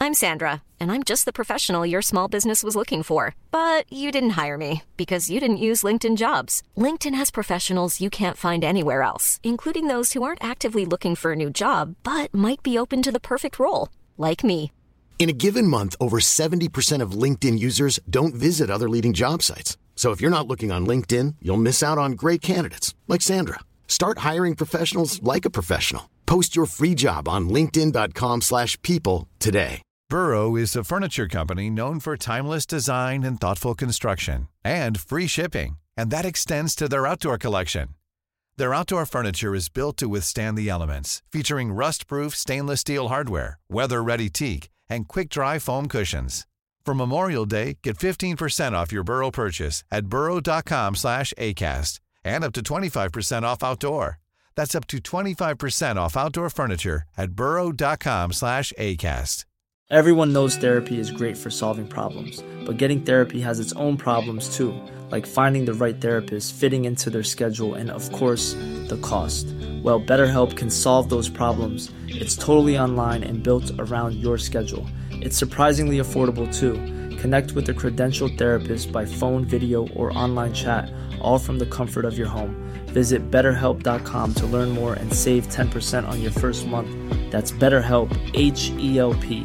I'm Sandra, and I'm just the professional your small business was looking for. But you didn't hire me because you didn't use LinkedIn Jobs. LinkedIn has professionals you can't find anywhere else, including those who aren't actively looking for a new job, but might be open to the perfect role, like me. In a given month, over 70% of LinkedIn users don't visit other leading job sites. So if you're not looking on LinkedIn, you'll miss out on great candidates like Sandra. Start hiring professionals like a professional. Post your free job on linkedin.com/people today. Burrow is a furniture company known for timeless design and thoughtful construction and free shipping, and that extends to their outdoor collection. Their outdoor furniture is built to withstand the elements, featuring rust-proof stainless steel hardware, weather-ready teak, and quick-dry foam cushions. For Memorial Day, get 15% off your Burrow purchase at burrow.com/acast, and up to 25% off outdoor. That's up to 25% off outdoor furniture at burrow.com/acast. Everyone knows therapy is great for solving problems, but getting therapy has its own problems too, like finding the right therapist, fitting into their schedule, and of course, the cost. Well, BetterHelp can solve those problems. It's totally online and built around your schedule. It's surprisingly affordable too. Connect with a credentialed therapist by phone, video, or online chat, all from the comfort of your home. Visit BetterHelp.com to learn more and save 10% on your first month. That's BetterHelp, H-E-L-P.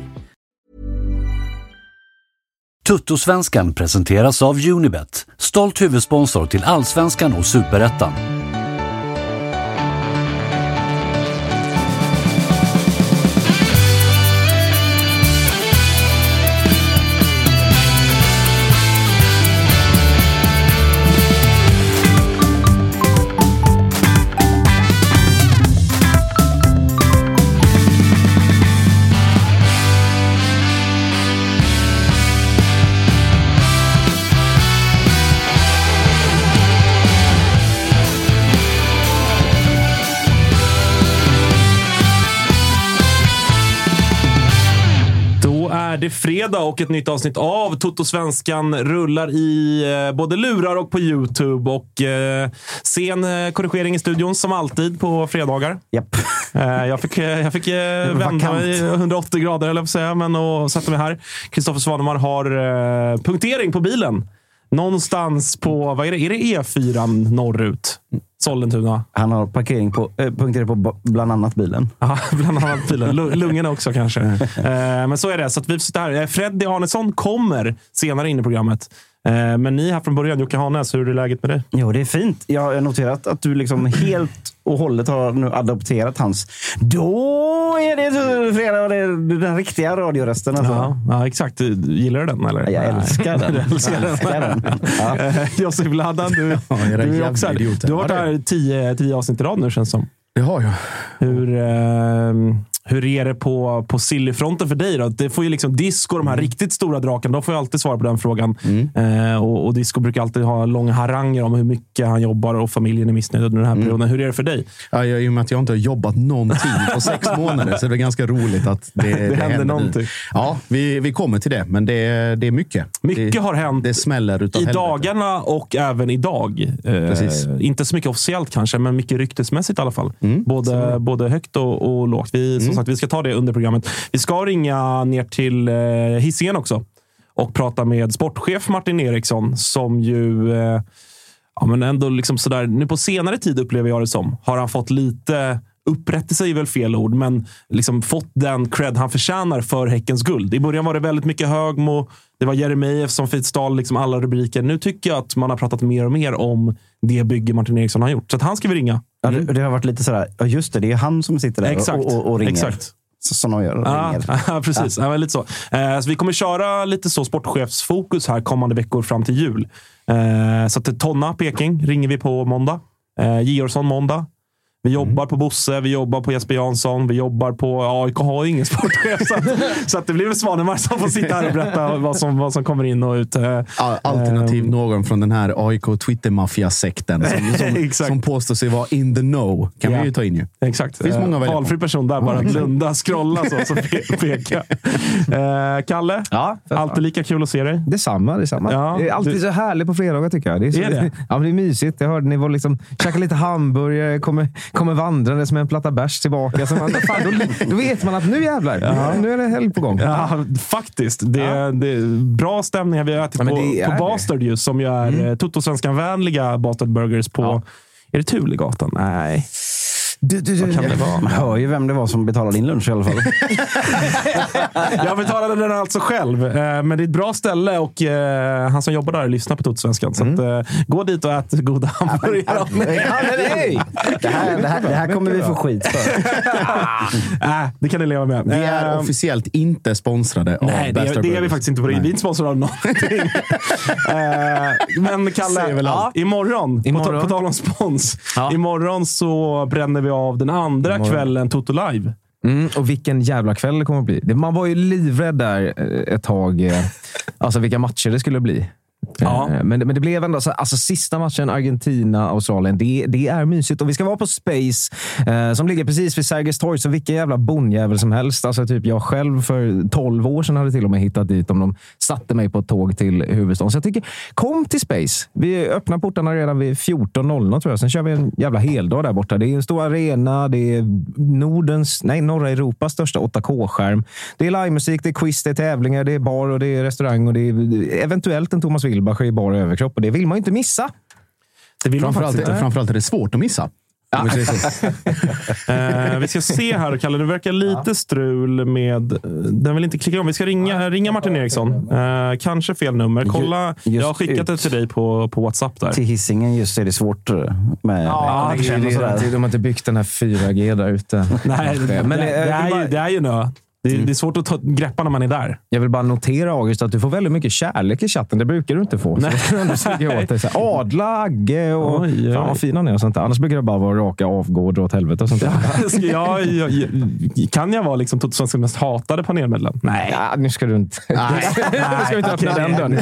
Tuttosvenskan presenteras av Unibet, stolt huvudsponsor till Allsvenskan och Superettan. Det är fredag och ett nytt avsnitt av Tuttosvenskan rullar i både lurar och på YouTube, och sen korrigering i studion som alltid på fredagar. Japp. Jag fick vända mig 180 grader eller vad säga, men och sätta mig här. Kristoffer Svanemar har punktering på bilen. Någonstans på, vad är det? Är det E4 norrut? Sollentuna. Han har punktering på bland annat bilen. Ja, bland annat bilen. Lungorna också kanske. Men så är det. Så att vi sitter här. Freddy Arnesson kommer senare in i programmet. Men ni här från början, Jocke Hanes, hur är läget med dig? Jo, det är fint. Jag har noterat att du liksom helt och hållet har nu adopterat hans. Då är det fredag och det är den riktiga radiorösten. Alltså. Ja, exakt. Gillar du den, eller? Jag älskar den. Jag älskar den. Ja. Josef Ladan, du är också här. Du har varit här 10 avsnitt i rad nu, känns som. Det har jag. Hur är det på Sillyfronten för dig då? Det får ju liksom Disco, de här riktigt stora draken, de får ju alltid svara på den frågan. Och Disco brukar alltid ha långa haranger om hur mycket han jobbar och familjen är missnöjd under den här perioden. Hur är det för dig? Ja, i och med att jag inte har jobbat någonting på 6 månader, så det är ganska roligt att det händer någonting. Ja, vi kommer till det, men det är mycket. Mycket har hänt. Det smäller utav helvete. Dagarna och även idag. Inte så mycket officiellt kanske, men mycket ryktesmässigt i alla fall. Både högt och lågt. Som sagt, vi ska ta det under programmet. Vi ska ringa ner till Hisingen också och prata med sportchef Martin Eriksson, som ju men ändå liksom sådär, nu på senare tid upplever jag det som, har han fått lite upprättelse, är väl fel ord, men liksom fått den cred han förtjänar för Häckens guld. I början var det väldigt mycket Högmo, det var Jeremejeff som fitstal liksom alla rubriker. Nu tycker jag att man har pratat mer och mer om det bygge Martin Eriksson har gjort. Så att han ska vi ringa. Ja, det har varit lite sådär, ja just det är han som sitter där och ringer. Exakt. Som de gör. Ja, precis. Ja. Lite så. Så vi kommer köra lite så sportchefsfokus här kommande veckor fram till jul. Så att Tonna Peking ringer vi på måndag. Georgsson måndag. Vi jobbar på Bosse, vi jobbar på Jesper Jansson, vi jobbar på AIK, har ingen sportchef. Så att det blir väl Svanemar som får sitta här och berätta vad som kommer in och ut. Alternativ någon från den här AIK Twitter-mafia-sekten som påstår sig vara in the know. Kan vi ju ta in ju. Exakt. Det finns många valfri person där, bara blunda, scrolla så peka. Kalle, alltid lika kul att se dig. Detsamma. Ja, det är alltid så härligt på fredagar tycker jag. Det är mysigt. Jag hörde ni var liksom käka lite hamburgare, kommer vandrande som en platta bärs tillbaka. Så då vet man att nu jävlar, nu är det helg på gång. Ja, faktiskt. Det är bra stämningar. Vi har ätit på Bastard just, som ju är Toto-svenskan-vänliga Bastard Burgers på... Är det Tulegatan? Nej. Vad kan det vara? Man hör ju vem det var som betalade din lunch i alla fall. Jag betalade den alltså själv. Men det är ett bra ställe och han som jobbar där lyssnar på Toto-svenskan. Så att, gå dit och ät goda hamburgare. Det här kommer vi få skit för. Det kan ni leva med. Vi är officiellt inte sponsrade av Nej, det är vi faktiskt inte på det. Vi är inte sponsrade av någonting. Men Kalle, imorgon på tal om spons. Imorgon så bränner vi av den andra kvällen Toto Live. Och vilken jävla kväll det kommer att bli. Man var ju livrädd där ett tag. Alltså vilka matcher det skulle bli. Ja. Men det blev ändå alltså sista matchen Argentina-Australien, det är mysigt och vi ska vara på Space som ligger precis vid Sergels torg, så vilken jävla bonjävel som helst. Alltså typ jag själv för 12 år sedan hade till och med hittat dit om de satte mig på ett tåg till huvudstaden. Så jag tycker, kom till Space. Vi öppnar portarna redan vid 14.00 tror jag. Sen kör vi en jävla heldag där borta. Det är en stor arena, det är norra Europas största 8K-skärm. Det är livemusik, det är quiz, det är tävlingar, det är bar och det är restaurang och det är eventuellt en Thomas Wilbacher i bar och överkropp, och det vill man ju inte missa. Det vill framförallt är det svårt att missa. Ja. Vi ska se här, Kalle, det verkar lite strul med den vill inte klicka om. Vi ska ringa Martin Eriksson. Kanske fel nummer. Kolla, jag har skickat det till dig på WhatsApp där. Till Hisingen just är det svårt med de har inte byggt den här 4G där ute. Nej, men det är ju nu. Det är svårt att greppa när man är där. Jag vill bara notera, August, att du får väldigt mycket kärlek i chatten. Det brukar du inte få. Adla, Agge och fan vad fina ni är och sånt där. Annars brukar det bara vara raka avgård och åt helvete och sånt där. Kan jag vara liksom Toto-svenskans mest hatade panelmedlem? Nej. Ja, nu ska du inte. Nu ska vi inte öppna den dörren.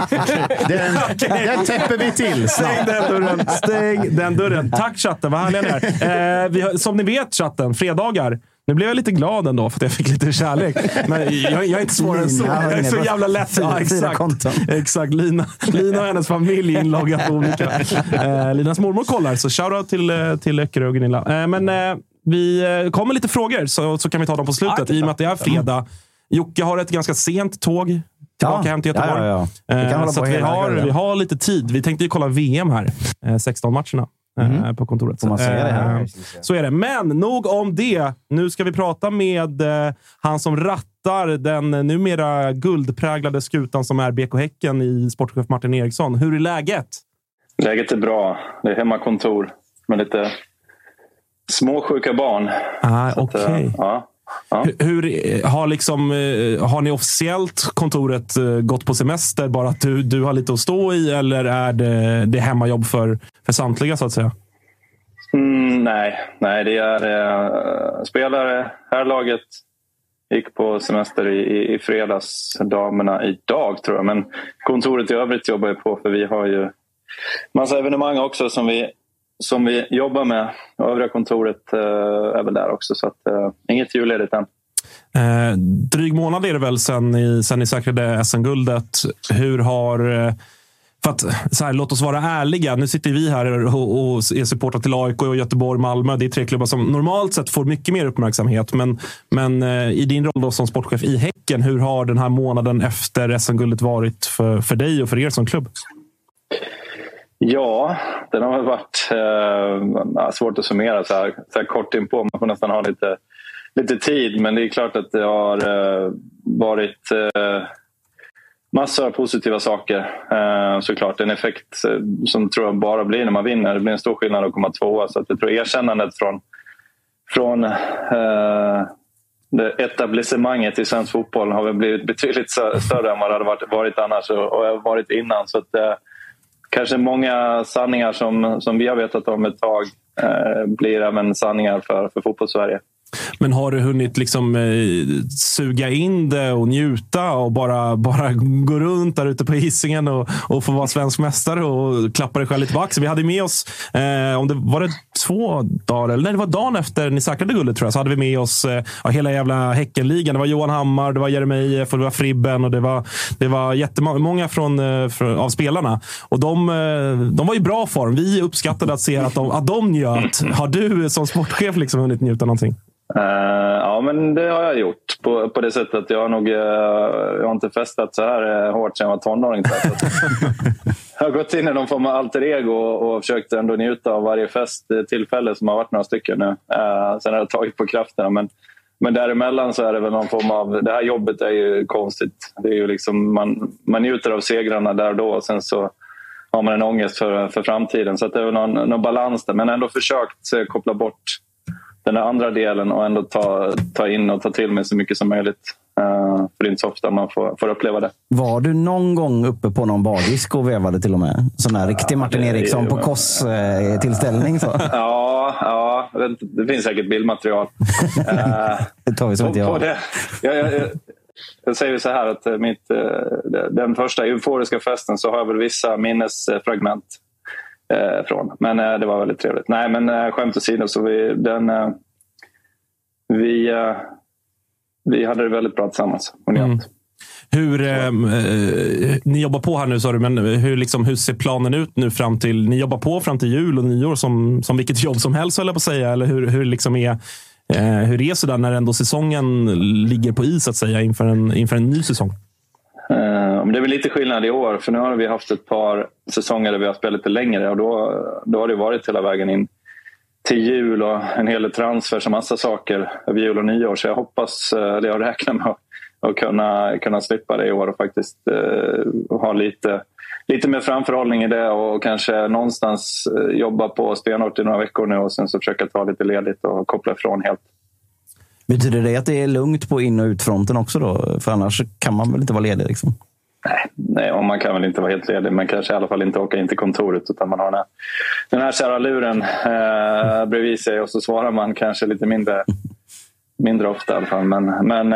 Den täpper vi till. Stäng den dörren. Tack chatten, vad härliga ni är. Som ni vet chatten, fredagar. Nu blev jag lite glad ändå för att jag fick lite kärlek. Men jag är inte svårare än så. Jag är så jävla lätt. Ja, exakt. Lina och hennes familj inloggat på olika. Linas mormor kollar, så shoutout till Öckerö och Gunilla. Men vi kommer lite frågor så kan vi ta dem på slutet. I och med att det är fredag. Jocke har ett ganska sent tåg tillbaka hem till Göteborg. Så att vi har lite tid. Vi tänkte ju kolla VM här. 16 matcherna. På kontoret. Man säga det här. Så är det. Men nog om det. Nu ska vi prata med han som rattar den numera guldpräglade skutan som är BK Häcken i sportchef Martin Eriksson. Hur är läget? Läget är bra. Det är hemmakontor med lite småsjuka barn. Okej. Ja. Hur har ni officiellt kontoret gått på semester, bara att du har lite att stå i, eller är det hemmajobb för samtliga så att säga? Nej, det är spelare. Herrlaget gick på semester i fredags, damerna idag tror jag, men kontoret i övrigt jobbar jag på, för vi har ju massa evenemang också som vi jobbar med. Övriga kontoret är väl där också, så att inget julledigt än. Dryg månad är det väl sen ni säkrade SM-guldet. Hur har... För att, låt oss vara ärliga. Nu sitter vi här och är supportrar till AIK och Göteborg, Malmö. Det är tre klubbar som normalt sett får mycket mer uppmärksamhet. Men i din roll då som sportchef i Häcken, hur har den här månaden efter SM-guldet varit för dig och för er som klubb? Ja, den har varit svårt att summera så här kort inpå. Man får nästan ha lite tid, men det är klart att det har varit massor av positiva saker. Såklart en effekt som tror jag bara blir när man vinner. Det blir en stor skillnad att komma tvåa, så att jag tror erkännandet från det etablissemanget i svensk fotboll har väl blivit betydligt större än vad det hade varit annars och varit innan. Så att kanske många sanningar som vi har vetat om ett tag blir även sanningar för fotbollssverige. Men har du hunnit liksom suga in det och njuta och bara gå runt där ute på Hisingen och få vara svensk mästare och klappa dig själv lite på axeln? Vi hade med oss, om det var det 2 dagar, eller nej, det var dagen efter ni säkrade guldet, tror jag, så hade vi med oss hela jävla Häckenligan. Det var Johan Hammar, det var Jeremejeff och det var Fribben och det var jättemånga av spelarna. Och de var i bra form. Vi uppskattade att se att de njöt. Har du som sportchef liksom hunnit njuta någonting? Ja, men det har jag gjort på det sättet att jag har inte festat så här hårt sedan jag var tonåring. Jag har gått in i någon form av alter ego och försökt ändå njuta av varje festtillfälle som har varit några stycken nu. Sen har jag tagit på krafterna, men däremellan så är det väl någon form av... Det här jobbet är ju konstigt. Det är ju liksom, man njuter av segrarna där och då, och sen så har man en ångest för framtiden. Så att det är väl någon balans där, men ändå försökt koppla bort den där andra delen och ändå ta in och ta till mig så mycket som möjligt. För det är inte så ofta man får uppleva det. Var du någon gång uppe på någon bardisk och vevade till och med? Sån här riktig Martin Eriksson på KOS-tillställning? Så. Ja, det finns säkert bildmaterial. Det tar vi som inte jag. Jag säger så här att den första euforiska festen så har jag väl vissa minnesfragment från. Men det var väldigt trevligt. Nej, men skämt åsido, så vi hade det väldigt bra tillsammans. Hur ni jobbar på här nu, sa du, men hur ser planen ut nu fram till, ni jobbar på fram till jul och nyår som vilket jobb som helst, höll jag på att säga, eller hur liksom är hur är så där när ändå säsongen ligger på is, att säga, inför en ny säsong? Det är väl lite skillnad i år, för nu har vi haft ett par säsonger där vi har spelat lite längre, och då har det varit hela vägen in till jul och en hel transfer och massa saker över jul och nyår. Så jag hoppas, eller jag räknar med att kunna slippa det i år och faktiskt ha lite mer framförhållning i det, och kanske någonstans jobba på stenhårt i några veckor nu och sen så försöka ta lite ledigt och koppla ifrån helt. Betyder det att det är lugnt på in- och utfronten också då? För annars kan man väl inte vara ledig liksom? Nej, och man kan väl inte vara helt ledig. Man kanske i alla fall inte åka in till kontoret, utan man har den här kära luren bredvid sig, och så svarar man kanske lite mindre ofta i alla fall. Men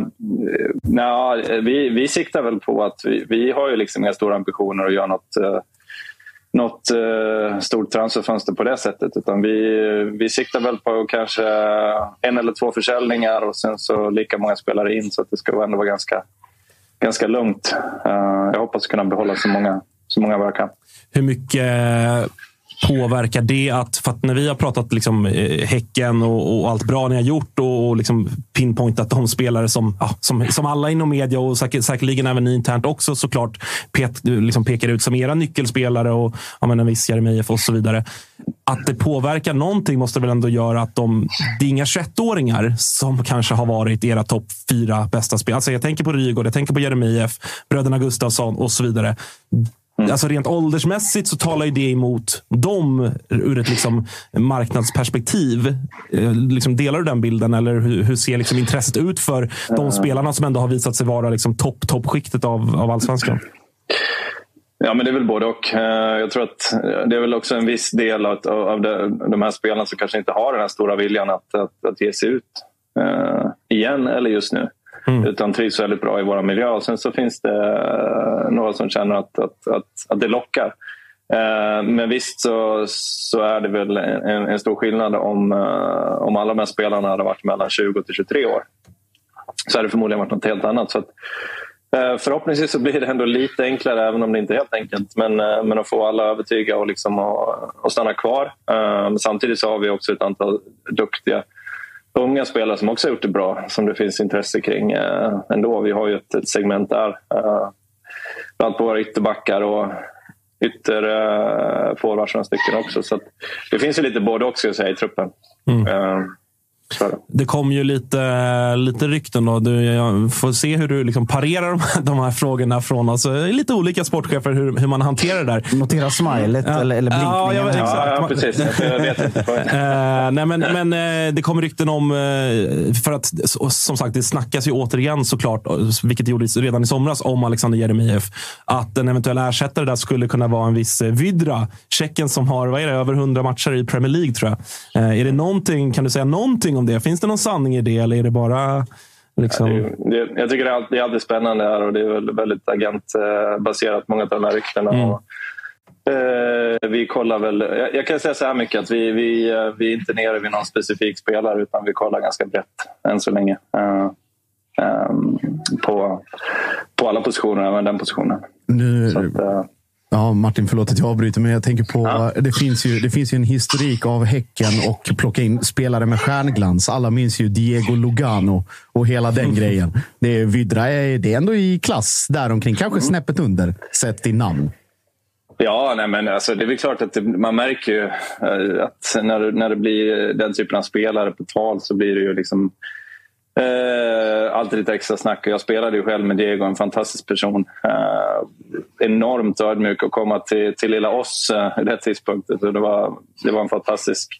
vi siktar väl på att vi har ju liksom inga stora ambitioner att göra något stort transferfönster på det sättet, utan vi siktar väl på kanske 1 eller 2 försäljningar och sen så lika många spelare in, så att det ska ändå vara ganska lugnt. Jag hoppas kunna behålla så många jag kan. Hur mycket påverkar det för att när vi har pratat liksom Häcken och allt bra ni har gjort och liksom pinpointat de spelare som alla inom media och säkerligen även ni internt också såklart liksom pekar ut som era nyckelspelare och en viss Jeremejeff och så vidare. Att det påverkar någonting måste väl ändå göra att det är inga 21-åringar som kanske har varit era topp 4 bästa spelare. Alltså jag tänker på Rygaard, jag tänker på Jeremejeff, bröderna Gustafsson och så vidare. Alltså rent åldersmässigt så talar ju det emot dem ur ett liksom marknadsperspektiv. Liksom, delar du den bilden, eller hur ser liksom intresset ut för de spelarna som ändå har visat sig vara liksom toppskiktet av allsvenskan? Ja, men det är väl både och. Jag tror att det är väl också en viss del av de här spelarna som kanske inte har den här stora viljan att ge sig ut igen eller just nu. Utan trivs väldigt bra i vår miljö. Och sen så finns det några som känner att det lockar. Men visst så är det väl en stor skillnad om alla de här spelarna hade varit mellan 20 till 23 år. Så hade det förmodligen varit något helt annat. Så att, förhoppningsvis så blir det ändå lite enklare, även om det inte är helt enkelt. Men att få alla övertyga och, liksom och stanna kvar. Men samtidigt så har vi också ett antal duktiga unga spelare som också har gjort det bra, som det finns intresse kring ändå. Vi har ju ett segment där. Bland annat på våra ytterbackar och ytterforwards några stycken också. Så att det finns ju lite både också att säga i truppen. Det kom ju lite rykten då. Jag får se hur du liksom parerar de här frågorna från oss. Lite olika sportchefer hur man hanterar det där. Notera smilet eller blinkningen. Ja, precis. Jag vet inte. Nej, men det kom rykten om, för att som sagt det snackas ju återigen såklart, vilket det gjordes redan i somras, om Alexander Jeremejeff, att en eventuell ersättare där skulle kunna vara en viss Vydra, Tjeckien som har över 100 matcher i Premier League, tror jag. Är det någonting, kan du säga någonting någonting om det? Finns det någon sanning i det, eller är det bara... Liksom... Jag tycker det är alltid spännande här, och det är väl väldigt agentbaserat, många av de här ryktena. Och, vi kollar väl, jag kan säga så här mycket, att vi är inte nere vid någon specifik spelare, utan vi kollar ganska brett än så länge på alla positioner, även den positionen. Så att, ja, Martin, förlåt att jag avbryter, men jag tänker på det finns ju en historik av Häcken och plocka in spelare med stjärnglans. Alla minns ju Diego Lugano och hela den grejen. Det är Vydra, det är ändå i klass där omkring, kanske snäppet under sett i namn. Ja, nej, men alltså, det är väl klart att man märker ju att när det blir den typen av spelare på tal, så blir det ju liksom alltid lite extra snack. Jag spelade ju själv med Diego, en fantastisk person. Enormt ödmjuk att komma till lilla oss i det tidspunktet. Det var en fantastisk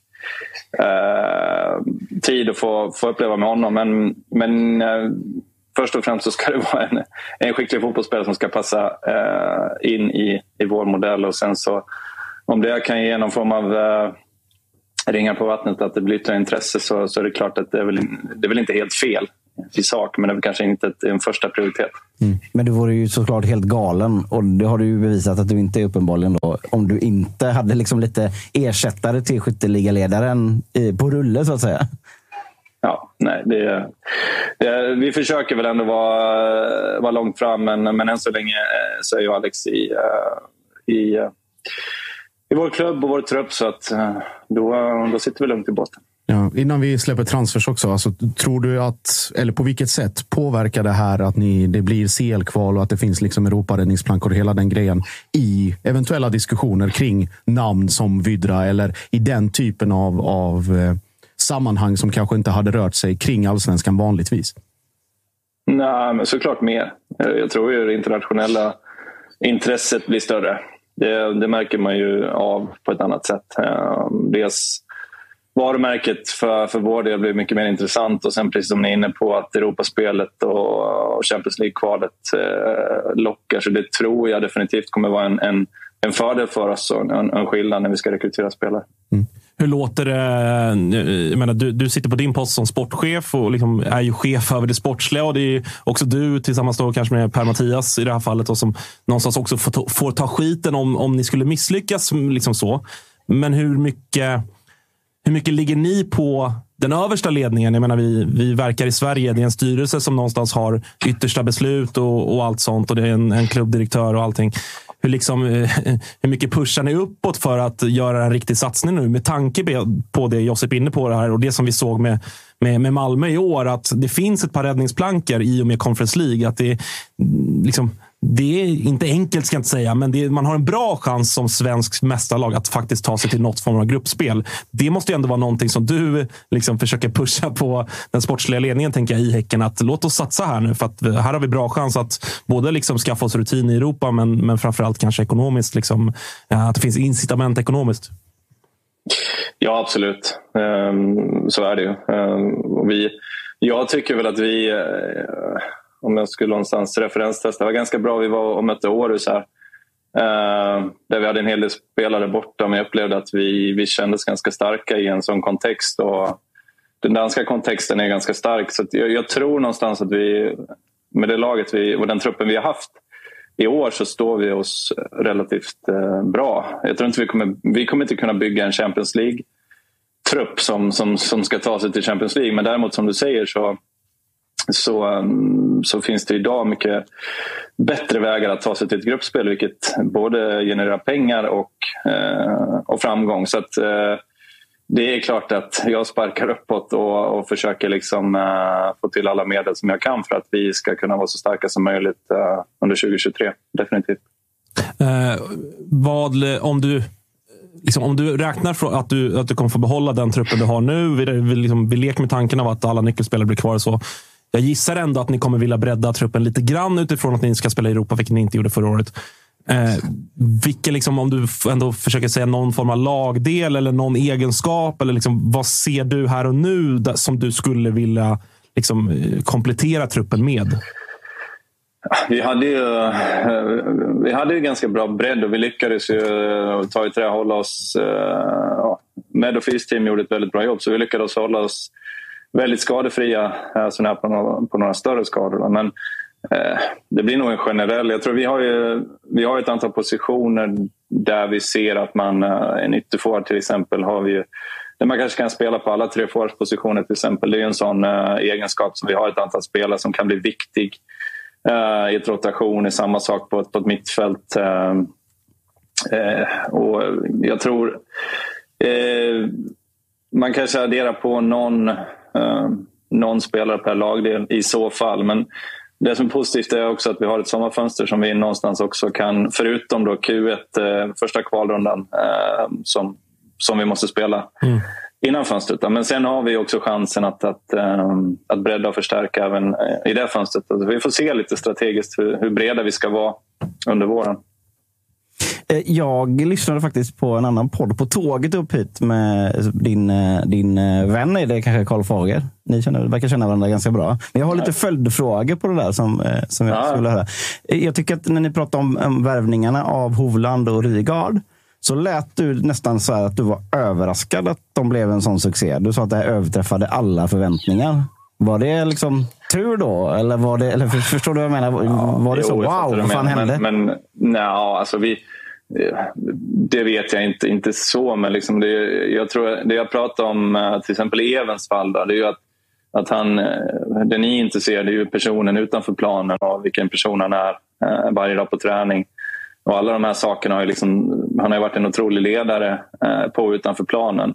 tid att få uppleva med honom. Men först och främst så ska det vara en skicklig fotbollsspelare som ska passa in i vår modell. Och sen så, om det kan ge någon form av ringar på vattnet, att det blir ett intresse, så är det klart att det är väl inte helt fel i sak, men det är kanske inte en första prioritet. Men du vore ju såklart helt galen, och det har du ju bevisat att du inte är, uppenbarligen då, om du inte hade liksom lite ersättare till skytteligaledaren på rulle, så att säga. Ja, nej, vi försöker väl ändå vara långt fram, men än så länge så är ju Alex i vår klubb och vår trupp, så att då sitter vi lugnt i båten. Ja, innan vi släpper transfers också, alltså, tror du att, eller på vilket sätt påverkar det här att det blir CL-kval och att det finns liksom Europaräddningsplankor och hela den grejen i eventuella diskussioner kring namn som Vydra, eller i den typen av sammanhang som kanske inte hade rört sig kring allsvenskan vanligtvis? Nej, men såklart mer. Jag tror ju det internationella intresset blir större. Det märker man ju av på ett annat sätt. Dels varumärket för vår del blir mycket mer intressant, och sen precis som ni är inne på, att Europaspelet och Champions League-kvalet lockar, så det tror jag definitivt kommer vara en fördel för oss och en skillnad när vi ska rekrytera spelare. Hur låter det? Jag menar, du sitter på din post som sportchef och liksom är ju chef över det sportsliga, och det är också du tillsammans då kanske med Per-Mathias i det här fallet, och som någonstans också får ta skiten om ni skulle misslyckas liksom så. Men hur mycket ligger ni på den översta ledningen? Jag menar, vi verkar i Sverige, det är en styrelse som någonstans har yttersta beslut och allt sånt, och det är en klubbdirektör och allting. Hur mycket pushar ni uppåt för att göra en riktig satsning nu, med tanke på det Josip är inne på det här, och det som vi såg med Malmö i år, att det finns ett par räddningsplankor i och med Conference League, att det är inte enkelt, ska jag inte säga, men man har en bra chans som svensk mästarlag att faktiskt ta sig till något form av gruppspel. Det måste ju ändå vara någonting som du liksom försöker pusha på den sportsliga ledningen, tänker jag, i Häcken, att låt oss satsa här nu, för att här har vi bra chans att både liksom skaffa oss rutin i Europa, men framförallt kanske ekonomiskt, liksom, att det finns incitament ekonomiskt. Ja, absolut. Så är det ju. Jag tycker väl att vi, om jag skulle någonstans referenstesta, det var ganska bra. Vi var och mötte Århus här, där vi hade en hel del spelare borta, men jag upplevde att vi kändes ganska starka i en sån kontext, och den danska kontexten är ganska stark, så att jag tror någonstans att vi, med det laget och den truppen vi har haft i år, så står vi oss relativt bra. Jag tror inte vi kommer inte kunna bygga en Champions League-trupp som ska ta sig till Champions League, men däremot som du säger så finns det idag mycket bättre vägar att ta sig till ett gruppspel, vilket både genererar pengar och framgång. Så att det är klart att jag sparkar uppåt och försöker liksom få till alla medel som jag kan för att vi ska kunna vara så starka som möjligt under 2023. Definitivt. Om du räknar för att du kommer få behålla den truppen du har nu, vi leker med tanken av att alla nyckelspelare blir kvar, så jag gissar ändå att ni kommer vilja bredda truppen lite grann utifrån att ni ska spela i Europa, vilket ni inte gjorde förra året. Om du ändå försöker säga någon form av lagdel eller någon egenskap, eller liksom, vad ser du här och nu som du skulle vilja liksom komplettera truppen med? Vi hade ju ganska bra bredd, och vi lyckades ju ta i trä, hålla oss med, och Fys team gjorde ett väldigt bra jobb, så vi lyckades hålla oss väldigt skadefria sån här på några större skador då. Men det blir nog en generell. Jag tror vi har ett antal positioner där vi ser att man en ytterforward till exempel har vi ju, där man kanske kan spela på alla 3 forwardspositioner till exempel. Det är ju en sån egenskap som vi har ett antal spelare som kan bli viktig i ett rotation. I samma sak på ett mittfält. Och jag tror man kanske adderar på någon spelare per lagdel i så fall, men det som är positivt är också att vi har ett sommarfönster som vi någonstans också kan, förutom då Q1 första kvalrundan som vi måste spela innan fönstret. Men sen har vi också chansen att bredda och förstärka även i det fönstret. Alltså vi får se lite strategiskt hur breda vi ska vara under våren. Jag lyssnade faktiskt på en annan podd på tåget upp hit med din vän, är det kanske Karl Fager. Ni verkar känna varandra ganska bra. Men jag har lite följdfrågor på det där som jag skulle höra. Jag tycker att när ni pratar om värvningarna av Hovland och Rygaard, så lät du nästan så här att du var överraskad att de blev en sån succé. Du sa att det här överträffade alla förväntningar. Var det liksom tur då? Eller var det, eller förstår du vad jag menar? Var det så? Wow, vad fan hände? Men alltså det vet jag inte så, men liksom jag tror det jag pratar om till exempel i Evens fall då, det är ju att han, det ni är intresserade är ju personen utanför planen och vilken person han är varje dag på träning. Och alla de här sakerna har ju han har ju varit en otrolig ledare på och utanför planen.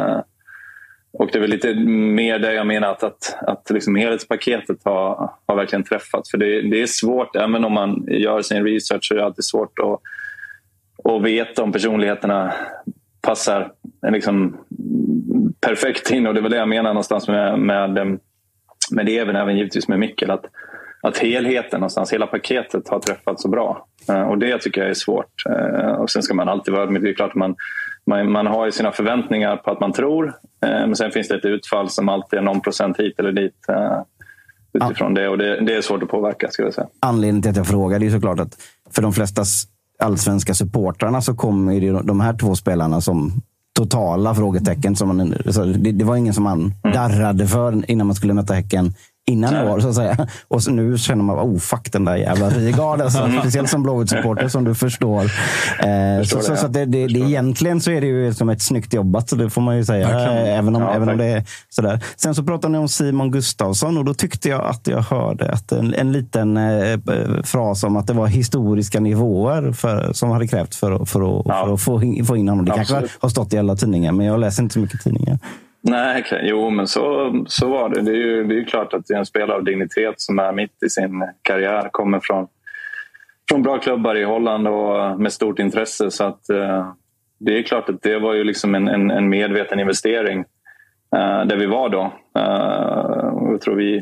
Och det är väl lite mer det jag menar att liksom helhetspaketet har verkligen träffat. För det är svårt, även om man gör sin research, så är det alltid svårt att veta om personligheterna passar liksom perfekt in. Och det är väl det jag menar någonstans med det, även givetvis med Mikkel, att helheten någonstans, hela paketet har träffat så bra. Och det tycker jag är svårt. Och sen ska man alltid vara med. Det är klart man har ju sina förväntningar på att man tror. Men sen finns det ett utfall som alltid är någon procent hit eller dit utifrån det. Och det är svårt att påverka, ska jag säga. Anledningen till att jag frågar är såklart att för de flesta allsvenska supportrarna så kommer ju de här 2 spelarna som totala frågetecken. Det var ingen som man darrade för innan man skulle möta Häcken innan år, så att säga. Och så nu känner man, fuck den där jävla Rygaard. Alltså, speciellt som Blåvitt-supporter, som du förstår. Så det egentligen så är det ju som ett snyggt jobbat, så det får man ju säga. Även om det är sådär. Sen så pratade ni om Simon Gustafsson, och då tyckte jag att jag hörde att en liten fras om att det var historiska nivåer som hade krävt för att få in honom. Det kanske har stått i alla tidningar, men jag läser inte så mycket tidningar. Nej, jo, men så var det. Det är ju klart att det är en spelare av dignitet som är mitt i sin karriär. Kommer från bra klubbar i Holland och med stort intresse. Så att det är klart att det var ju liksom en medveten investering där vi var då. Jag tror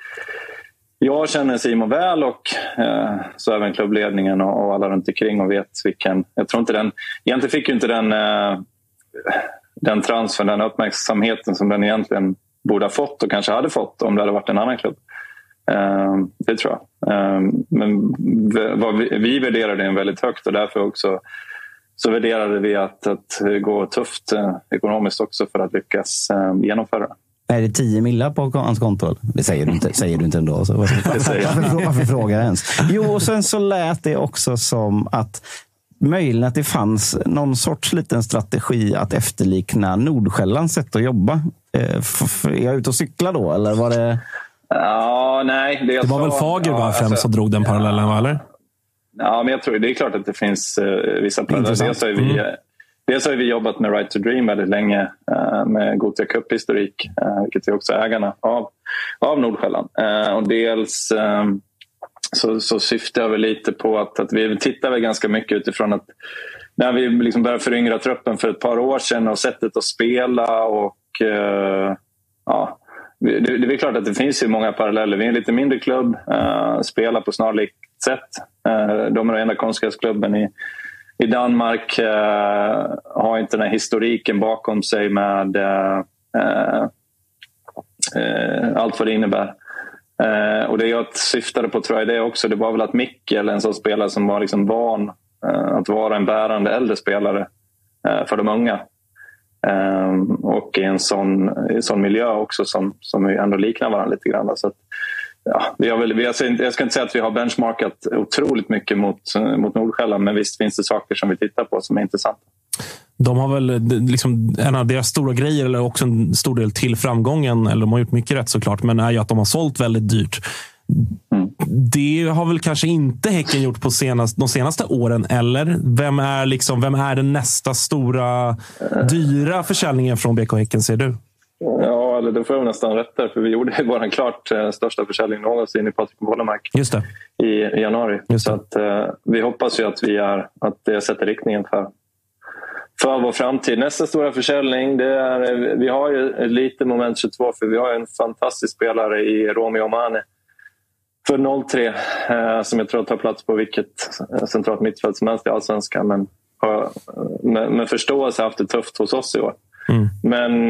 jag känner Simon väl, och så även klubbledningen och alla runt omkring, och vet vilken. Jag tror inte egentligen fick ju inte den transfern, den uppmärksamheten som den egentligen borde ha fått och kanske hade fått om det hade varit en annan klubb. Det tror jag. Men vi värderade den väldigt högt, och därför också så värderade vi att gå tufft ekonomiskt också för att lyckas genomföra det. Är det 10 millar på hans konto? Det säger du inte ändå. Så varför frågar jag ens? Jo, och sen så lät det också som att möjligen att det fanns någon sorts liten strategi att efterlikna Nordsjällands sätt att jobba. Är jag ute och cykla då? Eller var det... Ja, nej. Det var väl Fager främst som drog den parallellen, eller? Ja, men jag tror det är klart att det finns vissa paralleller. Dels har vi jobbat med Right to Dream väldigt länge med Gothia Cup-historik, vilket är också ägarna av Nordsjälland. Och dels... Så syftar jag väl lite på att vi tittar väl ganska mycket utifrån att när vi liksom började föryngra truppen för ett par år sedan och sättet att spela, och det är klart att det finns ju många paralleller. Vi är en lite mindre klubb, spelar på snarlikt sätt. De är den enda konstgräsklubben i Danmark, har inte den här historiken bakom sig med allt vad det innebär. Och det jag syftade på, tror jag, det också, det var väl att Mikkel, en sån spelare som var liksom van att vara en bärande äldre spelare för de unga. Och i en sån miljö också som ändå liknar varandra lite grann. Så att, jag ska inte säga att vi har benchmarkat otroligt mycket mot Nordsjälland, men visst finns det saker som vi tittar på som är intressanta. De har väl liksom, en av deras stora grejer, eller också en stor del till framgången, eller de har gjort mycket rätt såklart, men är ju att de har sålt väldigt dyrt. Det har väl kanske inte Häcken gjort på de senaste åren, eller? Vem är den nästa stora dyra försäljningen från BK Häcken, ser du? Ja, eller det får jag nästan rätt där, för vi gjorde bara en klart största försäljning någonsin i Patrik Wålemark. Just det. I januari. Just det. Så att vi hoppas ju att det sätter riktningen för vår framtid. Nästa stora försäljning, vi har ju ett litet moment 22, för vi har en fantastisk spelare i Romeo Mane för 0-3 som jag tror tar plats på vilket centralt mittfält som helst i Allsvenskan, men har med förståelse haft det tufft hos oss i år. Men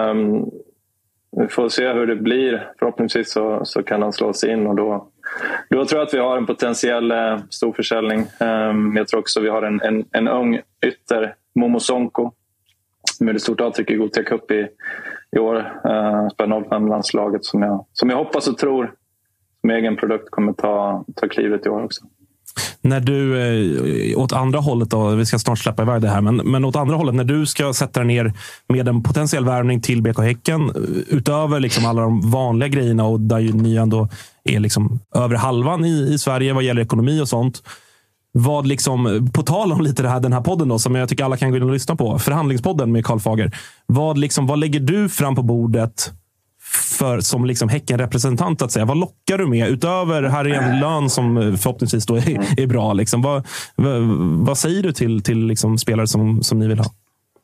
vi får se hur det blir. Förhoppningsvis så kan han slå sig in, och då tror jag att vi har en potentiell stor försäljning. Jag tror också att vi har en ung ytter, Momo Sonko, med ett stort avtryck i Gothia Cup i år. Spelar 05-landslaget som jag hoppas och tror med egen produkt kommer ta klivet i år också. När du, åt andra hållet då, vi ska snart släppa iväg det här, men åt andra hållet, när du ska sätta dig ner med en potentiell värvning till BK Häcken, utöver liksom alla de vanliga grejerna, och där ju ni ändå är liksom över halvan i Sverige vad gäller ekonomi och sånt. Vad liksom, på tal om lite den här podden då, som jag tycker alla kan gå in och lyssna på, förhandlingspodden med Karl Fager. Vad lägger du fram på bordet som liksom Häcken-representant, att säga? Vad lockar du med utöver här är en lön som förhoppningsvis då är bra? Liksom. Vad säger du till liksom spelare som ni vill ha?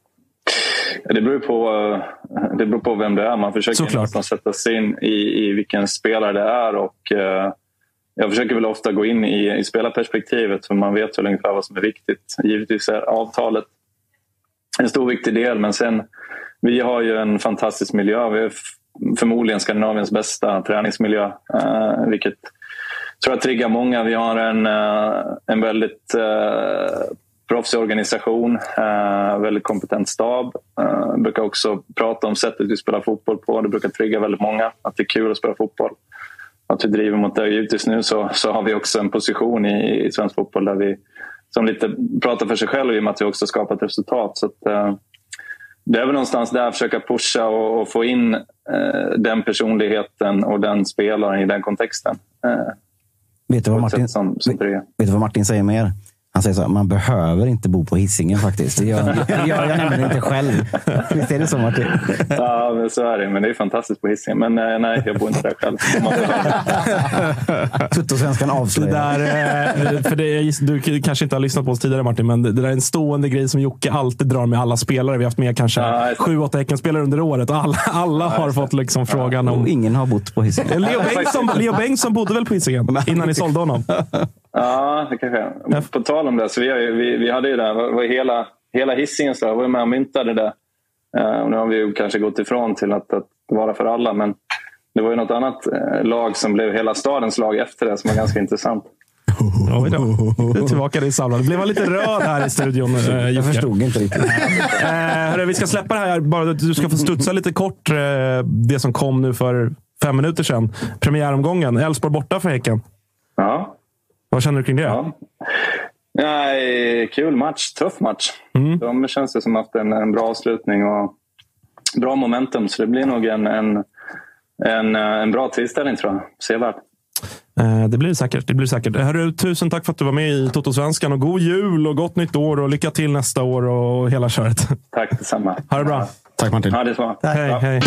Det beror på vem det är. Man försöker nästan sätta sig in i vilken spelare det är, och jag försöker väl ofta gå in i spelarperspektivet, för man vet väl ungefär vad som är viktigt. Givetvis är avtalet en stor viktig del, men sen vi har ju en fantastisk miljö. Vi är förmodligen Skandinaviens bästa träningsmiljö, vilket tror jag triggar många. Vi har en väldigt proffsig organisation, väldigt kompetent stab. Brukar också prata om sättet vi spelar fotboll på. Det brukar trigga väldigt många, att det är kul att spela fotboll, att vi driver mot det. Givetvis nu så har vi också en position i svensk fotboll där vi som lite pratar för sig själv, i och med att vi också skapat resultat. Så att, det är väl någonstans där att försöka pusha och få in den personligheten och den spelaren i den kontexten. Vet du vad Martin säger mer? Han säger så här: man behöver inte bo på Hisingen faktiskt. Det gör jag nämligen inte själv. Visst är det så, Martin? Ja, men så är det. Men det är fantastiskt på Hisingen. Men nej, jag bor inte där själv. Tuttosvenskan avslöjar. Du kanske inte har lyssnat på oss tidigare, Martin, men det där är en stående grej som Jocke alltid drar med alla spelare. Vi har haft med kanske 7-8 Häckenspelare under året, och alla har fått liksom frågan om... Och ingen har bott på Hisingen. Leo Bengtsson bodde väl på Hisingen innan ni sålde honom? Ja, det kanske. På tal om det, så vi hade ju det var hela Hisingen, så var ju med och myntade det. Och nu har vi ju kanske gått ifrån till att vara för alla, men det var ju något annat lag som blev hela stadens lag efter det, som var ganska intressant. Oj då. Du är tillbaka i samlad. Det blev lite röd här i studion. Jag förstod inte riktigt. Vi ska släppa det här. Bara du ska få studsa lite kort det som kom nu för 5 minuter sedan. Premiäromgången. Elfsborg borta för Häcken. Ja. Vad känner du kring det? Ja. Nej, kul match. Tuff match. De känns det som haft en bra avslutning och bra momentum. Så det blir nog en bra tillställning, tror jag. Sevärt. Det blir säkert. Hörru, tusen tack för att du var med i Toto-svenskan, och god jul och gott nytt år och lycka till nästa år och hela köret. Tack detsamma. Ha det bra. Tack, Martin. Ja, det är så. Hej.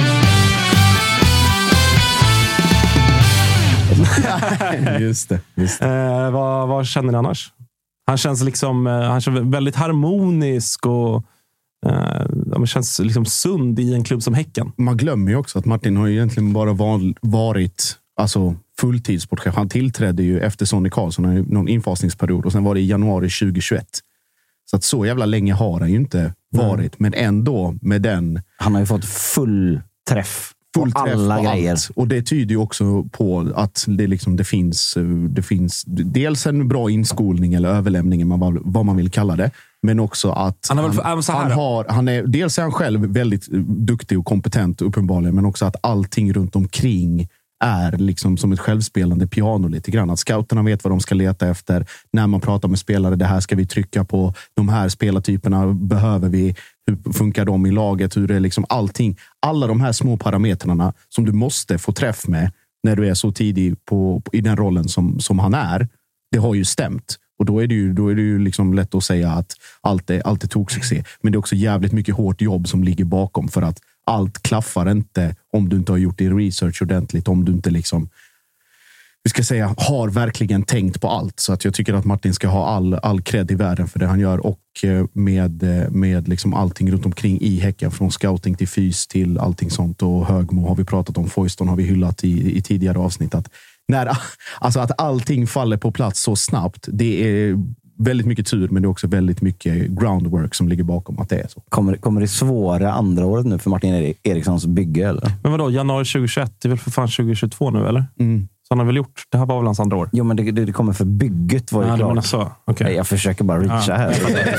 Just det. Vad känner ni annars? Han känns väldigt harmonisk och känns liksom sund i en klubb som Häcken. Man glömmer ju också att Martin har ju egentligen bara varit fulltidssportchef. Han tillträdde ju efter Sonny Karlsson någon infasningsperiod, och sen var det i januari 2021. Så jävla länge har han ju inte varit, men ändå med den... Han har ju fått full träff på alla grejer. Och det tyder ju också på att det finns dels en bra inskolning eller överlämning, vad man vill kalla det. Men också att han är, dels är han själv väldigt duktig och kompetent uppenbarligen, men också att allting runt omkring är liksom som ett självspelande piano lite grann. Att scouterna vet vad de ska leta efter när man pratar med spelare. Det här ska vi trycka på. De här spelartyperna behöver vi. Hur funkar de i laget? Hur är liksom allting? Alla de här små parametrarna som du måste få träff med när du är så tidig i den rollen som han är. Det har ju stämt. Och då är det ju liksom lätt att säga att allt är toksuccé. Men det är också jävligt mycket hårt jobb som ligger bakom, för att allt klaffar inte om du inte har gjort din research ordentligt, om du inte liksom, vi ska säga, har verkligen tänkt på allt. Så att jag tycker att Martin ska ha all cred i världen för det han gör, och med liksom allting runt omkring i Häcken, från scouting till fys till allting sånt. Och Högmo har vi pratat om, Foyston har vi hyllat i tidigare avsnitt. Att allting faller på plats så snabbt, det är väldigt mycket tur, men det är också väldigt mycket groundwork som ligger bakom att det är så. Kommer det svåra andra året nu för Martin Erikssons bygge, eller? Men vadå, januari 2021? Det är väl för fan 2022 nu, eller? Så han har väl gjort, det här var väl hans andra år? Jo, men det kommer för bygget var ju klart. Så. Okay. Nej, jag försöker bara reacha här.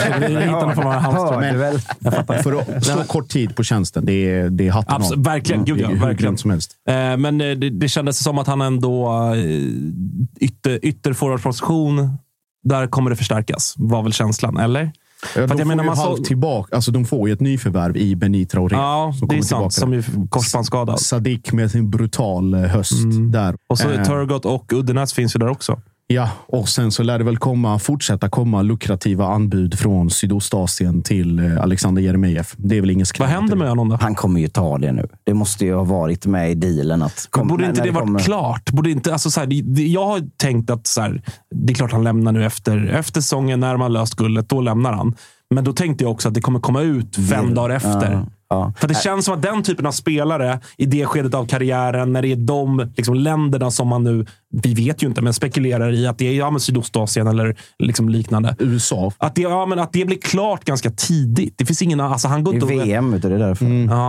För att så kort tid på tjänsten, det är hatten av. Verkligen, gud ja, verkligen. Som helst. Men det kändes som att han ändå ytterforwardsposition, där kommer det förstärkas, var väl känslan, eller? Ja, de får ju halvt tillbaka. Alltså de får ju ett nyförvärv i Benny Traoré. Ja, det är sant. Som är korsbandsskadad. Sadik med sin brutal höst där. Och så Turgott och Uddenäs finns ju där också. Ja, och sen så lär det väl fortsätta komma lukrativa anbud från Sydostasien till Alexander Jeremejeff. Det är väl ingen skrämt. Vad händer med honom då? Han kommer ju ta det nu. Det måste ju ha varit med i dealen. Borde inte det varit klart? Borde inte, alltså, så här, jag har tänkt att så här, det är klart han lämnar nu efter säsongen, när man löst guldet, då lämnar han. Men då tänkte jag också att det kommer komma ut 5 dagar efter. Ja. För det känns som att den typen av spelare i det skedet av karriären, när det är de liksom länderna som man nu, vi vet ju inte, men spekulerar i att det är Sydostasien eller liksom liknande. USA. Att det blir klart ganska tidigt. Det finns ingen, alltså han går inte i VM utav det därför.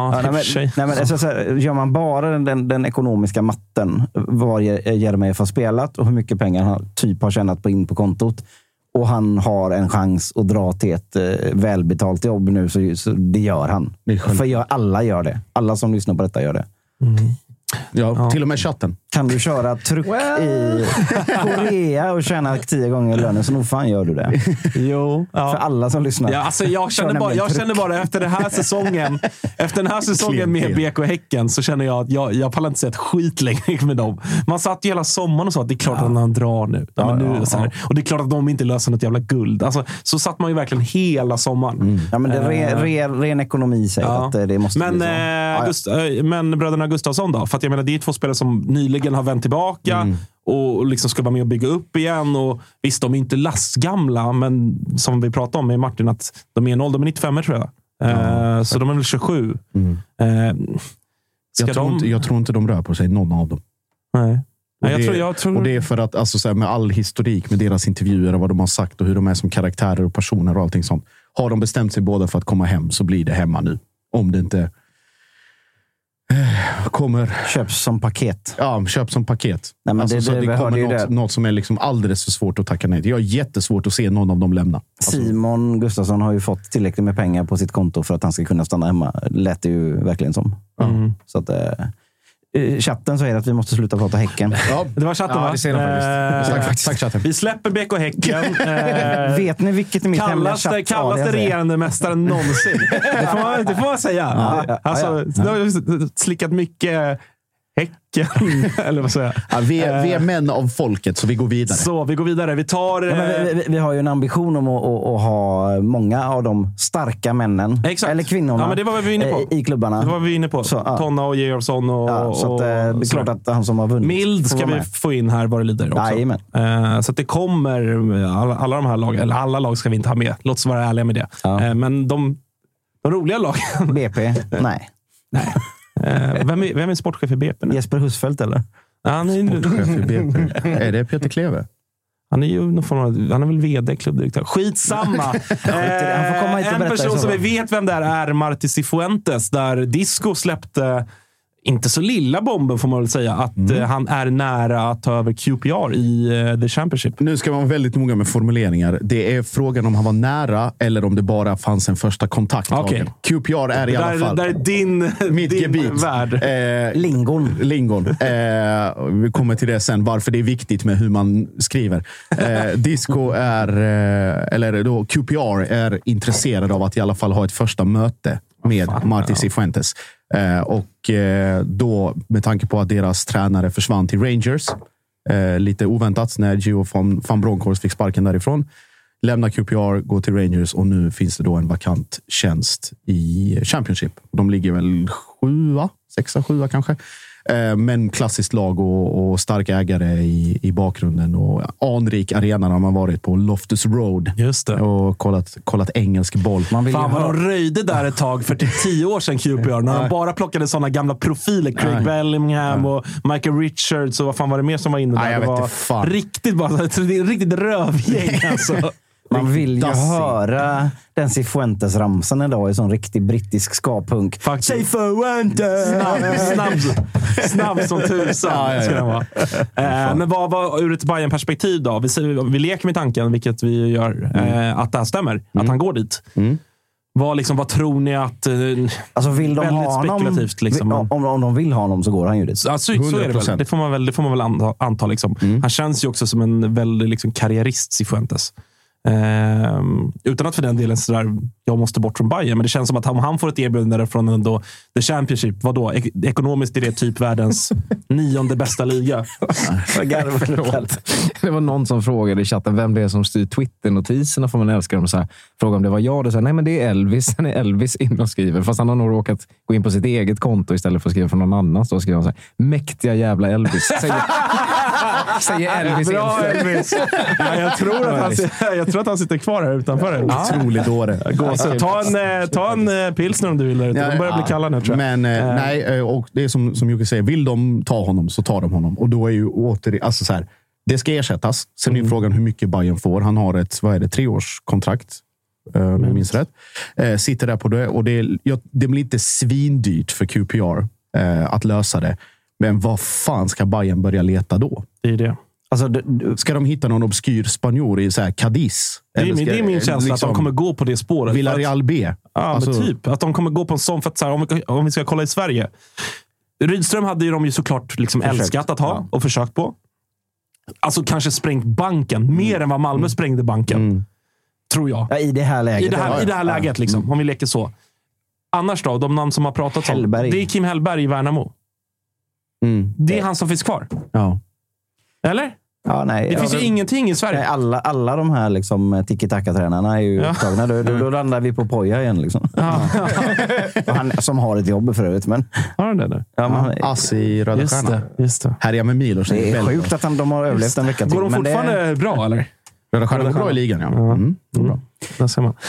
Gör man bara den ekonomiska matten, var Jeremejeff har spelat och hur mycket pengar han typ har tjänat in på kontot, och han har en chans att dra till ett välbetalt jobb nu, så det gör han. För alla gör det. Alla som lyssnar på detta gör det. Ja, till och med chatten. Kan du köra truck i Korea och tjäna 10 gånger lönen, så nog fan gör du det. Jo. Ja. För alla som lyssnar. Ja, alltså jag känner bara efter den här säsongen med BK Häcken, så känner jag att jag pallar inte sett skit längre med dem. Man satt ju hela sommaren och sa att det är klart att han drar nu. Och det är klart att de inte löser något jävla guld. Alltså, så satt man ju verkligen hela sommaren. Ja, men det ren ekonomi säger att det måste bli så. Men bröderna Gustafsson då? För att jag menar, det är 2 spelare som nyligen har vänt tillbaka och liksom ska vara med och bygga upp igen. Och visst, de är inte lastgamla, men som vi pratade om med Martin, att de är 0, de är 95 tror jag. Så de är väl 27. Jag tror inte de rör på sig, någon av dem. Nej. Och det är för att, alltså, så här, med all historik med deras intervjuer och vad de har sagt och hur de är som karaktärer och personer och allting sånt. Har de bestämt sig båda för att komma hem, så blir det hemma nu. Om det inte köps som paket. Ja, köps som paket. Nej, men alltså, så det kommer något som är liksom alldeles för svårt att tacka nej till. Jag har jättesvårt att se någon av dem lämna. Simon Gustafsson har ju fått tillräckligt med pengar på sitt konto för att han ska kunna stanna hemma. Lät det ju verkligen som. Så att chatten säger att vi måste sluta prata Häcken. Ja, det var chatten, va? Det ser jag faktiskt. Tack chatten. Vi släpper BK Häcken. Vet ni vilket är mitt hemliga chatt? Kallaste regerande mästaren någonsin. Det får man säga. Alltså, det har slickat mycket Häcken, eller vad säger jag? Ja, vi är män av folket, så vi går vidare. Så, vi går vidare. Vi tar... vi har ju en ambition om att ha många av de starka männen. Exakt. Eller kvinnorna. Ja, men det var vi inne på. I klubbarna. Det var vi inne på. Så, Tonna och Georgsson och... så att, det är klart att han som har vunnit... Mild ska vi få in här, vad det lider också. Så att det kommer... Alla de här lagen, eller alla lag ska vi inte ha med. Låt oss vara ärliga med det. Ja. Men de roliga lagen... BP? Nej. Vem är sportchef i BP nu? Jesper Husfeldt, eller? Han är sportchef i BP. Är det Peter Kleve? Han är ju någon form av, han är väl vd, klubbdirektör. Skitsamma! Han får komma hit och en person som vi vet vem det är Marti Cifuentes, där Disco släppte inte så lilla bomben får man väl säga att han är nära att ta över QPR i The Championship. Nu ska man vara väldigt noga med formuleringar. Det är frågan om han var nära eller om det bara fanns en första kontakt. Okay. QPR är i alla fall... Där är mitt gebit. Värld. Lingon. Vi kommer till det sen, varför det är viktigt med hur man skriver. Disco är... eller då QPR är intresserad av att i alla fall ha ett första möte med Martí Cifuentes. Och då, med tanke på att deras tränare försvann till Rangers, lite oväntat när Gio van Bronckhorst fick sparken därifrån, lämnar QPR, går till Rangers och nu finns det då en vakant tjänst i Championship. De ligger väl 6-7 kanske. Men klassiskt lag och starka ägare i bakgrunden och anrik arena när man varit på Loftus Road. Just det. Och kollat engelsk boll. Fan vad de röjde där ett tag för 10 år sedan QPR när de bara plockade sådana gamla profiler. Craig Bellingham och Michael Richards och vad fan var det mer som var inne där? Det var riktigt rövgäng alltså. Man vill ju höra den Cifuentes-ramsan idag i sån riktig brittisk skapunk. Cifuentes! Snabb som tusan ska den vara. Men vad ur ett Bayern-perspektiv då? Vi leker med tanken, vilket vi gör, att det här stämmer. Att han går dit. Vad tror ni att... Alltså vill de ha honom, liksom. Om de vill ha honom så går han ju dit. Så är det väl. Det får man väl anta liksom. Han känns ju också som en väldigt liksom, karriärist, Cifuentes. Utan att för den delen sådär, jag måste bort från Bayern, men det känns som att om han får ett erbjudande från ändå The Championship, vadå? Ekonomiskt är det typ världens 9:e bästa liga. Det var någon som frågade i chatten vem det är som styr Twitter-notiserna, för man älskar dem så här. Fråga om det var jag, och så här, nej men det är Elvis. Sen är Elvis in och skriver, fast han har nog råkat gå in på sitt eget konto istället för att skriva från någon annan. Så skriver han så här, mäktiga jävla Elvis. Säger Elvis. Bra Elvis. Ja, jag tror att han sitter kvar här utanför. Otroligt dåre. Ta en pilsner om du vill. De börjar bli kalla nu, tror jag. Men nej, och det är som Jocke säger, vill de ta honom så tar de honom. Och då är ju alltså så här, det ska ersättas. Sen är frågan hur mycket Bayern får. Han har ett, 3-årskontrakt. Om jag minns rätt. Sitter där på det. Och det blir inte svindyrt för QPR att lösa det. Men vad fan ska Bayern börja leta då? Det är det. Alltså, ska de hitta någon obskyr spanjor i så här Cadiz? Det är min känsla liksom, att de kommer gå på det spåret. Villarreal B. Ja, alltså, men typ. Att de kommer gå på en sån, för att så här, om vi ska kolla i Sverige. Rydström hade ju de ju såklart liksom älskat att ha och försökt på. Alltså kanske sprängt banken mer än vad Malmö sprängde banken. Tror jag. Ja, i det här läget. I det här läget liksom, om vi leker så. Annars då, de namn som har pratat om. Det är Kim Hellberg i Värnamo. Det är han som finns kvar. Ja. Eller? Ja, nej. Det finns ju ingenting i Sverige. Nej, alla de här liksom, tiki-taka-tränarna är ju upptagna. Då landar vi på Poja igen. Liksom. Han som har ett jobb för övrigt. Men... Har han det där? Ass i Röda Stjärna. Just det. Här är jag med Milos. Det är sjukt att de har överlevt en vecka till. Går de fortfarande bra, eller? Röda Stjärna går bra i ligan, bra. Där ser man.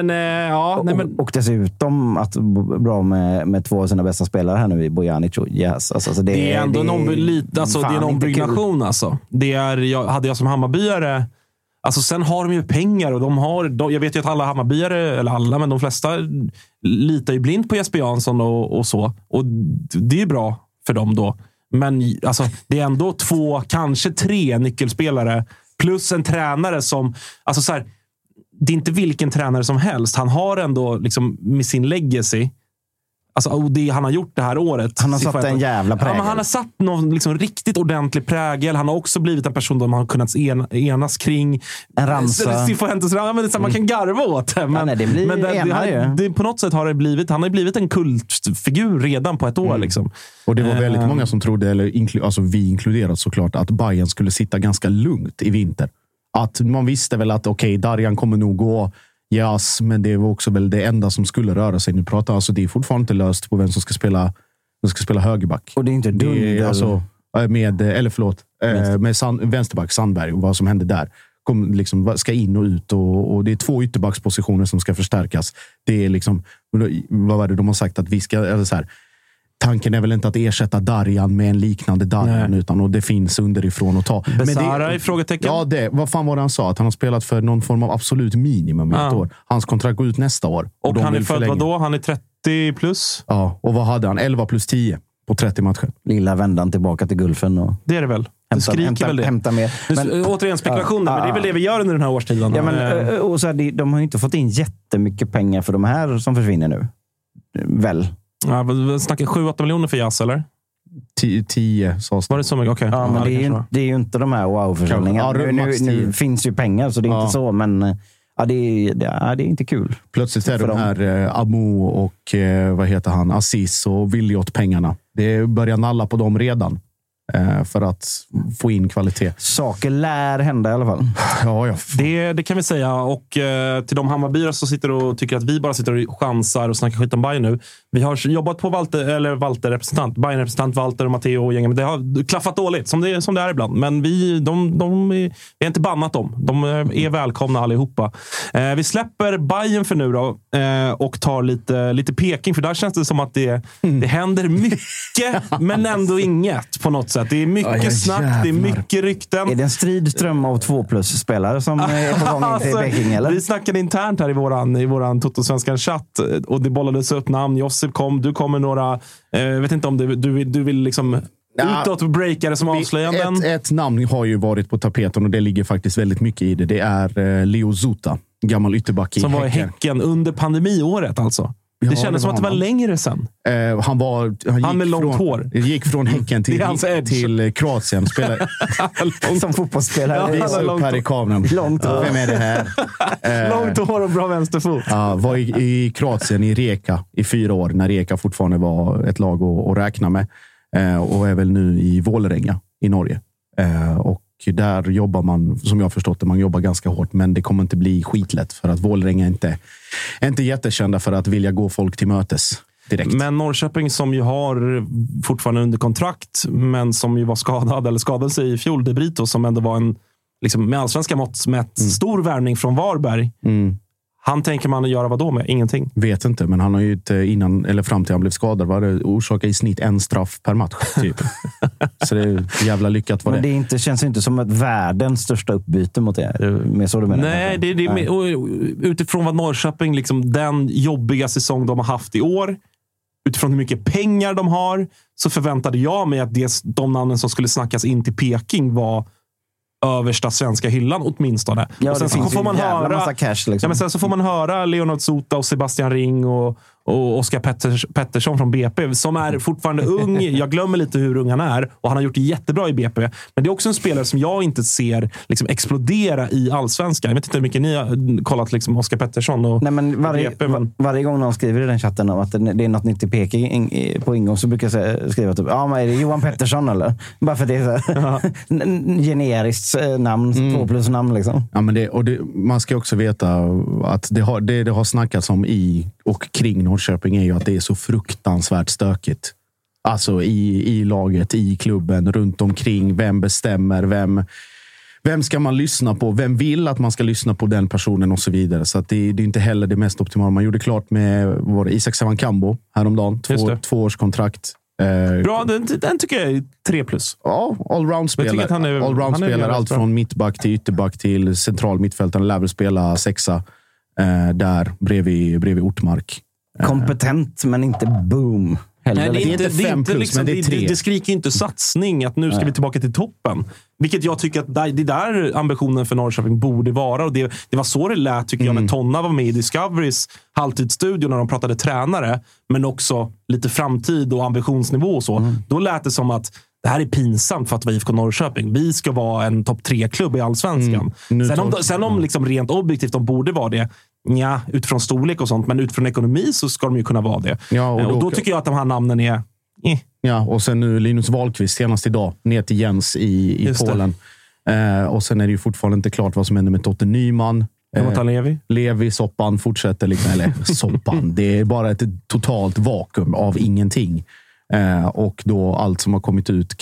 Och dessutom att bra med två av sina bästa spelare här nu i Bojanic och Yes. Alltså, det är ändå en ombyggnation. Alltså. Hade jag som Hammarbyare... Alltså, sen har de ju pengar och jag vet ju att alla Hammarbyare, eller alla, men de flesta litar ju blint på Jesper Jansson och så. Och det är bra för dem då. Men alltså, det är ändå 2, kanske 3 nyckelspelare plus en tränare som... Alltså så här, det är inte vilken tränare som helst. Han har ändå liksom, med sin legacy, alltså, och det han har gjort det här året. Han har satt en jävla prägel. Ja, men han har satt någon liksom, riktigt ordentlig prägel. Han har också blivit en person som man har kunnat enas kring. En ramsa. Man kan garva åt det. Men, det blir det på något sätt har det blivit... Han har blivit en kultfigur redan på ett år. Liksom. Och det var väldigt många som trodde, eller alltså vi inkluderat såklart, att Bayern skulle sitta ganska lugnt i vinter. Att man visste väl att Darjan kommer nog gå, men det var också väl det enda som skulle röra sig. Nu pratar alltså, det är fortfarande inte löst på vem som ska spela högerback. Och det är inte dumt. Alltså, med vänsterback Sandberg och vad som hände där. Ska in och ut och det är 2 ytterbackspositioner som ska förstärkas. Det är liksom, vad var det de har sagt att vi ska, eller så här, tanken är väl inte att ersätta Darjan med en liknande Darjan, utan och det finns underifrån att ta. Besara i frågetecken. Ja, vad fan var det han sa? Att han har spelat för någon form av absolut minimum i ett år. Hans kontrakt går ut nästa år. Och han är född vadå? Han är 30 plus? Ja, och vad hade han? 11 plus 10. på 30 matcher. Lilla vändan tillbaka till Gulfen. Och det är det väl. Hämta mer. Men, återigen spekulationer, men det är väl det vi gör under den här årstiden. Ja, men, och så här, de har ju inte fått in jättemycket pengar för de här som försvinner nu. Väl? Ja, vi snackar 7-8 miljoner för Jazz, eller? 10 sades det. Var det så mycket? Okay. Ja, men det är ju inte de här wow-försäljningarna. Nu finns ju pengar, så det är inte så, men det är inte kul. Plötsligt är de här Amo och vad heter han? Aziz och Williot pengarna. Det börjar nalla på dem redan. För att få in kvalitet. Saker lär hända i alla fall. Ja. Det kan vi säga. Och till de Hammarbyare som sitter och tycker att vi bara sitter och chansar och snackar skit om Bayern nu. Vi har jobbat på Walter-representant. Bayern-representant, Walter och Matteo och gänget. Men det har klaffat dåligt, som det är ibland. Men vi är inte bannat dem. De är välkomna allihopa. Vi släpper Bayern för nu då. Och tar lite Peking. För där känns det som att det händer mycket, men ändå inget på något sätt. Det är mycket snack, det är mycket rykten. Är det en stridström av 2+-spelare som är på gång till Peking, eller? Vi snackade internt här i våran Toto-svenskan-chatt och det bollades upp namn. Josip kom, du kommer några... Jag vet inte om du vill liksom... Utåt-breakare som avslöjanden. Ett namn har ju varit på tapeten och det ligger faktiskt väldigt mycket i det. Det är Leo Zuta, gammal ytterback i Häcken. Som var i Häcken under pandemiåret alltså. Det kändes som att det var längre sen. Han med långt hår. Gick från Häcken till Kroatien. Som fotbollsspelare. Visa upp här i kameran. Långt hår. Vem är det här? Långt hår och bra vänsterfot. Var i Kroatien, i Rijeka, i 4 år. När Rijeka fortfarande var ett lag att räkna med. Och är väl nu i Vålerenga i Norge. Och där jobbar man, som jag har förstått det, man jobbar ganska hårt, men det kommer inte bli skitlätt för att Vålerenga är inte jättekända för att vilja gå folk till mötes direkt. Men Norrköping som ju har fortfarande under kontrakt, men som ju var skadade sig i fjol, De Brito, som ändå var en liksom, med allsvenska mått mätt stor värvning från Varberg. Han tänker man göra vad då med? Ingenting. Vet inte, men han har ju innan eller fram till han blev skadad var det orsaka i snitt 1 straff per match typ. Så det är jävla lyckat var det. Men det känns inte som ett världens största uppbyte mot det. Med så du menar. Nej, det är utifrån vad Norrköping liksom den jobbiga säsong de har haft i år, utifrån hur mycket pengar de har, så förväntade jag mig att de namnen som skulle snackas in till Peking var översta svenska hyllan åtminstone. Ja, och sen så får man höra massa cash, liksom. Ja, men sen så får man höra Leonard Sota och Sebastian Ring och Oskar Pettersson från BP som är fortfarande ung. Jag glömmer lite hur ung han är och han har gjort det jättebra i BP. Men det är också en spelare som jag inte ser liksom explodera i allsvenskan. Jag vet inte hur mycket ni har kollat liksom Oskar Pettersson och BP. Varje gång någon skriver i den chatten om att det är något nytt i Peking på ingång så brukar jag skriva typ, men är det Johan Pettersson eller? Bara för det är så generiskt namn, 2+-namn liksom. Ja, men man ska också veta att det har snackats om i och kring Norrköping är ju att det är så fruktansvärt stökigt. Alltså i laget, i klubben, runt omkring. Vem bestämmer? Vem ska man lyssna på? Vem vill att man ska lyssna på den personen och så vidare. Så att det är inte heller det mest optimala. Man gjorde klart med Isak Savankambo häromdagen. 2 års kontrakt. Bra, den tycker jag är 3+. Ja, allround-spelare. Allt från mittback till ytterback till central mittfältare. Lär väl spela 6:a där bredvid Ortmark. Kompetent, men inte boom. Nej, det är inte 5+, liksom, men det är 3. Det skriker ju inte satsning att nu ska vi tillbaka till toppen. Vilket jag tycker att det där ambitionen för Norrköping borde vara. Och det var så det lät tycker jag när Tonna var med i Discoverys halvtidsstudio när de pratade tränare. Men också lite framtid och ambitionsnivå och så. Då lät det som att det här är pinsamt för att vi IFK Norrköping. Vi ska vara en topp 3-klubb i allsvenskan. Sen om liksom rent objektivt de borde vara det. Ja, utifrån storlek och sånt. Men utifrån ekonomi så ska de ju kunna vara det. Ja, och då tycker jag att de här namnen är... Ja, och sen nu Linus Wahlqvist senast idag. Ner till Jens i Polen. Och sen är det ju fortfarande inte klart vad som händer med Totte Nyman. Levi, Soppan fortsätter liksom. Eller Soppan. Det är bara ett totalt vakuum av ingenting. Och då allt som har kommit ut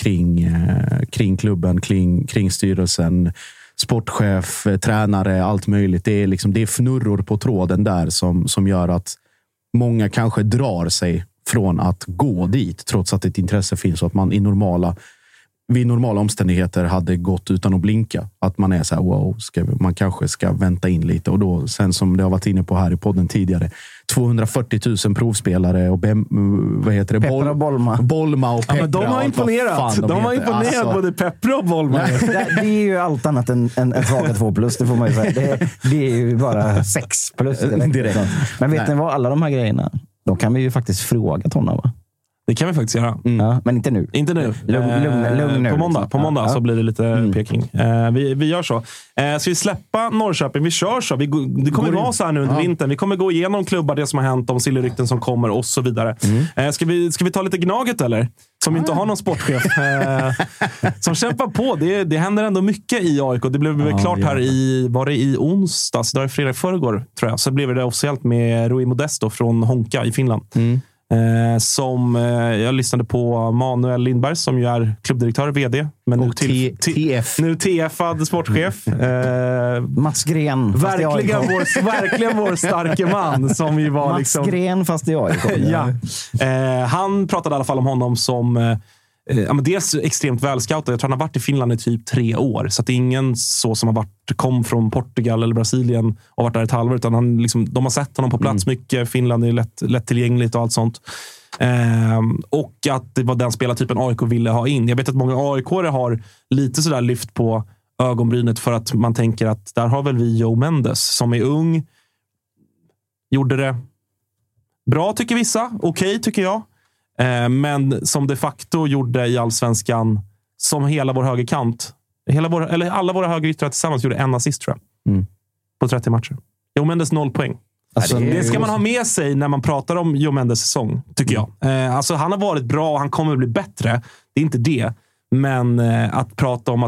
kring klubben, kring styrelsen, sportchef, tränare, allt möjligt. Det är fnurror på tråden där som gör att många kanske drar sig från att gå dit trots att ett intresse finns och att man i normala vid normala omständigheter hade gått utan att blinka. Att man är så här, wow, man kanske ska vänta in lite. Och då, sen som det har varit inne på här i podden tidigare, 240 000 provspelare och vad heter det? Peppra och Bolma. Bolma och Peppra. Ja, men de har imponerat. De har imponerat alltså, både Peppra och Bolma. Det är ju allt annat än en svaga 2+, det får man ju säga. Det är ju bara 6+ direkt. Men vet ni vad, alla de här grejerna, de kan vi ju faktiskt fråga Tonna, va? Det kan vi faktiskt göra. Ja, men inte nu. Inte nu. Lugn nu. På måndag så blir det lite peking. Vi gör så. Ska vi släppa Norrköping? Vi kör så. Det kommer vara så här nu under vintern. Vi kommer gå igenom klubbar, det som har hänt, de sillerrykten som kommer och så vidare. Ska vi ta lite Gnaget eller? Som inte har någon sportchef. Som kämpar på. Det händer ändå mycket i AIK. Det blev klart här i onsdags. Det var fredag i förrgår, tror jag. Så blev det officiellt med Rui Modesto från Honka i Finland. Som jag lyssnade på Manuel Lindberg som ju är klubbdirektör, vd, men nu TF-ad sportchef. Mats Gren, verkligen vår starke man som ju var Mats Gren fast i AIK. Han pratade i alla fall om honom som dels extremt välscoutad. Jag tror han har varit i Finland i typ 3 år. Så att det är ingen så som kom från Portugal eller Brasilien och varit där ett halvår. Utan de har sett honom på plats mycket. Finland är lätt tillgängligt och allt sånt. Och att det var den spelartypen AIK ville ha in. Jag vet att många AIK-are har lite sådär lyft på ögonbrynet för att man tänker att där har väl vi Joe Mendes som är ung. Gjorde det bra tycker vissa. Okej tycker jag. Men som de facto gjorde i Allsvenskan som hela vår högerkant alla våra högeryttrar tillsammans gjorde en assist tror jag på 30 matcher. Jo Mendes 0 poäng. Alltså, det ska man ha med sig när man pratar om Jo Mendes säsong, tycker jag. Alltså han har varit bra och han kommer att bli bättre. Det är inte det. Men att prata om att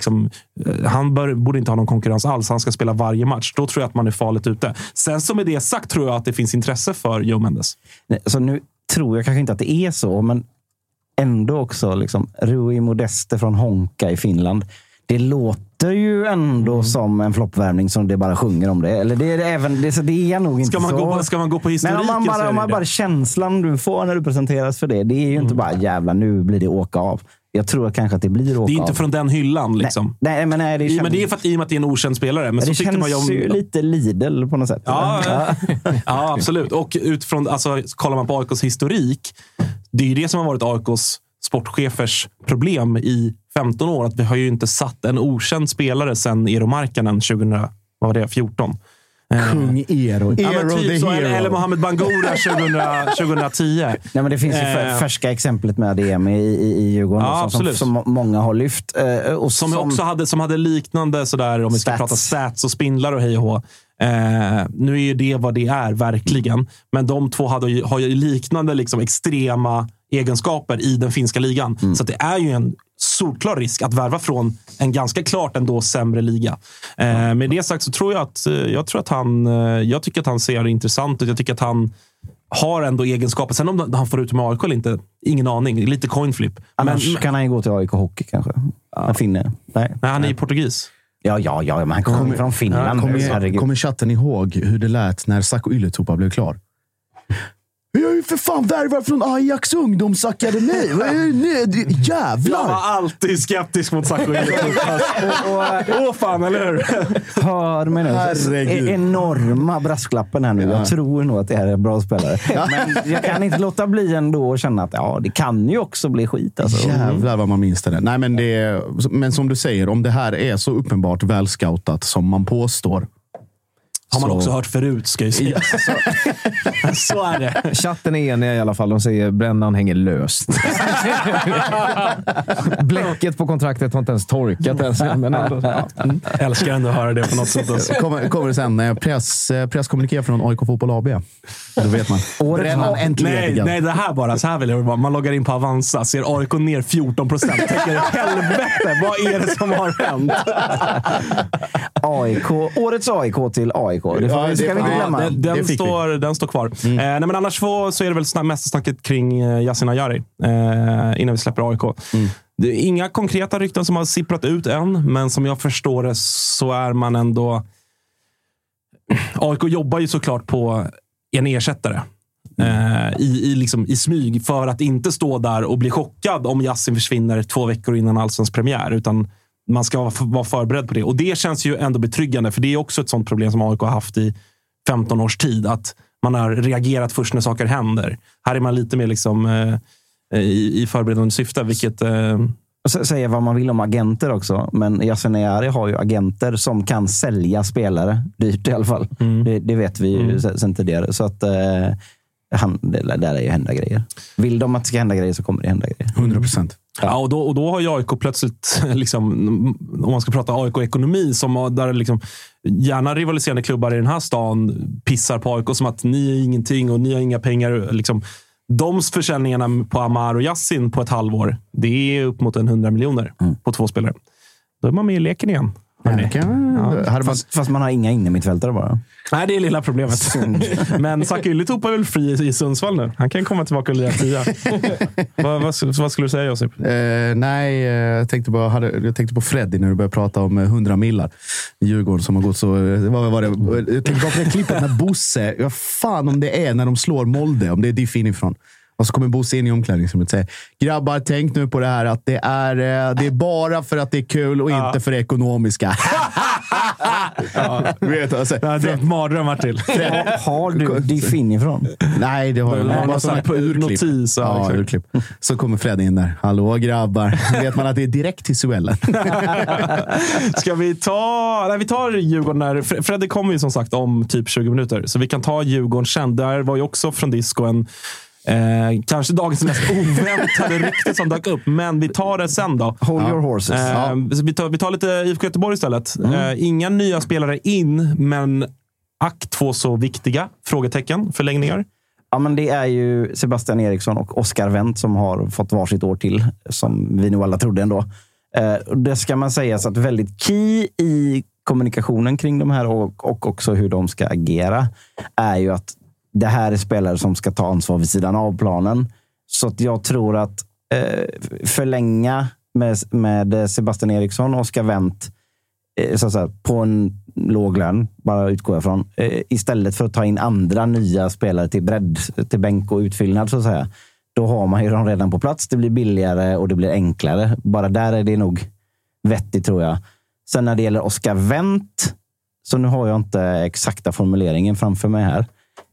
han borde inte ha någon konkurrens alls. Han ska spela varje match. Då tror jag att man är farligt ute. Sen som med det sagt tror jag att det finns intresse för Jo Mendes. Så nu tror jag kanske inte att det är så, men ändå också Rui Modeste från Honka i Finland. Det låter ju ändå som en floppvärmning som det bara sjunger om det. Eller det är nog inte så. Ska man gå på historiken? Men om man bara känslan du får när du presenteras för det. Det är ju inte bara jävla nu blir det åka av. Jag tror kanske att det blir åka av. Det är inte från den hyllan liksom. Nej, men det är för att i och med att det är en okänd spelare. Men så känns ju lite Lidl på något sätt. Ja, absolut. Och utifrån, kollar man på AIKs historik, det är ju det som har varit AIKs sportchefers problem i 15 år. Att vi har ju inte satt en okänd spelare sedan Eero Markkanen 2014. Kung Eero. Eller Mohamed Bangura 2010. Nej, men det finns ju färska exemplet med ADM i Djurgården som många har lyft. Och som hade liknande sådär, om vi ska prata stats och spindlar och hej och hå. Nu är ju det vad det är, verkligen. Men de två har ju liknande extrema egenskaper i den finska ligan. Så att det är ju en solklar risk att värva från en ganska klart ändå sämre liga. Med det sagt så tror jag jag tycker att han ser intressant ut. Jag tycker att han har ändå egenskaper. Sen om han får ut med AIK eller inte, ingen aning. Lite coinflip. Annars kan han ju gå till AIK Hockey kanske. Nej, han är ju portugis. Ja, men han kommer från Finland. Kommer chatten ihåg hur det lät när Sacco Ylätupa blev klar? Vi har ju för fan värvar från Ajax ungdomsakademi. Jävlar! Jag var alltid skeptisk mot Sacco Ylätupa. Åh fan, eller hur? Hör mig nu. Enorma brasklappen här nu. Jag tror nog att det här är en bra spelare. Men jag kan inte låta bli ändå och känna att det kan ju också bli skit. Alltså. Jävlar vad man minns det. Nej, men som du säger, om det här är så uppenbart välscoutat som man påstår, har man också hört förut, ska jag säga. Så är det. Chatten är eniga i alla fall. De säger brännan hänger löst. Bläcket på kontraktet har inte ens torkat ens. Men älskar ändå att höra det på något sätt. Också. Kommer det sen presskommuniké från AIK Fotboll AB. Då vet man. Nej, det här bara. Så här vill jag vara. Man loggar in på Avanza, ser AIK ner 14%. Tänker, helvete, vad är det som har hänt? Årets AIK till AIK. Det ska vi inte glömma. Den står kvar. Nej, men annars så är det väl mest snacket kring Yasin Ayari innan vi släpper AIK. Det är inga konkreta rykten som har sipprat ut än, men som jag förstår det så är man ändå... AIK jobbar ju såklart på en ersättare. i smyg för att inte stå där och bli chockad om Yassin försvinner 2 veckor innan Allsvensk premiär, utan man ska vara förberedd på det. Och det känns ju ändå betryggande, för det är också ett sånt problem som AIK har haft i 15 års tid, att man har reagerat först när saker händer. Här är man lite mer liksom i förberedande syfte, vilket... Säga vad man vill om agenter också, men Yassin Ayari har ju agenter som kan sälja spelare dyrt i alla fall. Det vet vi ju sen tidigare. Så att det där är ju hända grejer. Vill de att det ska hända grejer så kommer det hända grejer. 100%. Ja, och då har ju AIK plötsligt, liksom, om man ska prata AIK-ekonomi, som där liksom, gärna rivaliserande klubbar i den här stan pissar på AIK som att ni är ingenting och ni har inga pengar. Liksom, de försäljningarna på Amar och Yassin på ett halvår, det är upp mot 100 miljoner på 2 spelare. Då är man med i leken igen. Fast man har inga innermittfältare bara. Nej, det är lilla problemet. Men Saka Ylitop är väl fri i Sundsvall nu. Han kan komma tillbaka och lira 10. Vad skulle du säga, Josip? Nej, jag tänkte på Freddy när du började prata om 100 millar i Djurgården som har gått så... Jag tänkte bara på det klippet när Bosse... Vad fan om det är när de slår Molde, om det är diff inifrån. Och så kommer Bosse in i omklädningsrummet och säger: grabbar, tänk nu på det här att det är bara för att det är kul och inte för det ekonomiska. Vet du, alltså, det är ett mardrömmar till. Har du diff inifrån? Nej, det har jag bara sådana på urklipp. Notis, urklipp. Så kommer Fred in där. Hallå grabbar. Vet man att det är direkt till suellen. Ska vi ta... Nej, vi tar Djurgården där. Freddy kommer ju som sagt om typ 20 minuter. Så vi kan ta Djurgården sen. Där var ju också från Disco en... kanske dagens mest oväntade rykte som dök upp, men vi tar det sen då. Hold your horses. Vi tar lite IFK Göteborg istället. Inga nya spelare in, men ack 2 så viktiga frågetecken, förlängningar. Ja, men det är ju Sebastian Eriksson och Oskar Wendt som har fått varsitt år till, som vi nog alla trodde ändå. Det ska man säga så att väldigt key i kommunikationen kring de här och också hur de ska agera är ju att det här är spelare som ska ta ansvar vid sidan av planen. Så att jag tror att förlänga med Sebastian Eriksson och Oskar Wendt på en låg lön, bara utgår jag från, istället för att ta in andra nya spelare till bredd, till bänk och utfyllnad så att säga. Då har man ju dem redan på plats. Det blir billigare och det blir enklare. Bara där är det nog vettigt, tror jag. Sen när det gäller Oskar Wendt, så nu har jag inte exakta formuleringen framför mig här.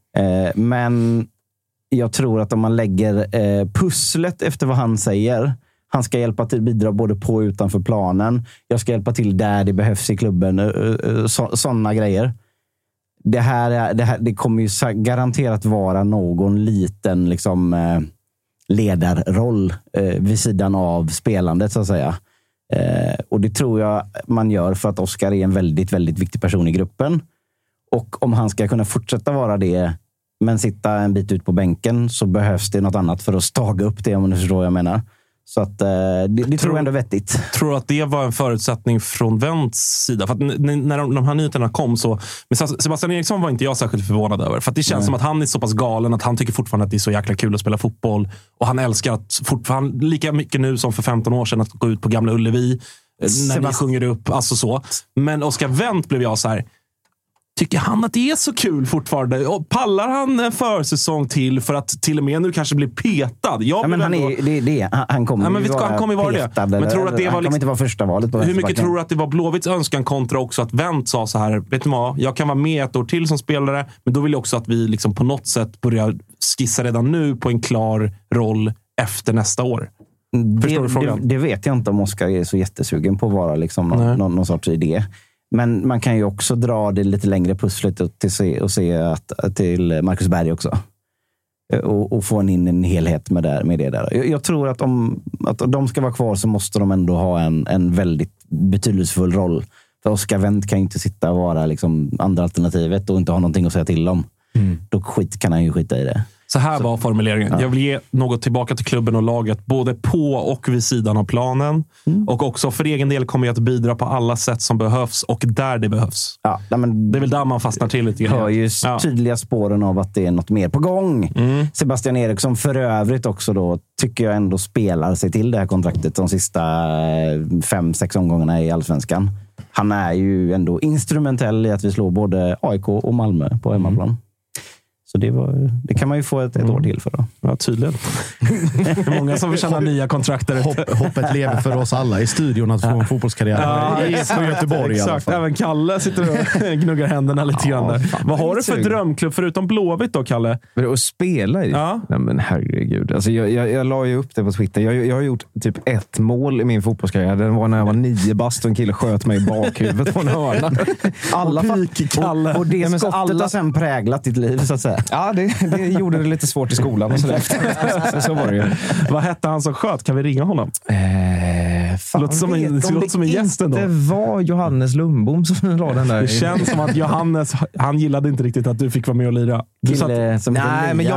Men jag tror att om man lägger pusslet efter vad han säger, han ska hjälpa till, bidra både på och utanför planen. Jag ska hjälpa till där det behövs i klubben. Sådana grejer. Det kommer ju garanterat vara någon liten liksom, ledarroll vid sidan av spelandet så att säga. Och det tror jag man gör för att Oskar är en väldigt, väldigt viktig person i gruppen. Och om han ska kunna fortsätta vara det men sitta en bit ut på bänken, så behövs det något annat för att staga upp det, om du förstår vad jag menar. Så att det tror jag ändå är vettigt. Tror du att det var en förutsättning från Wendts sida? För att när de här nyheterna kom så... Men Sebastian Eriksson var inte jag särskilt förvånad över. För att det känns som att han är så pass galen att han tycker fortfarande att det är så jäkla kul att spela fotboll. Och han älskar att fortfarande lika mycket nu som för 15 år sedan att gå ut på Gamla Ullevi när ni sjunger upp. Alltså så. Men Oskar Wendt blev jag så här... Tycker han att det är så kul fortfarande? Och pallar han en försäsong till för att till och med nu kanske bli petad? Men han kommer ju vara petad. Men tror att det var han kommer inte vara första valet på. Hur mycket tror du att det var Blåvitts önskan kontra också att Wendt sa så här: vet du vad, jag kan vara med ett år till som spelare, men då vill jag också att vi liksom på något sätt börjar skissa redan nu på en klar roll efter nästa år. Förstår du frågan? Det vet jag inte om Oskar är så jättesugen på att vara liksom någon sorts idé. Men man kan ju också dra det lite längre pusslet och se till Marcus Berg också. Och få in en helhet med det där. Jag tror att om de ska vara kvar så måste de ändå ha en väldigt betydelsefull roll. För Oskar Wendt kan ju inte sitta och vara liksom andra alternativet och inte ha någonting att säga till om. Då kan han ju skita i det. Så här var formuleringen. Ja. Jag vill ge något tillbaka till klubben och laget, både på och vid sidan av planen. Och också för egen del kommer jag att bidra på alla sätt som behövs och där det behövs. Ja, men det är väl där man fastnar till lite grann. Hör ju tydliga spåren av att det är något mer på gång. Sebastian Eriksson för övrigt också då, tycker jag ändå spelar sig till det här kontraktet de sista 5-6 omgångarna i Allsvenskan. Han är ju ändå instrumentell i att vi slår både AIK och Malmö på hemmaplan. Så det kan man ju få ett år till för då. Ja, tydligen. Det är många som vill känna nya kontrakt där ute. Hoppet lever för oss alla i studion att få en fotbollskarriär. I Göteborg exakt. i alla fall. Även Kalle sitter och gnuggar händerna lite grann där. Vad har du för drömklubb förutom Blåvitt då, Kalle? Att spela i? Ja. Nej, men herregud. Alltså, jag la ju upp det på Twitter. Jag har gjort typ 1 mål i min fotbollskarriär. Det var när jag var 9 bast och en kille sköt mig i bakhuvudet på en hörna. Och det skottet har sen präglat ditt liv, så att säga. Ja, det gjorde det lite svårt i skolan och sådär. Så var det ju. Vad hette han som sköt? Kan vi ringa honom? Fan, låter som en gäst ändå. Det var Johannes Lundbom som la den där. Det känns som att Johannes, han gillade inte riktigt att du fick vara med och lira. Men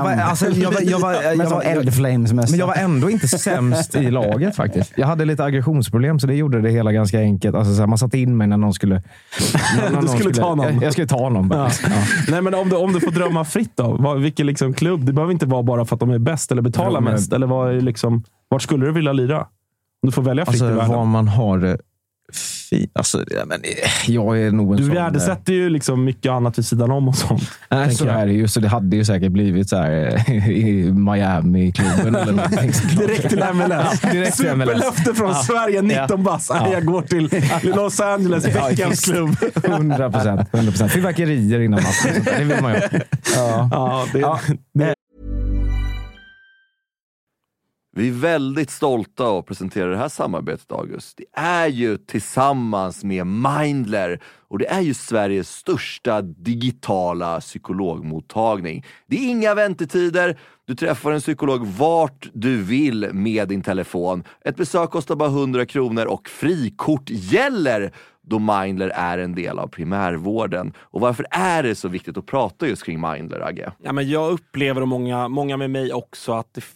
jag var ändå inte sämst i laget faktiskt. Jag hade lite aggressionsproblem, så det gjorde det hela ganska enkelt. Alltså, så här, man satte in mig när någon skulle... Du skulle ta någon. Jag skulle ta någon. Ja. Nej, men om du får drömma fritt då? Vilken liksom klubb? Det behöver inte vara bara för att de är bäst eller betalar mest. Eller vad är liksom, vart skulle du vilja lira? Om du får välja fritt i världen. Var man har... Alltså, men jag är nog en du värdesätter ju liksom mycket annat vid sidan om och sånt. Nej, så är det ju. Så det hade ju säkert blivit så här i Miami-klubben eller någonting. Direkt till MLS. Superlöfte från Sverige, 19 bass. Jag går till Los Angeles, veckans klubb. 100%. Fyrverkerier innan matchen. Det vill man ju. Vi är väldigt stolta att presentera det här samarbetet, August. Det är ju tillsammans med Mindler, och det är ju Sveriges största digitala psykologmottagning. Det är inga väntetider. Du träffar en psykolog vart du vill med din telefon. Ett besök kostar bara 100 kronor och frikort gäller då Mindler är en del av primärvården. Och varför är det så viktigt att prata just kring Mindler, Agge? Ja, men jag upplever, och många med mig också, att det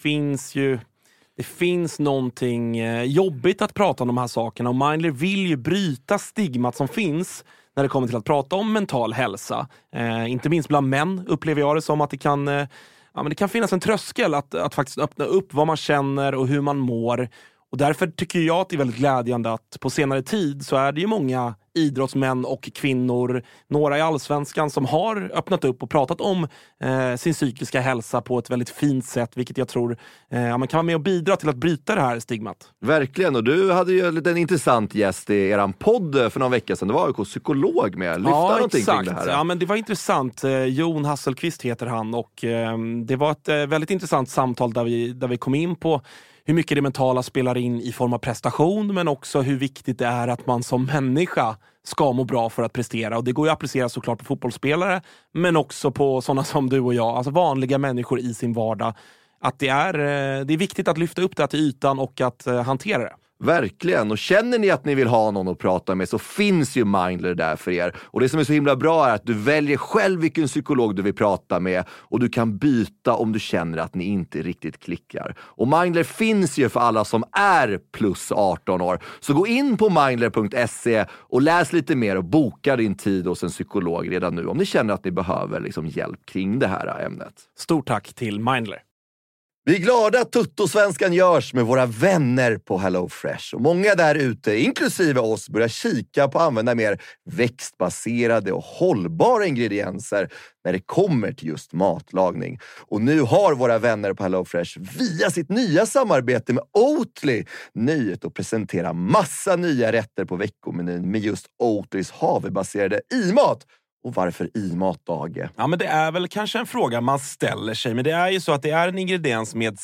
finns någonting jobbigt att prata om de här sakerna. Och Mindler vill ju bryta stigmat som finns när det kommer till att prata om mental hälsa. Inte minst bland män upplever jag det som att det kan finnas en tröskel att faktiskt öppna upp vad man känner och hur man mår. Och därför tycker jag att det är väldigt glädjande att på senare tid så är det ju många idrottsmän och kvinnor, några i Allsvenskan, som har öppnat upp och pratat om sin psykiska hälsa på ett väldigt fint sätt, vilket jag tror man kan vara med och bidra till att bryta det här stigmat. Verkligen, och du hade ju en intressant gäst i eran podd för någon vecka sedan. Det var ju psykolog med. Lyfta någonting kring det här. Ja, men det var intressant. Jon Hasselqvist heter han, och det var ett väldigt intressant samtal där vi kom in på hur mycket det mentala spelar in i form av prestation, men också hur viktigt det är att man som människa ska må bra för att prestera. Och det går ju att applicera såklart på fotbollsspelare, men också på sådana som du och jag, alltså vanliga människor i sin vardag. Att det är viktigt att lyfta upp det till ytan och att hantera det. Verkligen, och känner ni att ni vill ha någon att prata med så finns ju Mindler där för er. Och det som är så himla bra är att du väljer själv vilken psykolog du vill prata med, och du kan byta om du känner att ni inte riktigt klickar. Och Mindler finns ju för alla som är plus 18 år. Så gå in på mindler.se och läs lite mer och boka din tid hos en psykolog redan nu om ni känner att ni behöver liksom hjälp kring det här ämnet. Stort tack till Mindler. Vi är glada att Tuttosvenskan görs med våra vänner på HelloFresh. Och många där ute, inklusive oss, börjar kika på att använda mer växtbaserade och hållbara ingredienser när det kommer till just matlagning. Och nu har våra vänner på HelloFresh via sitt nya samarbete med Oatly nöjet att presentera massa nya rätter på veckomenyn med just Oatlys havrebaserade i-mat. Och varför i-mat, Dage? Ja, men det är väl kanske en fråga man ställer sig. Men det är ju så att det är en ingrediens med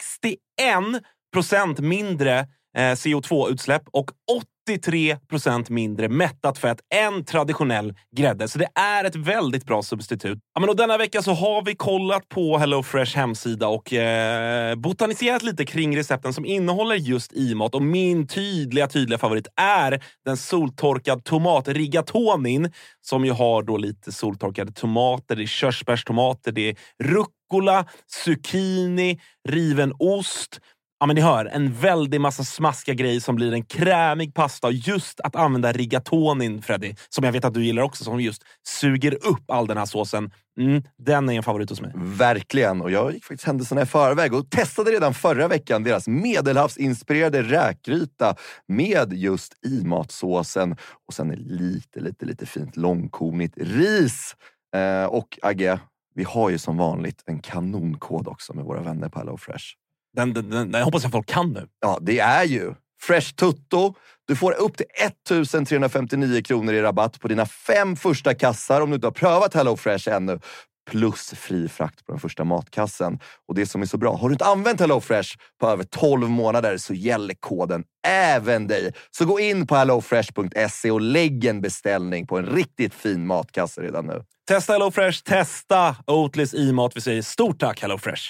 61% mindre CO2-utsläpp och 83% mindre mättat fett än traditionell grädde. Så det är ett väldigt bra substitut. Ja, men och denna vecka så har vi kollat på HelloFresh hemsida och botaniserat lite kring recepten som innehåller just i-mat. Och min tydliga favorit är den soltorkad tomat rigatonin, som ju har då lite soltorkade tomater, det är körsbärstomater, det är rucola, zucchini, riven ost. Ja, men ni hör, en väldig massa smaskiga grejer som blir en krämig pasta. Och just att använda rigatonin, Freddy, som jag vet att du gillar också, som just suger upp all den här såsen. Den är en favorit hos mig. Verkligen, och jag gick faktiskt händelserna i förväg och testade redan förra veckan deras medelhavsinspirerade räkgryta med just i-matsåsen. Och sen lite fint långkornigt ris. Och Agge, vi har ju som vanligt en kanonkod också med våra vänner på HelloFresh. Den hoppas jag folk kan nu. Ja, det är ju Fresh Tutto. Du får upp till 1359 kronor i rabatt på dina 5 första kassar om du inte har prövat HelloFresh ännu. Plus fri frakt på den första matkassen. Och det som är så bra, har du inte använt HelloFresh på över 12 månader så gäller koden även dig. Så gå in på hellofresh.se och lägg en beställning på en riktigt fin matkasse redan nu. Testa HelloFresh, testa Oatlys i-mat. Vi säger stort tack HelloFresh.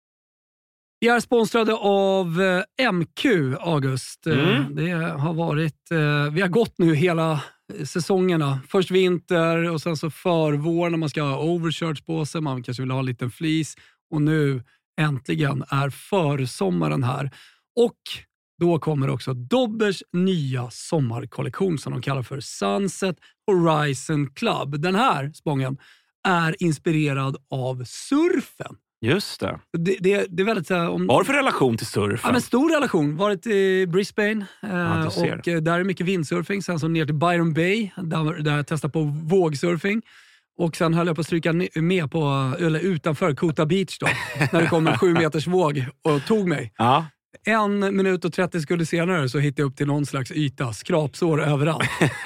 Vi är sponsrade av MQ, August. Det har varit... Vi har gått nu hela säsongerna. Först vinter och sen så förvår när man ska ha overshirts på sig. Man kanske vill ha en liten fleece. Och nu äntligen är försommaren här. Och då kommer också Dobbers nya sommarkollektion som de kallar för Sunset Horizon Club. Den här spången är inspirerad av surfen. Just det. Det är väldigt... Vad har du för relation till surfen? Ja, men stor relation. Varit i Brisbane och där är mycket windsurfing. Sen så ner till Byron Bay där jag testade på vågsurfing. Och sen höll jag på att stryka med på, eller utanför Kota Beach då. När det kom en 7 meters våg och tog mig. Ja. 1 minut och 30 sekunder senare så hittade jag upp till någon slags yta. Skrapsår överallt.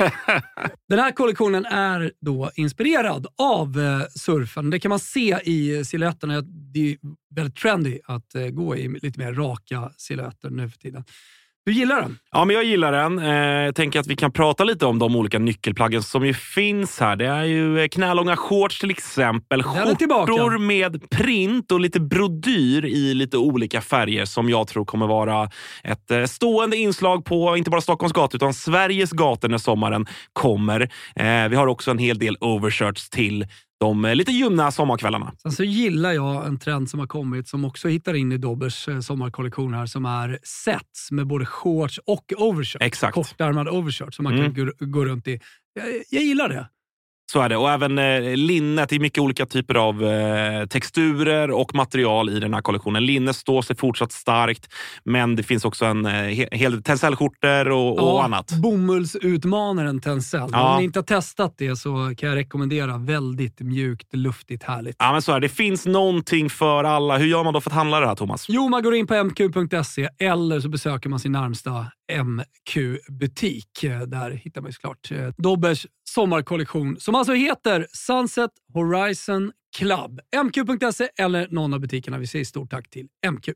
Den här kollektionen är då inspirerad av surfen. Det kan man se i silhuetterna. Det är väldigt trendy att gå i lite mer raka silhuetter nu för tiden. Du gillar den? Ja, men jag gillar den. Jag tänker att vi kan prata lite om de olika nyckelplaggen som ju finns här. Det är ju knälånga shorts till exempel. Skjortor med print och lite brodyr i lite olika färger som jag tror kommer vara ett stående inslag på inte bara Stockholms gator utan Sveriges gator när sommaren kommer. Vi har också en hel del overshirts till de lite ljumna sommarkvällarna. Sen så gillar jag en trend som har kommit som också hittar in i Dobbers sommarkollektion här som är sets med både shorts och overshirts. Exakt. Kortärmad overshirts som man kan gå runt i. Jag gillar det. Så är det. Och även linnet i mycket olika typer av texturer och material i den här kollektionen. Linnet står sig fortsatt starkt, men det finns också en hel del tencellskjortor och annat. Bomullsutmanaren Tencel. Ja. Om ni inte har testat det så kan jag rekommendera. Väldigt mjukt, luftigt, härligt. Ja, men så är det. Det finns någonting för alla. Hur gör man då för att handla det här, Thomas? Jo, man går in på mq.se eller så besöker man sin närmsta MQ-butik. Där hittar man ju såklart Dobbers sommarkollektion som alltså heter Sunset Horizon Club. MQ.se eller någon av butikerna. Vi säger stort tack till MQ.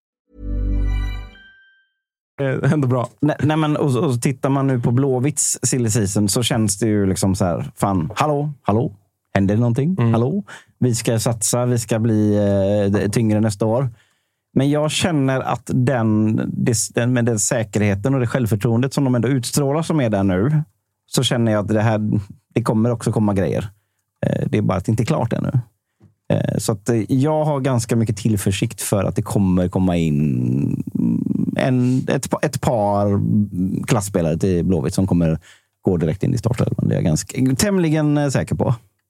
Ändå bra. Nej, men och tittar man nu på Blåvitts silly season så känns det ju liksom så här, fan, hallå, händer det någonting? Hallå? Vi ska satsa, vi ska bli tyngre nästa år. Men jag känner att med den säkerheten och det självförtroendet som de ändå utstrålar som är där nu, så känner jag att det kommer också komma grejer. Det är bara att det inte är klart ännu. Så att jag har ganska mycket tillförsikt för att det kommer komma in ett par klassspelare till Blåvitt som kommer gå direkt in i startelvan. Det är jag ganska tämligen säker på.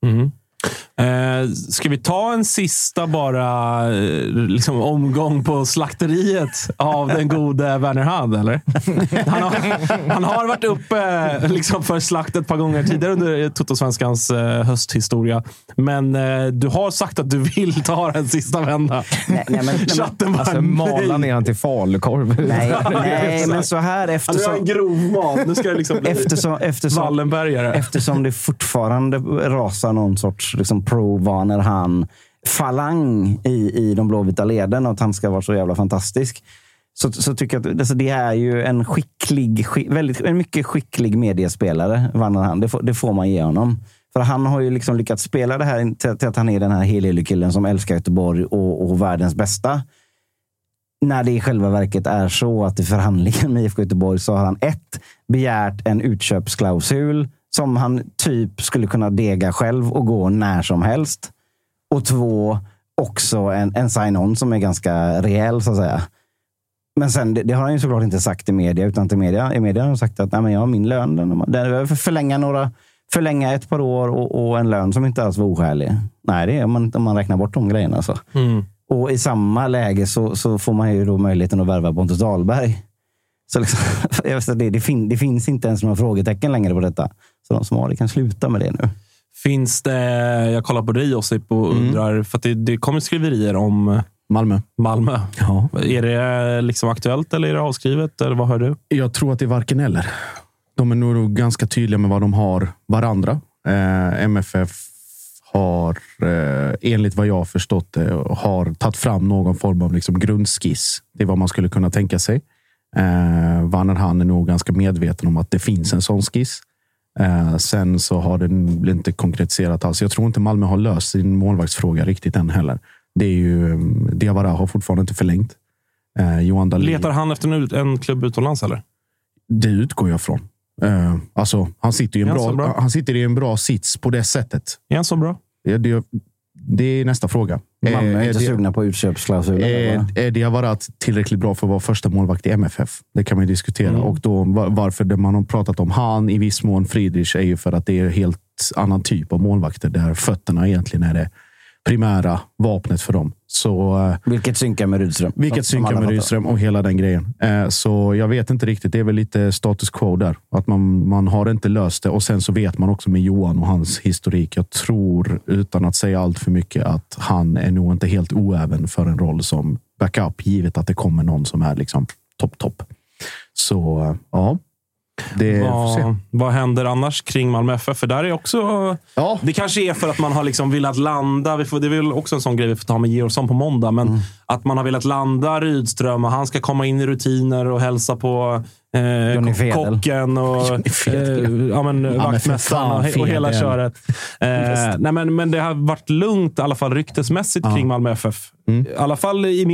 Ska vi ta en sista bara liksom omgång på slakteriet av den gode Werner Hand, eller? Han har varit uppe liksom för slakt ett par gånger tidigare under Toto-svenskans hösthistoria. Men du har sagt att du vill ta en sista vända. Men alltså, malar ner han till falukorv. Nej, men så här eftersom... Han är en grov mat. Nu ska det liksom bli Wallenbergare. Eftersom det fortfarande rasar någon sorts liksom pro-Werner han falang i de blåvita leden och att han ska vara så jävla fantastisk. Så tycker jag att alltså, det är ju en en mycket skicklig mediespelare, Werner han. Det får man ge honom. För han har ju liksom lyckats spela det här till att han är den här helhjulekillen som älskar Göteborg och världens bästa. När det i själva verket är så att i förhandlingen med IFK Göteborg så har han begärt en utköpsklausul som han typ skulle kunna dega själv och gå när som helst. Och 2, också en sign-on som är ganska rejäl så att säga. Men sen, det har han ju såklart inte sagt i media, utan till media. I media har han sagt att nej, men jag har min lön. Förlänga ett par år och en lön som inte alls var oskälig. Nej, det är om man räknar bort de grejerna. Så. Och i samma läge så får man ju då möjligheten att värva Pontus Dahlberg. Så liksom, det finns inte ens några frågetecken längre på detta. Så de som har det kan sluta med det nu. Finns det, jag kollar på dig Josip och undrar, för att det kommer skriverier om Malmö. Ja. Är det liksom aktuellt eller är det avskrivet? Eller vad hör du? Jag tror att det är varken eller. De är nog ganska tydliga med vad de har varandra. MFF har, enligt vad jag har förstått det, har tagit fram någon form av liksom grundskiss. Det är vad man skulle kunna tänka sig. Vannerhan är nog ganska medveten om att det finns en sån skiss. Sen så har den inte konkretiserat alls. Jag tror inte Malmö har löst sin målvaktsfråga riktigt än heller. Det är ju, Diawara har fortfarande inte förlängt. Johan Dahlin. Letar han efter en klubb utomlands eller? Det utgår jag från. Alltså, han sitter i en bra sits på det sättet. Är han så bra? Det är nästa fråga. Malmö är inte sugna på utköpsklausuler. Är Diawara tillräckligt bra för att vara första målvakt i MFF? Det kan man ju diskutera. Och då, varför det man har pratat om han i viss mån Friedrich är ju för att det är helt annan typ av målvakter där fötterna egentligen är det primära vapnet för dem. Så, vilket synkar med Rydström. Rydström och hela den grejen. Så jag vet inte riktigt. Det är väl lite status quo där. Att man har inte löst det. Och sen så vet man också med Johan och hans historik. Jag tror, utan att säga allt för mycket, att han är nog inte helt oäven för en roll som backup, givet att det kommer någon som är liksom topp. Så ja. Vad händer annars kring Malmö FF? För där är också... Ja. Det kanske är för att man har liksom velat landa... Det är väl också en sån grej vi får ta med Georgsson på måndag. Men att man har velat landa Rydström och han ska komma in i rutiner och hälsa på kocken och vaktmästaren och hela köret. Nej, men det har varit lugnt i alla fall ryktesmässigt kring Malmö FF. I alla fall i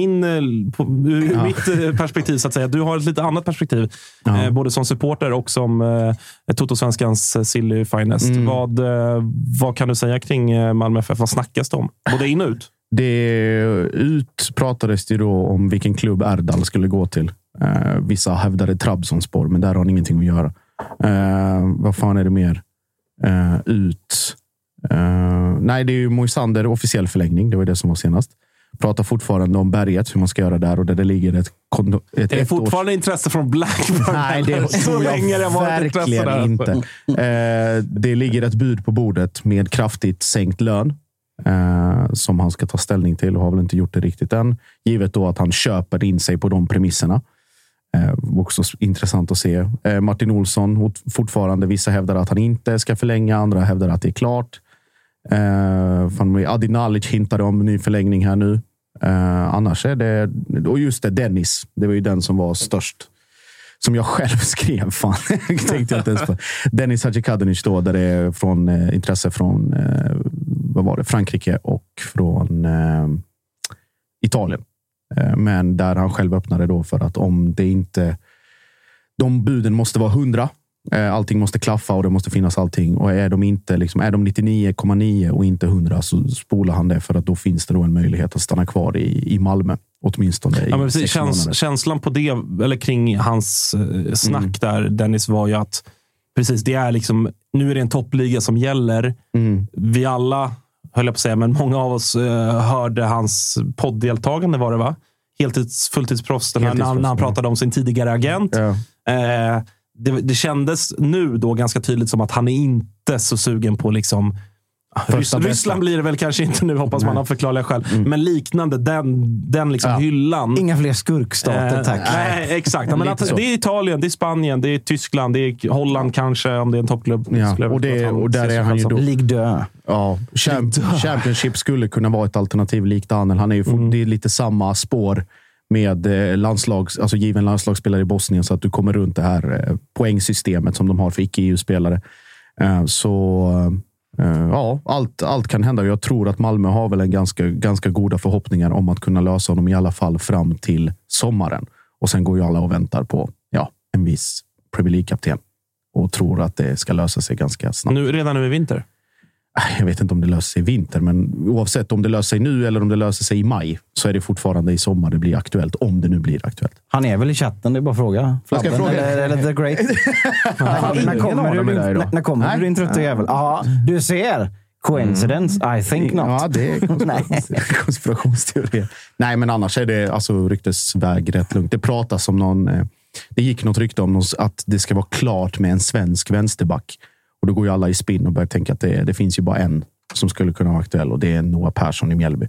mitt perspektiv så att säga. Du har ett lite annat perspektiv. Både som supporter och som Toto-svenskans Silly Finest. Vad kan du säga kring Malmö FF? Vad snackas det om? Både in och ut? Det pratades det då om vilken klubb Erdal skulle gå till. Vissa hävdade Trabzonspor, men där har han ingenting att göra. Vad fan är det mer? Nej, det är ju Moisander officiell förlängning. Det var det som var senast. Pratar fortfarande om berget, hur man ska göra där, och där det ligger ett är det fortfarande intresse från Blackburn? Nej, det tror jag verkligen inte. Det ligger ett bud på bordet med kraftigt sänkt lön som han ska ta ställning till och har väl inte gjort det riktigt än. Givet då att han köper in sig på de premisserna. Också intressant att se. Martin Olsson, fortfarande vissa hävdar att han inte ska förlänga, andra hävdar att det är klart. Adi Nalic hintade om ny förlängning här nu. Annars är det, och just det, Dennis, det var ju den som var störst, som jag själv skrev. Fan, tänkte jag inte ens på. Dennis Hadzikadunic då, där det är från intresse från vad var det, Frankrike och från Italien. Men där han själv öppnade då för att om det inte, de buden måste vara 100, allting måste klaffa och det måste finnas allting, och är de inte liksom, är de 99,9 och inte 100, så spolar han det, för att då finns det då en möjlighet att stanna kvar i Malmö åtminstone. Ja, men precis, känslan på det, eller kring hans snack där, Dennis, var ju att precis, det är liksom, nu är det en toppliga som gäller. Vi alla, höll jag på att säga, men många av oss hörde hans podddeltagande, var det va? Fulltidsproffs, när han pratade om sin tidigare agent. Ja. Det kändes nu då ganska tydligt som att han är inte så sugen på liksom... Ryssland blir det väl kanske inte nu, hoppas man, av förklarliga skäl. Men liknande, den liksom hyllan. Inga fler skurkstater, tack. Nej, exakt. Men det är Italien, det är Spanien, det är Tyskland, det är Holland kanske, om det är en toppklubb. Ja, och där är han ju då... Ligdö. Ja, Championship skulle kunna vara ett alternativ likt Daniel. Han är ju det är lite samma spår med alltså given landslagsspelare i Bosnien, så att du kommer runt det här poängsystemet som de har för icke-EU-spelare. Ja, allt kan hända. Jag tror att Malmö har väl en ganska goda förhoppningar om att kunna lösa honom i alla fall fram till sommaren. Och sen går ju alla och väntar på en viss Premier League-kapten och tror att det ska lösa sig ganska snabbt. Redan nu i vinter? Jag vet inte om det löser sig i vinter, men oavsett om det löser sig nu eller om det löser sig i maj, så är det fortfarande i sommar det blir aktuellt, om det nu blir aktuellt. Han är väl i chatten, det är bara att fråga. Ska jag fråga? Eller The Great. När kommer du din trötta jävel? Ja, du ser. Coincidence? I think not. Ja, det är konspirationsteori. Nej, men annars är det alltså ryktesväg rätt lugnt. Det pratas om det gick något rykte om att det ska vara klart med en svensk vänsterback. Och då går ju alla i spinn och börjar tänka att det finns ju bara en som skulle kunna vara aktuell och det är Noah Persson i Mjällby.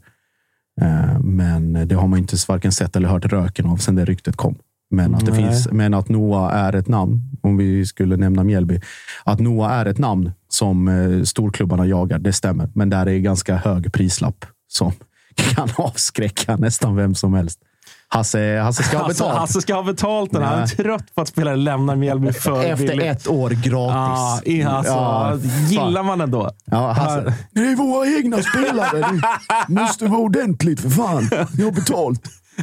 Men det har man inte varken sett eller hört röken av sen det ryktet kom. Men att Noah är ett namn, om vi skulle nämna Mjällby, att Noah är ett namn som storklubbarna jagar, det stämmer. Men där är ganska hög prislapp som kan avskräcka nästan vem som helst. Hasse ska ha betalt. Hasse ska ha betalt. Han är trött på att spelare lämnar Mjällby för efter billigt. ett år gratis. Gillar man ändå. Ja, Hasse. Det är våra egna spelare. Det måste vara ordentligt för fan. Jag har betalt.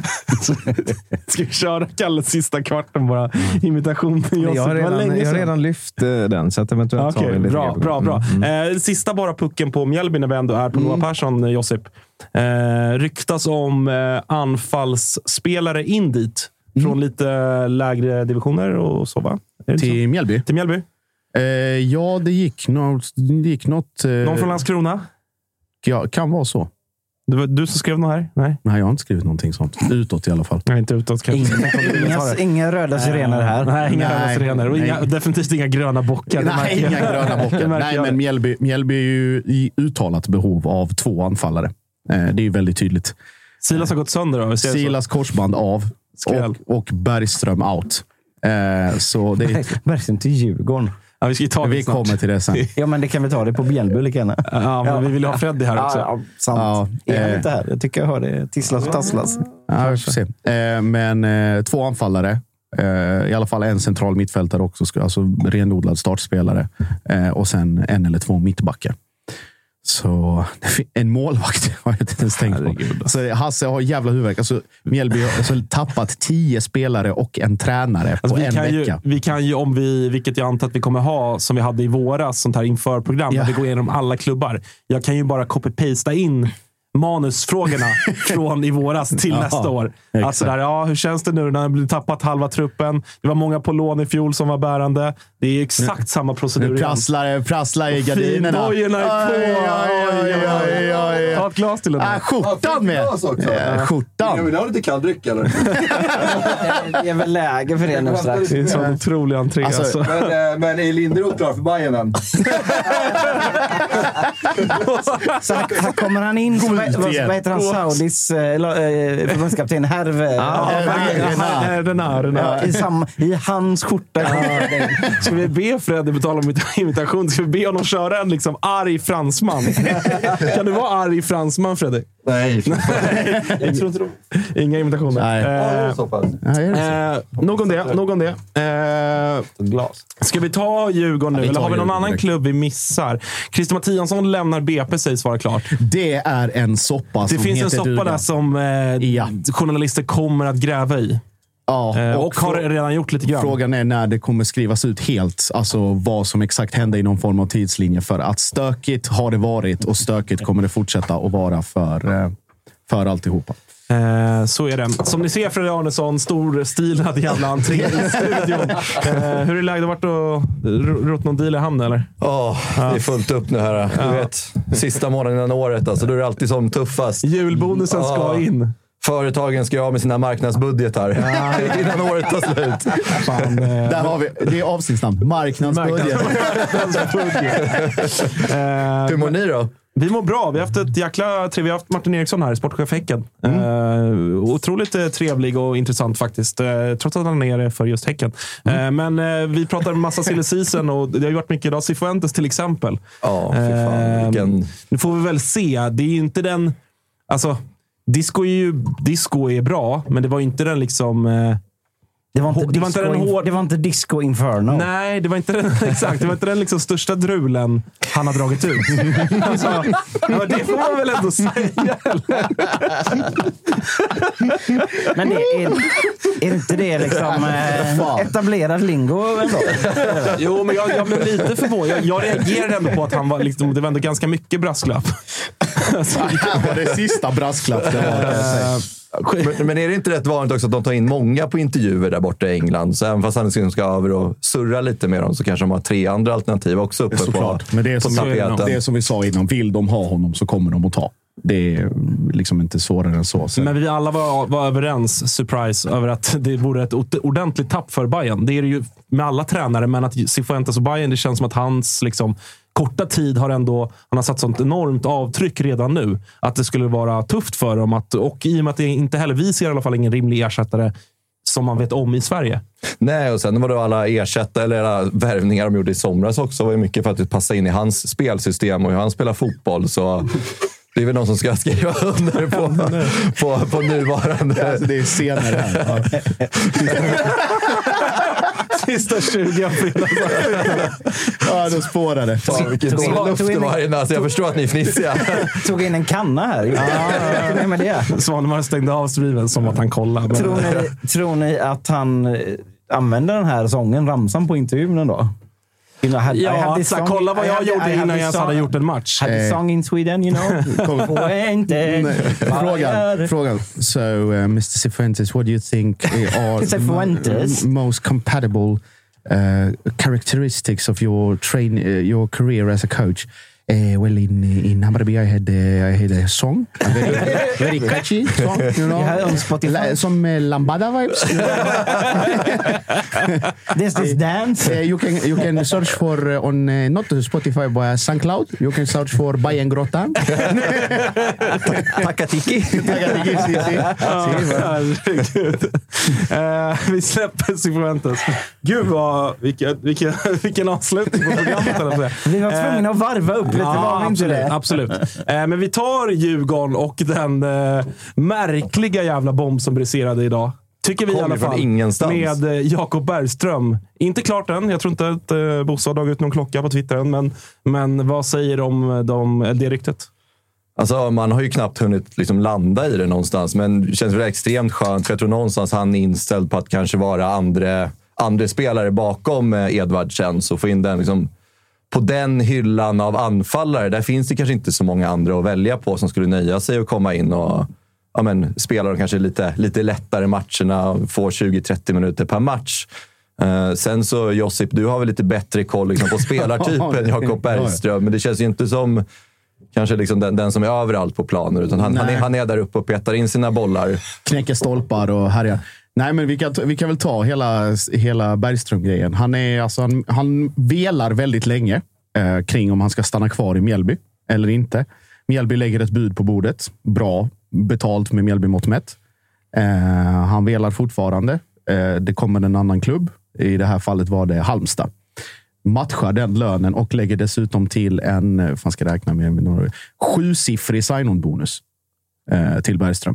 Ska vi köra Kalles sista kvarten bara? Imitation. Jag har redan lyft den, så att eventuellt har vi lite bra. Sista bara pucken på Mjällby när vi ändå är på Noah Persson, Josip. Ryktas om anfallsspelare in dit från lite lägre divisioner och så, va? Till Mjällby? Till Mjällby? Ja, det gick något. Någon från Landskrona? Ja, kan vara så. Det var du som skrev något här? Nej, jag har inte skrivit någonting sånt. Utåt i alla fall. Nej, inte utåt. Inga röda sirener här. Nej, inga röda sirener. Och definitivt inga gröna bockar. Nej, inga gröna bockar. Nej, men Mjällby är ju i uttalat behov av 2 anfallare. Det är ju väldigt tydligt. Silas har gått sönder då? Silas korsband av. Och Bergström out. Så det är... Bergström till Djurgården. Ja, vi kommer till det sen. Ja, men det kan vi ta det på Bjällby lika gärna. Ja, men vi vill ha Freddy här också. Ja, sant. Är han inte här? Jag tycker jag hör det tisslas och tasslas. Ja, vi får se. Men 2 anfallare. I alla fall en central mittfältare också. Alltså renodlad startspelare. Och sen 1 eller 2 mittbackar. Så en målvakt har jag inte ens tänkt på. Så Hasse har jävla huvudvärk. Alltså, Mjällby har tappat 10 spelare och en tränare på en vecka. Vi kan ju, om vi, vilket jag antar att vi kommer ha, som vi hade i våras, sånt här införprogram, där vi går igenom alla klubbar. Jag kan ju bara copy-pasta in manusfrågorna från i våras till nästa år. Alltså där, hur känns det nu när vi tappat halva truppen? Det var många på lån i fjol som var bärande. Det är exakt samma procedur. Prasslar i gardinerna. Finbojorna är på. Ta ett glas till den. Skjortan med. Skjortan. Jag vill ha lite kalldryck eller? Det är väl läge för det nu strax. Det är en sån otrolig entré. Alltså. Men är Linderoth klar för Bayern än? Så här kommer han in som vad heter han? Saudis förbundskapten Herve. I hans skjorta. Ska vi be Freddy betala om imitation? Ska vi be honom köra en liksom arg fransman? Kan du vara arg fransman, Freddy? Nej. Jag tror inte inga imitationer. Nog om det. Ska vi ta Djurgården nu? Eller har vi någon annan klubb vi missar? Christer Mattiansson lämnar BP, sägs vara klart. Det är en soppa som det finns en soppa där som journalister kommer att gräva i. Ja, och har redan gjort lite grann. Frågan är när det kommer skrivas ut helt, alltså vad som exakt hände i någon form av tidslinje, för att stökigt har det varit och stökigt kommer det fortsätta att vara för alltihopa. Så är det. Som ni ser, Freddy Arnesson, stor stilad jävla entré i studion. Hur är läget? Har varit och rott någon deal i hamn, eller? Det är fullt upp nu här. Du vet, sista månaden innan året, alltså, då är det alltid som tuffast. Julbonusen ska in. Företagen ska ha med sina marknadsbudgetar innan året tar slut. Fan, där har vi, det är avsnittsnamn. Marknadsbudget. Hur mår ni då? Vi mår bra. Vi har haft ett jäkla trevligt. Vi har haft Martin Eriksson här, sportchef Häcken. Otroligt trevlig och intressant faktiskt. Trots att han är nere för just Häcken. Men vi pratar en massa silly season och det har ju varit mycket idag. Cifuentes till exempel. Nu får vi väl se. Det är ju inte den... Alltså... Disco är bra, men det var inte den liksom... Det var inte Disco Inferno. Nej, det var inte den, exakt. Det var inte den liksom största drulen han har dragit ut. Alltså, det får man väl ändå säga. Men det är inte det liksom etablerad lingo ändå? Jo, men jag blev lite förvånad. Jag reagerade ändå på att han var liksom, det var ändå ganska mycket brasklapp. Det var det sista brasklapp. Men är det inte rätt vanligt också att de tar in många på intervjuer där borta i England? Så även fast han ska över och surra lite med dem så kanske de har 3 andra alternativ också uppe på tapeten. Men det är som vi sa innan, vill de ha honom så kommer de att ta. Det är liksom inte svårare än så. Men vi alla var överens, surprise, över att det vore ett ordentligt tapp för Bayern. Det är det ju med alla tränare, men att Cifuentes och Bayern, det känns som att hans liksom korta tid han har satt sånt enormt avtryck redan nu. Att det skulle vara tufft för dem. Och i och med att det inte heller vi ser i alla fall ingen rimlig ersättare som man vet om i Sverige. Nej, och sen var det alla ersättare eller alla värvningar de gjorde i somras också. var ju mycket för att det passade in i hans spelsystem och hur han spelar fotboll. Så det är väl någon som ska skriva under på nuvarande... Alltså, det är senare här. Sista 20 april. Ja, då spårade. Fan, vilken dålig luft det var innan. Alltså, jag förstår att ni är fnissiga. Tog in en kanna här. Ja, med det. Svanemar stängde av streamen som att han kollade. Tror ni att han använder den här sången, ramsan, på intervjun ändå? Kolla vad jag gjorde innan jag hade gjort en match. Had the song in Sweden, you know. Frågan. So, Mr. Cifuentes, what do you think are most compatible characteristics of your career as a coach? Well, in Hammarby I had a song, a very catchy song, you know, on Spotify. Some Lambada vibes. This dance. You can search for on not Spotify but SoundCloud. You can search for Bayern Grottan. Takatiki. Vi släpper Cifuentes. Gud vad vilken avslutning på programmet. Vi var tvungna att varva upp. Absolut. Men vi tar Djurgården och den märkliga jävla bomb som briserade idag. Tycker vi i alla fall. Med Jakob Bergström. Inte klart än. Jag tror inte att Bosse har dragit ut någon klocka på Twitter än. Men vad säger om det ryktet? Alltså, man har ju knappt hunnit liksom landa i det någonstans. Men det känns väl extremt skönt. För jag tror någonstans han är inställd på att kanske vara andra spelare bakom Edvardsen. Så få in den liksom... På den hyllan av anfallare, där finns det kanske inte så många andra att välja på som skulle nöja sig och komma in och spela de kanske lite lättare matcherna och få 20-30 minuter per match. Sen så, Josip, du har väl lite bättre koll liksom, på spelartypen Jakob Bergström, men det känns ju inte som kanske liksom den som är överallt på planen, utan han är där uppe och petar in sina bollar. Knäcker stolpar och härjar. Nej, men vi kan väl ta hela Bergström-grejen. Han velar väldigt länge kring om han ska stanna kvar i Mjällby eller inte. Mjällby lägger ett bud på bordet. Bra betalt med Mjällby mått mätt. Han velar fortfarande. Det kommer en annan klubb. I det här fallet var det Halmstad. Matchar den lönen och lägger dessutom till en, fan ska räkna med 7-siffrig sign-on-bonus till Bergström.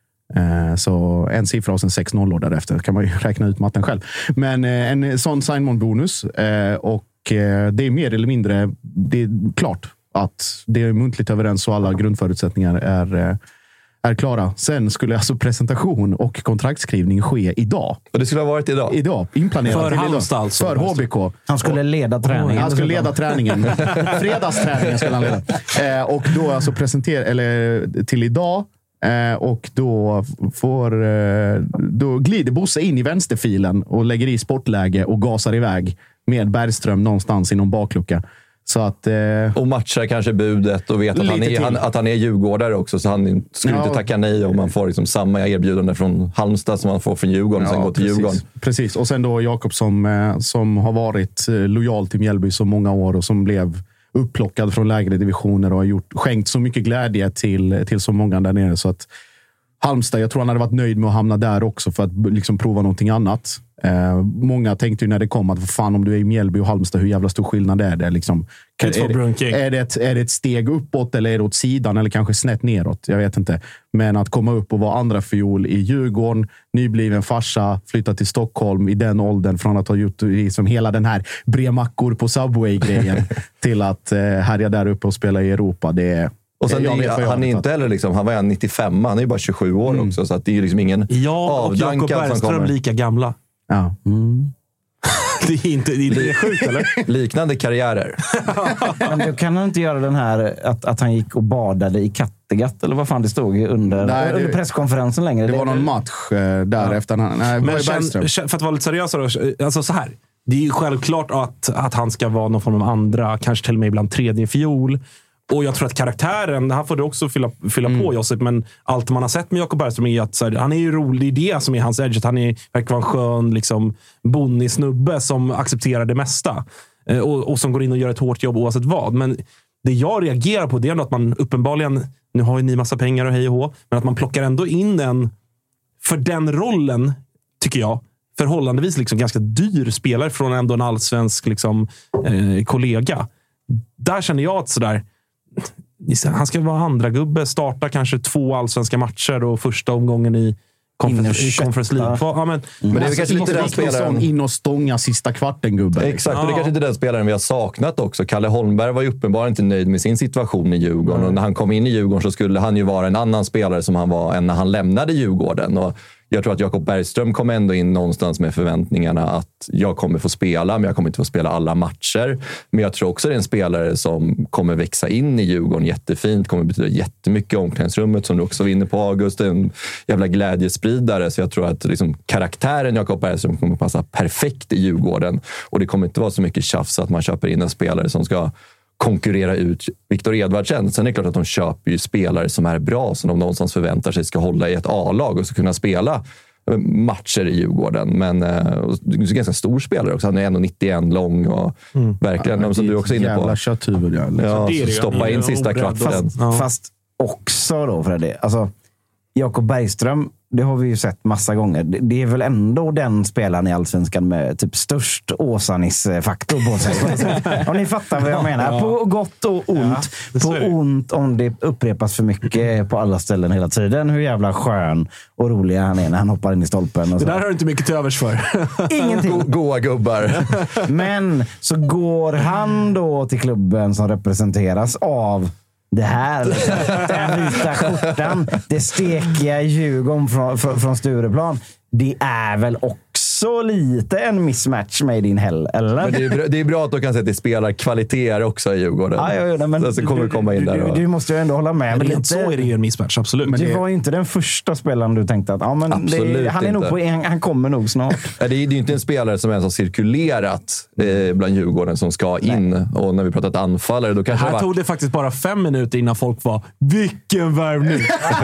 Så en siffra och sen 6 nollor därefter. Kan man ju räkna ut matten själv. Men en sån sign-on-bonus och det är mer eller mindre, det är klart att det är muntligt överens och alla grundförutsättningar är klara. Sen skulle alltså presentation och kontraktsskrivning ske idag. Och det skulle ha varit idag? Idag, inplanerat. För Halmstad alltså. För HBK. Han skulle leda träningen. Han skulle leda träningen. Fredagsträningen skulle han leda. Och då alltså till idag. Och då glider Bosse in i vänsterfilen och lägger i sportläge och gasar iväg med Bergström någonstans i någon baklucka. Så att, och matchar kanske budet och vet att han är djurgårdare också, så han skulle inte tacka nej om man får liksom samma erbjudande från Halmstad som man får från Djurgården och sen går till Djurgården. Precis, och sen då Jakob som har varit lojal till Mjällby så många år och som blev upplockad från lägre divisioner och har skänkt så mycket glädje till så många där nere, så att Halmstad, jag tror han hade varit nöjd med att hamna där också för att liksom prova någonting annat. Många tänkte ju när det kom att fan, om du är i Mjällby och Halmstad, hur jävla stor skillnad är det? Liksom, är det ett steg uppåt eller är det åt sidan eller kanske snett neråt? Jag vet inte. Men att komma upp och vara andra fiol i Djurgården, nybliven farsa, flytta till Stockholm i den åldern från att ha gjort liksom hela den här bremackor på Subway-grejen till att härja där uppe och spela i Europa. Det är... Och sen han är inte heller liksom, han var 95, han är ju bara 27 år också, så att det är ju liksom ingen avdankad som kommer. Jakob Bergström lika gamla. Ja. Det är sjukt, eller? Liknande karriärer. Men då kan han inte göra den här att han gick och badade i Kattegatt, eller vad fan det stod under presskonferensen längre. Det var någon match där efter för att vara lite seriös, alltså så här. Det är ju självklart att han ska vara någon form av andra, kanske till och med ibland tredje fiol. Och jag tror att karaktären, det här får du också fylla på Josip, men allt man har sett med Jakob Bergström är att så här, han är ju rolig, det som är hans edge, att han verkar vara en skön liksom, bonnig snubbe som accepterar det mesta. Och som går in och gör ett hårt jobb oavsett vad. Men det jag reagerar på det är ändå att man uppenbarligen, nu har ju ni massa pengar och hej och hå, men att man plockar ändå in en, för den rollen, tycker jag, förhållandevis liksom ganska dyr spelare från ändå en allsvensk liksom, kollega. Där känner jag att sådär, han ska vara andra gubbe, starta kanske 2 allsvenska matcher och första omgången i Conference League. Ja, men det är kanske inte den spelaren in och stånga sista kvarten, gubbe. Exakt, och det är kanske inte den spelaren vi har saknat också. Kalle Holmberg var ju uppenbarligen inte nöjd med sin situation i Djurgården. Och när han kom in i Djurgården så skulle han ju vara en annan spelare som han var än när han lämnade Djurgården. Och jag tror att Jakob Bergström kom ändå in någonstans med förväntningarna att jag kommer få spela, men jag kommer inte få spela alla matcher. Men jag tror också det är en spelare som kommer växa in i Djurgården jättefint, kommer betyda jättemycket i omklädningsrummet, som du också var inne på, August. En jävla glädjespridare, så jag tror att liksom, karaktären Jakob Bergström kommer passa perfekt i Djurgården. Och det kommer inte vara så mycket tjafs att man köper in en spelare som ska konkurrera ut Viktor Edvardsen. Sen är det klart att de köper ju spelare som är bra, som de någonstans förväntar sig ska hålla i ett A-lag och ska kunna spela matcher i Djurgården. Men det är en ganska stor spelare också. Han är 1,91 lång och verkligen, som du också är inne på. Jävla kötthuvud, ja. Stoppa in sista kvarten. Fast också då, Freddy. Alltså, Jakob Bergström, det har vi ju sett massa gånger. Det är väl ändå den spelaren i Allsvenskan med typ störst Åsanis-faktor på sig. Om ni fattar vad jag menar. På gott och ont. På ont om det upprepas för mycket på alla ställen hela tiden. Hur jävla skön och rolig han är när han hoppar in i stolpen. Och det där har du inte mycket till övers för. Ingenting. Goa gubbar. Men så går han då till klubben som representeras av det här, den vita skjortan, det stekiga Djurgården från Stureplan. Det är väl också lite en mismatch made in hell, eller? Men det är bra att du kan säga att det spelar kvaliteter också i Djurgården. Ja, men så kommer komma in där. Du måste ju ändå hålla med. Men lite, så är det ju en mismatch, absolut. Men det var ju inte den första spelaren du tänkte att han är nog han kommer nog snart. Det är ju inte en spelare som ens har cirkulerat bland Djurgården som ska in. Nej. Och när vi pratat anfallare, då kanske här tog det faktiskt bara 5 minuter innan folk var vilken värvning.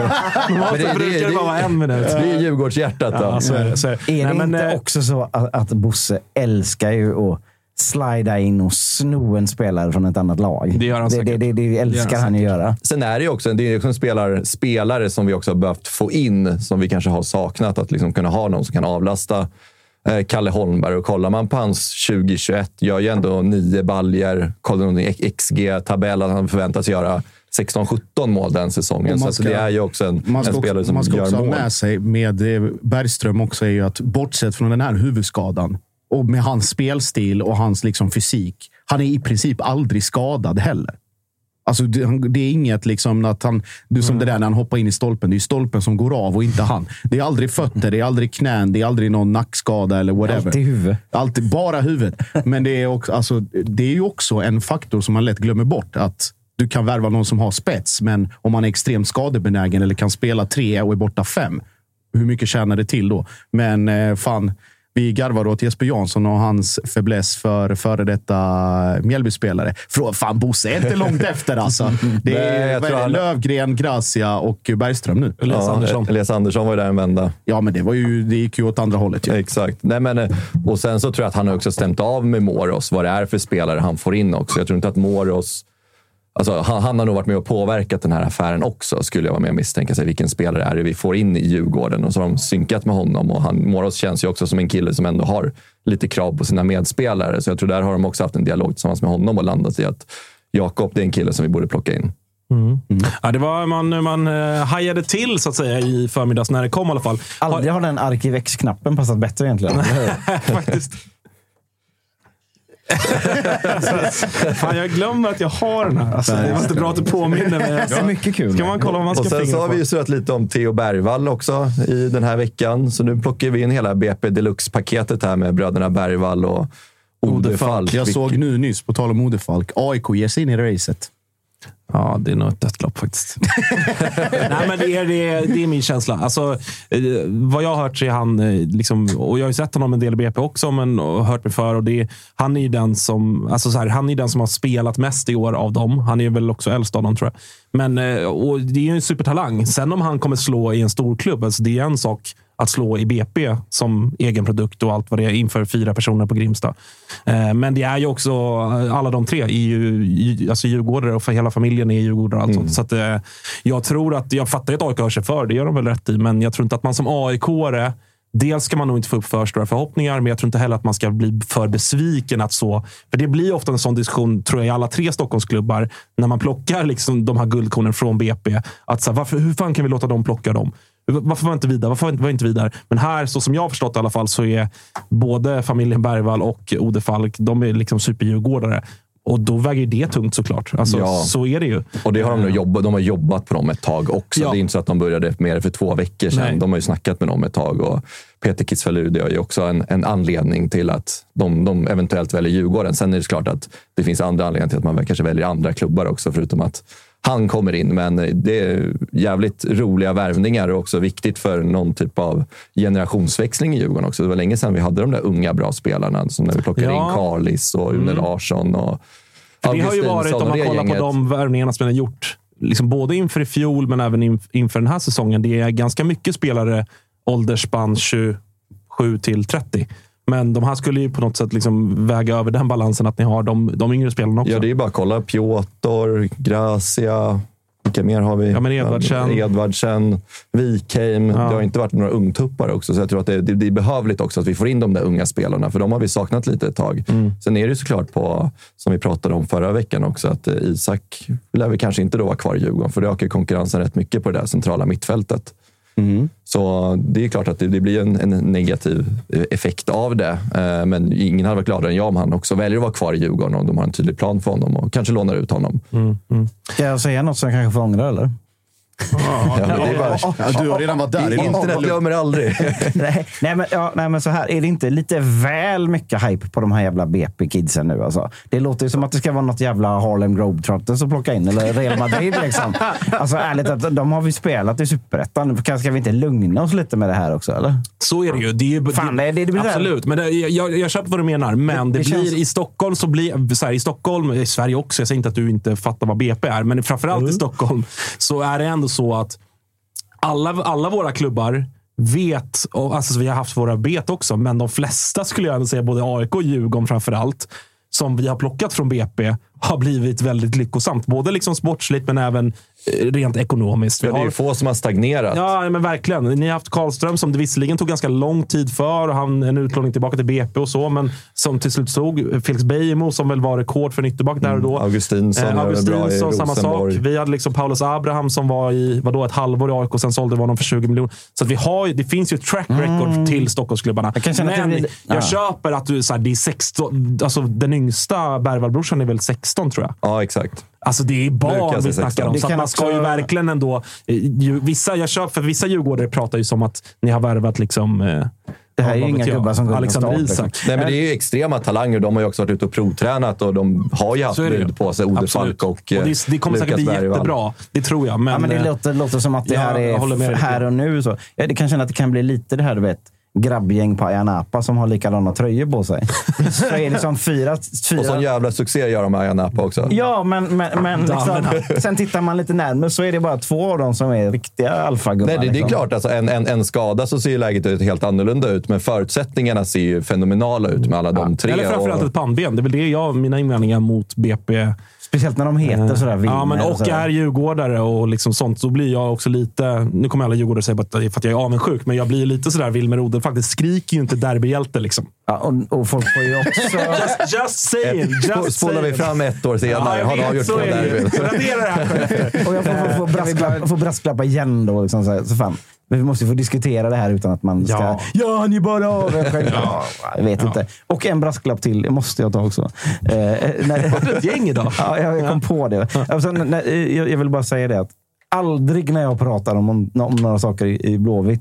Det brukar vara 1 minut. Det är Djurgårdshjärtat då. Så är det inte också så att Bosse älskar ju att slida in och sno en spelare från ett annat lag? Det gör han säkert. Det älskar han att göra. Sen är det ju också en spelare som vi också har behövt få in, som vi kanske har saknat, att liksom kunna ha någon som kan avlasta Kalle Holmberg. Och kollar man på hans 2021, gör ju ändå 9 baljer, kollar någon XG-tabell att han förväntas göra 16-17 mål den säsongen. Så det är ju också en spelare som man ska gör också mål. Ha med sig med Bergström också är ju att bortsett från den här huvudskadan och med hans spelstil och hans liksom fysik, han är i princip aldrig skadad heller. Alltså det är inget liksom att han, du som det där när han hoppar in i stolpen, det är ju stolpen som går av och inte han. Det är aldrig fötter, det är aldrig knän, det är aldrig någon nackskada eller whatever. Alltid huvud. Alltid bara huvudet. Men det är också, alltså, det är ju också en faktor som man lätt glömmer bort, att du kan värva någon som har spets, men om man är extremt skadebenägen eller kan spela 3 och är borta 5, hur mycket tjänar det till då? Men fan, vi garvar åt Jesper Jansson och hans fäbless för före detta Mjällby-spelare. Fan, Bosse är inte långt efter alltså. Det är Lövgren, Gracia och Bergström nu. Elias Andersson var ju där en vända. Ja, men det gick ju åt andra hållet. Ja. Exakt. Nej, men, och sen så tror jag att han har också stämt av med Moros vad det är för spelare han får in också. Jag tror inte att Moros... Alltså, han har nog varit med och påverkat den här affären också, skulle jag vara med och misstänka sig. Vilken spelare är det vi får in i Djurgården? Och så har de synkat med honom. Och Moros känns ju också som en kille som ändå har lite krav på sina medspelare. Så jag tror där har de också haft en dialog tillsammans med honom och landat i att Jakob, det är en kille som vi borde plocka in. Ja, det var man hajade till så att säga i förmiddags när det kom i alla fall. Aldrig har den Arkivex-knappen passat bättre egentligen. Faktiskt. Fan, jag glömmer att jag har den här. Alltså, det var inte bra att du påminner mig. Det är mycket kul. Ska man kolla om man ska. Och sen så har vi ju sett lite om Theo Bergvall också i den här veckan. Så nu plockar vi in hela BP Deluxe-paketet här med bröderna Bergvall och Ode Falk. Jag såg nu nyss, på tal om Ode Falk, AIK ger sig in i racet. Ja, det är nog ett dött lopp faktiskt. Nej, men det är min känsla. Alltså, vad jag har hört så är han liksom, och jag har ju sett honom en del i BP också, men och hört mig för, och han är ju den som, alltså så här, han är den som har spelat mest i år av dem. Han är väl också äldst av dem, tror jag. Men och det är ju en supertalang. Sen om han kommer slå i en stor klubb, alltså det är en sak att slå i BP som egen produkt och allt vad det är inför 4 personer på Grimsta. Men det är ju också, alla de 3 är ju alltså djurgårdare, och för hela familjen är djurgårdare och allt sånt. Så att, jag tror att, jag fattar att AIK hör sig för, det gör de väl rätt i, men jag tror inte att man som AIK-are, dels ska man nog inte få upp för stora förhoppningar, men jag tror inte heller att man ska bli för besviken att så, för det blir ofta en sån diskussion, tror jag, i alla 3 Stockholmsklubbar när man plockar liksom de här guldkornen från BP, att så här, hur fan kan vi låta dem plocka dem? Varför var inte vidare? Varför var inte vidare? Men här, så som jag har förstått i alla fall, så är både familjen Bergvall och Ode Falk, de är liksom superdjurgårdare. Och då väger det tungt såklart. Alltså, så är det ju. Och det har de har jobbat på dem ett tag också. Ja. Det är inte så att de började mer för 2 veckor sedan. Nej. De har ju snackat med dem ett tag. Och Peter Kitzfeldt är ju också en anledning till att de eventuellt väljer Djurgården. Sen är det klart att det finns andra anledningar till att man kanske väljer andra klubbar också, förutom att han kommer in. Men det är jävligt roliga värvningar och också viktigt för någon typ av generationsväxling i Djurgården också. Det var länge sedan vi hade de där unga bra spelarna, som när vi plockade in Carlis och Une Larsson och för det har ju varit, om man kollar på de värvningarna som man har gjort, liksom både inför i fjol men även inför den här säsongen, det är ganska mycket spelare åldersspann 27 till 30. Men de här skulle ju på något sätt liksom väga över den balansen, att ni har de yngre spelarna också. Ja, det är ju bara att kolla. Piotr, Gracia, vilka mer har vi? Ja, men Edvardsen, Wikheim. Ja. Det har inte varit några ungtuppar också, så jag tror att det är behövligt också att vi får in de där unga spelarna, för de har vi saknat lite ett tag. Sen är det ju såklart på, som vi pratade om förra veckan också, att Isak lär vi kanske inte då vara kvar i Djurgården, för det ökar konkurrensen rätt mycket på det där centrala mittfältet. Så det är klart att det blir en negativ effekt av det. Men ingen hade varit gladare än jag om han också väljer att vara kvar i Djurgården, och de har en tydlig plan för honom och kanske lånar ut honom. Ska jag säga något som jag kanske får ångra, eller? Du har redan varit där. Internet glömmer aldrig. nej, men så här. Är det inte lite väl mycket hype på de här jävla BP-kidsen nu? Alltså? Det låter ju som att det ska vara något jävla Harlem Globetrotters att plocka in, eller Real Madrid liksom. Alltså ärligt, att de har vi spelat i Superettan. Ska vi inte lugna oss lite med det här också, eller? Så är det ju. Det blir absolut. Men jag köper vad du menar. Men det blir i Stockholm, så blir så här, i Stockholm, i Sverige också. Jag säger inte att du inte fattar vad BP är, men framförallt i Stockholm så är det ändå så att alla våra klubbar vet, och alltså vi har haft våra bet också, men de flesta skulle jag ändå säga, både AIK och Djurgården framförallt, som vi har plockat från BP, har blivit väldigt lyckosamt. Både liksom sportsligt men även rent ekonomiskt. Det är ju få som har stagnerat. Ja, men verkligen. Ni har haft Karlström som det visserligen tog ganska lång tid för, och han en utlåning tillbaka till BP och så, men som till slut stod. Felix Beijmo som väl var rekord för en ytterback där och då. Augustinsson, samma sak. Vi hade liksom Paulus Abraham som var i ett halvår i AIK, och sen sålde vi honom för 20 miljoner. Så att det finns ju ett track record till Stockholmsklubbarna. Men jag köper att du så här, det är 16, alltså den yngsta Bergvallbrorsan är väl 16, tror jag. Ja, exakt. Alltså det är barn vi snackar om. Så att man ska ju verkligen ändå... Vissa djurgårdare pratar ju som att ni har värvat liksom... Det här är ju inga gubbar som går Alexander Isak. Nej, men det är ju extrema talanger. De har ju också varit ute och provtränat, och de har ju haft bud på sig. Ode Falk och det kommer säkert bli jättebra. Det tror jag. Men, det låter som att det här är här och nu. Så. Ja, det kan känna att det kan bli lite det här, du vet, grabbgäng på Ayia Napa som har likadana tröjor på sig. Så är det som fyra... Och sån jävla succé gör de med Ayia Napa också. Ja, men liksom, sen tittar man lite närmare, så är det bara 2 av dem som är riktiga alfagubbar. Nej, det är liksom. klart. Alltså, en skada, så ser ju läget helt annorlunda ut, men förutsättningarna ser ju fenomenala ut med alla de 3. Eller framförallt ett pannben. Det är väl det mina invändningar mot BP. Speciellt när de heter sådär. Ja, men och är djurgårdare och liksom sånt, så blir jag också lite... Nu kommer alla djurgårdare säga att det är för att jag är avundsjuk, men jag blir lite sådär Wilmer Odell. Faktiskt skriker ju inte derbyhjälte liksom. Ja, och folk får ju också... just saying. Spolar vi fram 1 år senare. Har de avgjort på derby. Och jag får brasklappa igen då. Liksom, så fan. Men vi måste få diskutera det här utan att man ska... Ja, ni bara av er. Jag vet inte. Och en brasklapp till måste jag ta också. Var det ett gäng idag? Ja, jag kom på det. Alltså, jag vill bara säga det att aldrig när jag pratar om några saker i Blåvitt,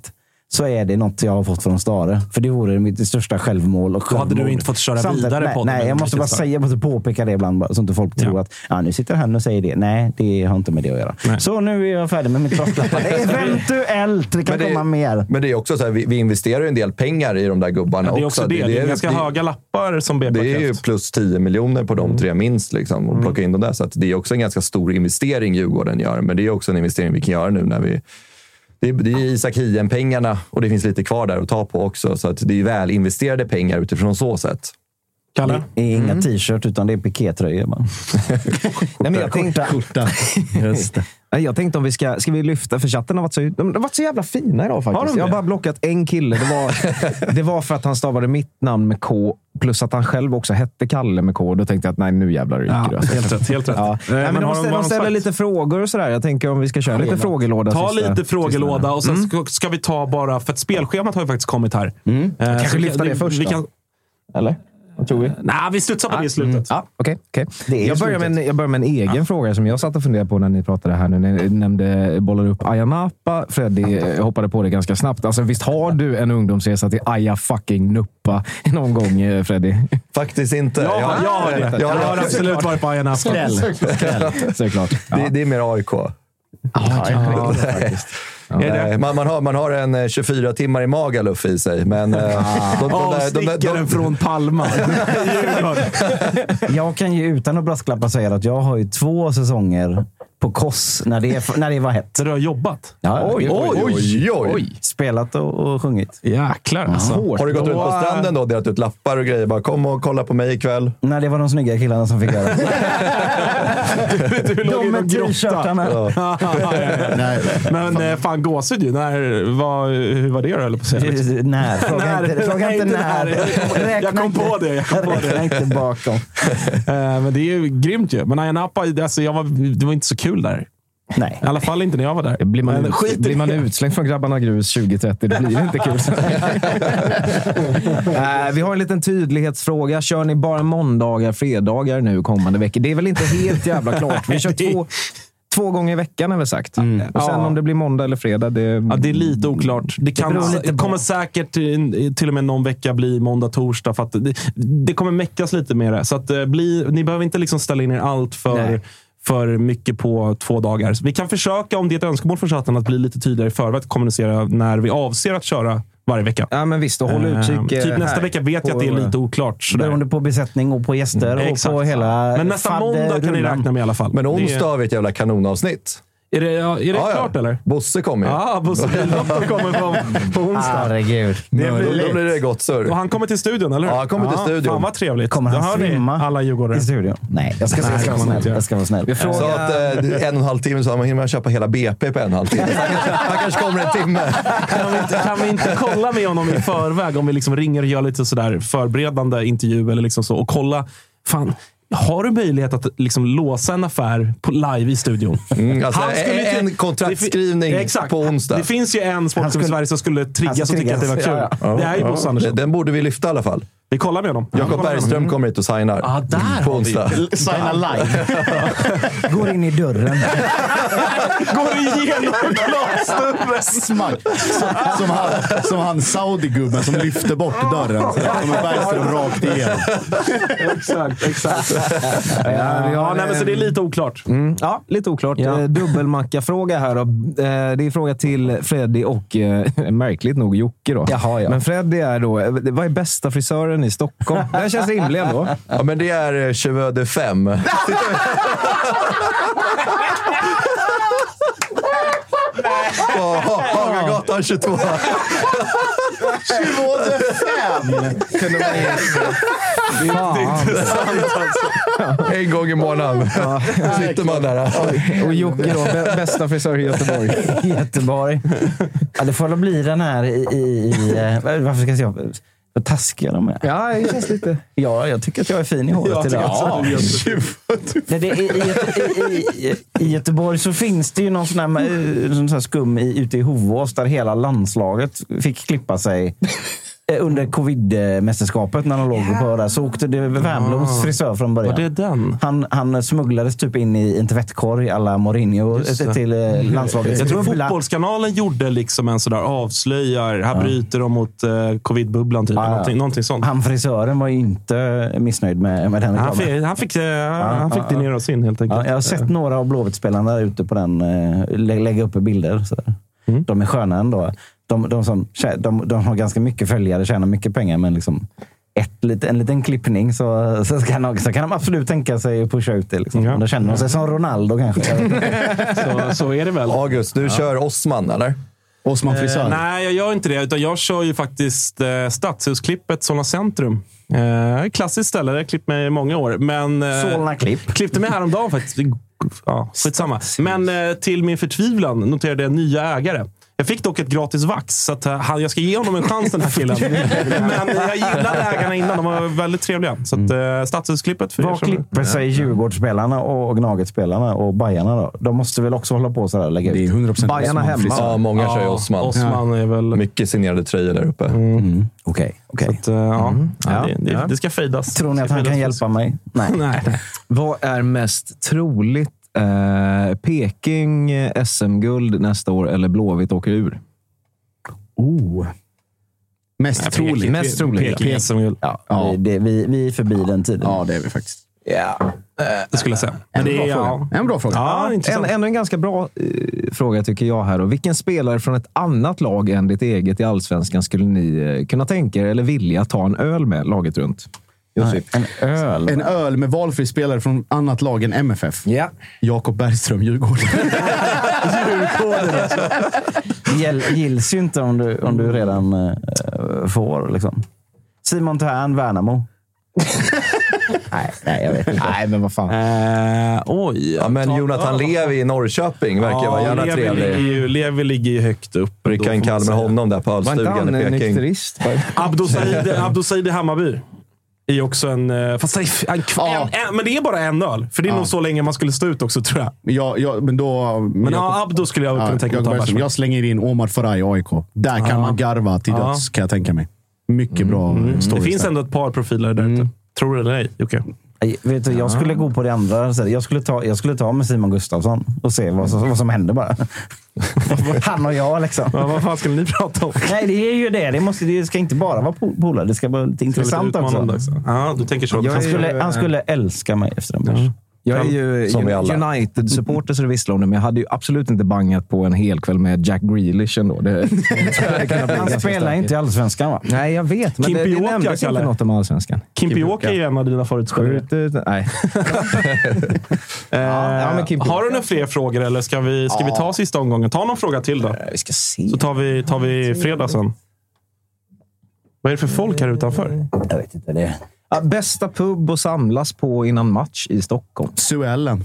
så är det något jag har fått från Stare. För det vore mitt största självmål. Och då hade du inte fått köra vidare på det. Nej, jag måste bara säga, jag måste påpeka det ibland så inte folk tror att nu sitter han och säger det. Nej, det har inte med det att göra. Nej. Så nu är jag färdig med mitt brasklappar. Eventuellt, det kan komma mer. Men det är också så här, vi investerar ju en del pengar i de där gubbarna. Det är också det. Det är ganska höga lappar som BB. Det är ju plus 10 miljoner på de 3 minst liksom, och plocka in dem där. Så att det är också en ganska stor investering Djurgården gör. Men det är också en investering vi kan göra nu när vi... Det är Isak Hien-pengarna och det finns lite kvar där att ta på också. Så att det är väl investerade pengar utifrån så sätt. Kalle? Det är inga t-shirt utan det är pikétröjor. Nej, men jag tänkte... Just det. Jag tänkte om vi ska vi lyfta, för chatten de har varit så jävla fina idag faktiskt. Jag har bara blockat en kille. Det var för att han stavade mitt namn med K plus att han själv också hette Kalle med K. Då tänkte jag att nej, nu jävlar ryker det. Helt rätt. Ja. Nej, men de ställer lite frågor och sådär. Jag tänker om vi ska köra lite frågelåda. Ta lite frågelåda och sen ska vi ta bara, för att spelschemat har ju faktiskt kommit här. Kanske lyfta det först då. Eller? Vad tror vi? Nej, vi studsar på det i slutet. Ja, okej. Jag börjar med en egen fråga som jag satt och funderade på när ni pratade här nu. När ni bollar upp Ayia Napa. Freddy hoppade på det ganska snabbt. Alltså, visst har du en ungdomsresa till Ayia fucking Nuppa någon gång, Freddy? Faktiskt inte. Jag har absolut varit på Ayia Napa. Skräll. Såklart. Det är mer AIK. Faktiskt. Man har en 24 timmar i Magaluf i sig, men avstickaren från Palma. Jag kan ju utan att brasklappa säga att jag har ju 2 säsonger på Koss när det var hett. Så du har jobbat? Ja, oj. Spelat och sjungit. Jäklar alltså. Har du gått ut på stranden då och delat ut lappar och grejer? Bara kom och kolla på mig ikväll. Nej, det var de snygga killarna som fick göra du låg i någon t-shirtarna. Men fan, gåsigt ju. Hur var det då, eller på sig? Fråga inte när. Jag kom på det. Räkna inte bakom. Men det är ju grymt ju. Men Ayia Napa, alltså, det var inte så kul där. Nej. I alla fall inte när jag var där. Blir man utslängd från Grabbarna Grus 2030, det blir inte kul. Vi har en liten tydlighetsfråga. Kör ni bara måndagar, fredagar nu kommande veckor? Det är väl inte helt jävla klart. Vi kör 2 gånger i veckan har vi sagt. Och sen om det blir måndag eller fredag, det är lite oklart. Det kommer säkert till och med någon vecka bli måndag, torsdag, för att det kommer mäckas lite med det. Så att ni behöver inte liksom ställa in er allt för mycket på 2 dagar. Vi kan försöka, om det är ett önskemål för chatten, att bli lite tydligare i förväg, att kommunicera när vi avser att köra varje vecka. Ja, men visst, och håll utkik. Typ nästa vecka vet jag att det är lite oklart. Beroende på besättning och på gäster och på hela... Men nästa måndag kan ni räkna med i alla fall. Men onsdag har vi ett jävla kanonavsnitt. Är det klart eller? Bosse kommer ju. Ja, Bosse kommer på onsdag. Herregud. Då blir det gott surr. Och han kommer till studion, eller hur? Ja, han kommer till studion. Fan vad trevligt. Kommer han svimma alla Djurgårdare i studion? Nej, jag ska vara snäll. Så att 1,5 timme så hinner man köpa hela BP på 1,5 timme. Han kanske kommer en timme. Kan vi inte kolla med honom i förväg om vi liksom ringer och gör lite sådär förberedande intervju eller liksom så, och kolla, fan, har du möjlighet att liksom låsa en affär på live i studion? Alltså en kontraktskrivning på onsdag. Det finns ju en sportklubb i Sverige som skulle triggas och tycka att det var kul. Ja. Det är ju Bosse Andersson. Den borde vi lyfta i alla fall. Vi kollar med honom. Jakob Bergström kommer hit och signar. Där på onsdag. Signar live. Går in i dörren. Går igenom glasdörren. Smack. Som han Saudi-gubben som lyfter bort dörren. Så kommer Bergström rakt igenom. Exakt. Men så det är lite oklart. Ja, lite oklart. Dubbelmacka-fråga här då. Det är fråga till Freddy och märkligt nog Jocke då. Jaha. Men Freddy är då, vad är bästa frisören i Stockholm? Det här känns rimligt ändå. Ja, men det är Cheveux de Femme. Hagagatan 22. 25! Kunde man en gång i månaden sitter man där. Och Jocke då, bästa frisör i Göteborg. Göteborg. Ja, det får bli den här varför ska jag säga? Vad taskiga de är. Ja, det känns lite... Ja, jag tycker att jag är fin i håret idag. I Göteborg så finns det ju någon sån här skum ute i Hovås där hela landslaget fick klippa sig Under covid-mästerskapet när han låg på där, så åkte det Wernbloms frisör från början. Var det den? Han smugglades typ in i en tvättkorg alla Mourinho till landslaget. Jag tror Fotbollskanalen gjorde liksom en sådär avslöjar. Här bryter de mot covid-bubblan typ. Någonting sånt. Han frisören var ju inte missnöjd med den reklamen. Han fick det ner oss in helt enkelt. Jag har sett några av Blåvitt-spelarna där ute på den lägga upp bilder. Så. De är sköna ändå. De har ganska mycket följare, tjänar mycket pengar, men liksom en liten klippning så kan de absolut tänka sig att pusha ut det. Liksom. De känner sig som Ronaldo kanske. så är det väl. August, du kör Osman, eller? Osman frisör? Nej, jag gör inte det. Utan jag kör ju faktiskt Stadshusklippet Solna Centrum. Klassiskt ställe, det har klippt mig i många år. Men Solna klipp. Klippte mig häromdagen faktiskt. Ja, skitsamma. Men till min förtvivlan noterade jag nya ägare. Jag fick dock ett gratis vax, så att jag ska ge honom en chans, den här killen. Men jag gillade ägarna innan, de var väldigt trevliga. Så att Stadshusklippet för vad klipper sig Djurgårdsspelarna och Gnaget-spelarna och Bajarna då? De måste väl också hålla på så där, lägga ut. Det är 100% Bajarna hemma. Ja, många kör ju Osman. Osman är väl... Mycket signerade tröjor där uppe. Okej. Det ska fejdas. Tror ni att han kan hjälpa mig? Nej. Vad är mest troligt? Peking SM-guld nästa år eller Blåvitt åker ur? Mest troligt. Peking SM-guld. Vi är förbi den tiden. Ja, det är vi faktiskt. Ja. Det skulle jag säga. En bra fråga. Ja, ändå en ganska bra fråga tycker jag här. Och vilken spelare från ett annat lag än ditt eget i Allsvenskan skulle ni kunna tänka er eller vilja ta en öl med laget runt? En öl med valfri spelare från annat lag än MFF. Ja. Jakob Bergström, Djurgården. Gills ju inte om du redan får liksom. Simon Thern, Värnamo. Nej, jag vet inte. Nej, men vad fan. Ja, men Jonathan Levi i Norrköping verkar vara gärna trevlig. Levi ligger ju högt upp. Rycka en kall med honom där på ölstugan i Peking. Nykterist? Abdosaid i Hammarby. Är också en... men det är bara en öl. För det är nog så länge man skulle stå ut också, tror jag. Men Abdo skulle jag kunna tänka mig att ta. Jag slänger in Omar Faraj i AIK. Där kan man garva till döds, kan jag tänka mig. Mycket bra stories. Det finns ändå ett par profiler där ute. Tror du eller ej? Okay. Vet du, jag skulle gå på det andra. Jag skulle ta med Simon Gustafsson och se vad som händer bara. Han och jag liksom. Vad fan skulle ni prata om? Nej, det är ju det. Det ska inte bara vara polare. Det ska vara lite intressant också. Ja, du tänker så. Han skulle älska mig efter en bärs. Jag är ju United-supporter så det visste om det, men jag hade ju absolut inte bangat på en hel kväll med Jack Grealish ändå. Han spelar inte i Allsvenskan, va? Nej, jag vet. Men det nämndes inte något om Allsvenskan. Kimpiåka är en av dina förutspelare. Nej. Har du några fler frågor eller ska vi ta sista omgången? Ta någon fråga till då. Vi ska se. Så tar vi fredag sen. Vad är det för folk här utanför? Jag vet inte det. Bästa pub att samlas på innan match i Stockholm. Suellen.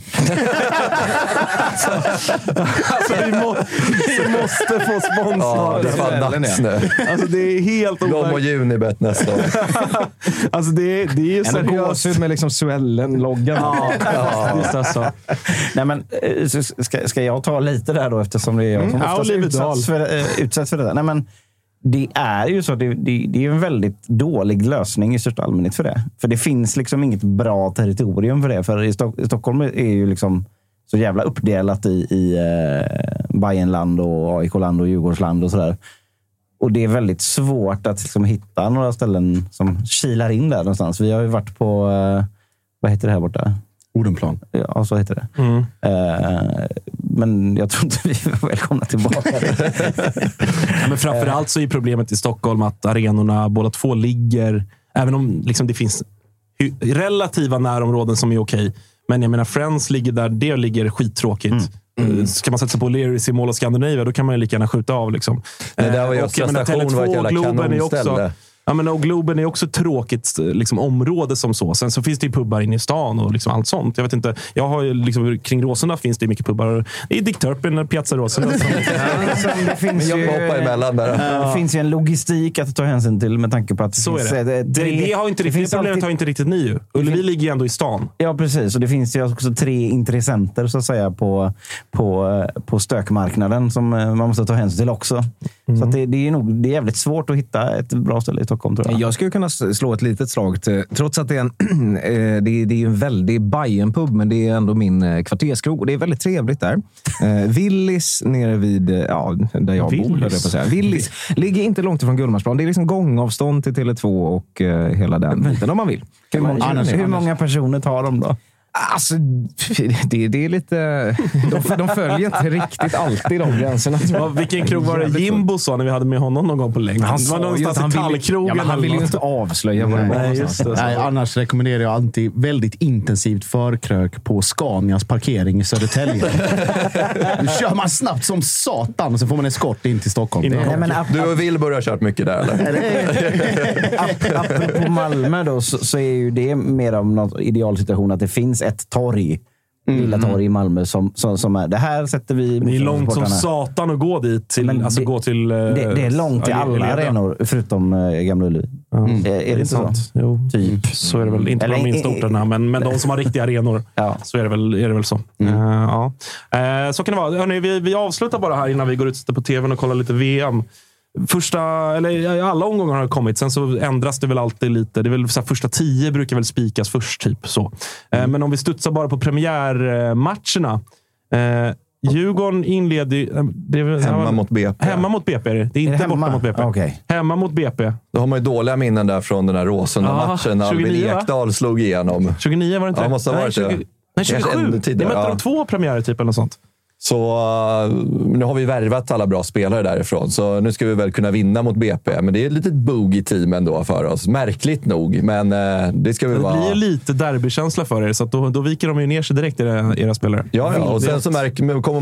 Vi måste få sponsra. Det är fan dags nu. Alltså det är helt de och Unibet nästa år. Alltså det är ju seriöst med liksom Suellen-loggan. Ja. Nej, men ska jag ta lite där då, eftersom det är jag som oftast utsätts för det där. Nej, men det är ju så, det är en väldigt dålig lösning i största allmänhet för det. För det finns liksom inget bra territorium för det. För i Stockholm är ju liksom så jävla uppdelat i Bayernland och AIK-land och Djurgårdsland och sådär. Och det är väldigt svårt att liksom hitta några ställen som kilar in där någonstans. Vi har ju varit på, vad heter det här borta? Odenplan. Ja, så heter det. Men jag tror inte vi var välkomna tillbaka. Men framförallt så är problemet i Stockholm att arenorna båda två ligger, även om liksom det finns relativa närområden som är okej. Men jag menar, Friends ligger där det ligger skittråkigt. Ska man sätta sig på Leris i Mall of Scandinavia, då kan man ju lika gärna skjuta av. Liksom. Det där var ju Östra station, var ett jävla kanonställe. Ja, men och Globen är också ett tråkigt liksom, område som så. Sen så finns det ju pubbar inne i stan och liksom allt sånt. Jag vet inte, jag har ju liksom, kring Råsunda finns det mycket pubbar. Det är Dick Turpin, Piazza Råsunda. Det finns ju, det finns ju en logistik att ta hänsyn till med tanke på att så är det. Det har inte riktigt, problemet har inte riktigt ni ju. Ullevi ligger ju ändå i stan. Ja, precis. Och det finns ju också 3 intressenter så att säga på stökmarknaden som man måste ta hänsyn till också. Så att det är jävligt svårt att hitta ett bra ställe i Stockholm, tror jag. Jag skulle kunna slå ett litet slag trots att det är en, det är en väldig Bajen-pub, men det är ändå min kvarterskrog och det är väldigt trevligt där. Willys nere vid, där jag bor. På säga. Willys ligger inte långt ifrån Gullmarsplan. Det är liksom gångavstånd till Tele2 och hela den biten om man vill. Hur många personer tar de då? Alltså, det är lite... De följer inte riktigt alltid de gränserna. Vilken krog var det Jimbo sa när vi hade med honom någon gång på länk? Han var någonstans i Tallkrogen. Han ville ju inte avslöja vad det var. Nej, annars rekommenderar jag alltid väldigt intensivt förkrök på Scanias parkering i Södertälje. Nu kör man snabbt som satan och så får man en skott in till Stockholm. Du och Wilbur har kört mycket där, eller? Apropå Malmö då, så är ju det mer av någon idealsituation att det finns ett torg, lilla torg i Malmö som är, det här sätter vi... Det är långt som satan att gå dit till, gå till... Det är långt till alla arenor förutom Gamla Ullevi. Är det inte sant? Så? Jo. Typ. Så är det väl. Inte de minsta orterna, men de som har riktiga arenor. Så är det väl så. Så kan det vara. Hörrni, vi avslutar bara här innan vi går ut på tvn och kollar lite VM. Alla omgångar har kommit. Sen så ändras det väl alltid lite. Det är väl så här, första 10 brukar väl spikas först typ så. Men om vi studsar bara på premiärmatcherna. Djurgården inleder hemma mot BP. Hemma mot BP är det. Det är inte borta mot BP. Okay. Hemma mot BP. Då har man ju dåliga minnen där från den här Råsunda-matchen när Albin Ekdal slog igenom. 29 var det inte? Ja, måste ha varit det. Nej, 27. Det mötte de 2 premiärer typ eller något sånt. Så nu har vi värvat alla bra spelare därifrån. Så nu ska vi väl kunna vinna mot BP. Men det är ett litet bogey-team ändå för oss. Märkligt nog. Men det ska vi vara... Det blir lite derbykänsla för er. Så att då viker de ju ner sig direkt, era spelare. Ja. Och sen så kommer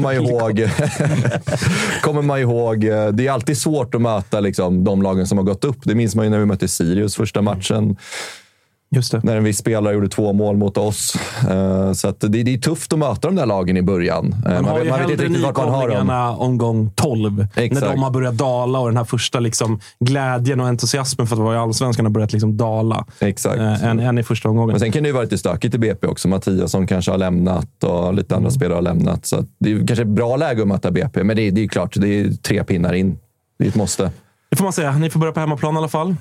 man ihåg... Det är alltid svårt att möta liksom, de lagen som har gått upp. Det minns man ju när vi mötte Sirius första matchen. Just det. När en viss spelare gjorde 2 mål mot oss. Så att det är tufft att möta de där lagen i början. Man vet inte riktigt vart man har dem. Omgång 12. Exakt. När de har börjat dala och den här första liksom, glädjen och entusiasmen för att vara i Allsvenskan har börjat liksom, dala. Exakt. Än i första omgången. Men sen kan det ju vara lite stökigt i BP också. Mattias som kanske har lämnat och lite andra spelare har lämnat. Så det är kanske ett bra läge att möta BP. Men det är klart, det är 3 pinnar in. Det är ett måste. Det får man säga. Ni får börja på hemmaplan i alla fall.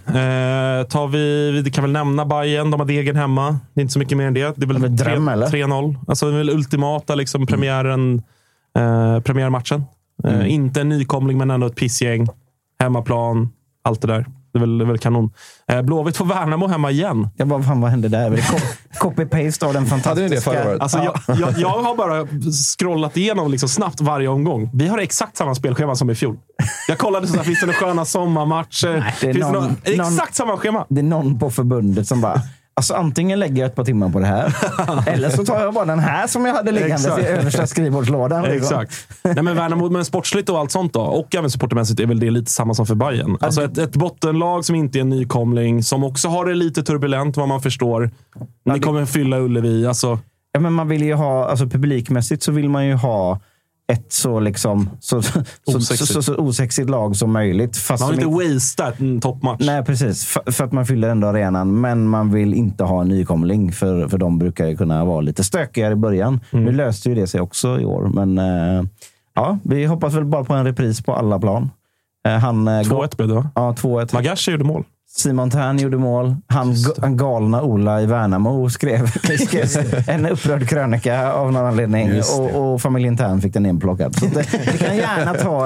Vi kan väl nämna Bajen. De har Degen hemma. Det är inte så mycket mer än det. Det är väl 3-0. Alltså det är väl ultimata liksom, premiärmatchen. Inte en nykomling men ändå ett pissgäng. Hemmaplan. Allt det där. Det är väl kanon. Blåvitt får Värnamo hemma igen. Ja, vad hände där? Copy-paste av den fantastiska... Alltså, jag har bara scrollat igenom liksom snabbt varje omgång. Vi har exakt samma spelschema som i fjol. Jag kollade så här, finns det några sköna sommarmatcher? Exakt samma schema. Det är någon på förbundet som bara... Alltså antingen lägger jag ett par timmar på det här eller så tar jag bara den här som jag hade liggande i översta skrivbordslådan. Exakt. Nej, men Värnamo, men sportsligt och allt sånt då. Och även supportermässigt är väl det lite samma som för Bajen. Alltså ett bottenlag som inte är en nykomling, som också har det lite turbulent vad man förstår. Ni kommer fylla Ullevi. Alltså. Ja, men man vill ju ha, alltså publikmässigt så vill man ju ha ett så liksom så osexigt lag som möjligt. Fast man vill inte wastea en toppmatch. Nej, precis. För att man fyller ändå arenan. Men man vill inte ha en nykomling. För de brukar ju kunna vara lite stökigare i början. Nu löste ju det sig också i år. Men ja, vi hoppas väl bara på en repris på alla plan. 2-1 blev det, va? Ja, 2-1. Magashi gjorde mål. Simon Tern gjorde mål. Han galna Ola i Värnamo skrev en upprörd krönika av någon anledning. Och familjen Tern fick den inplockad. Så vi kan gärna ta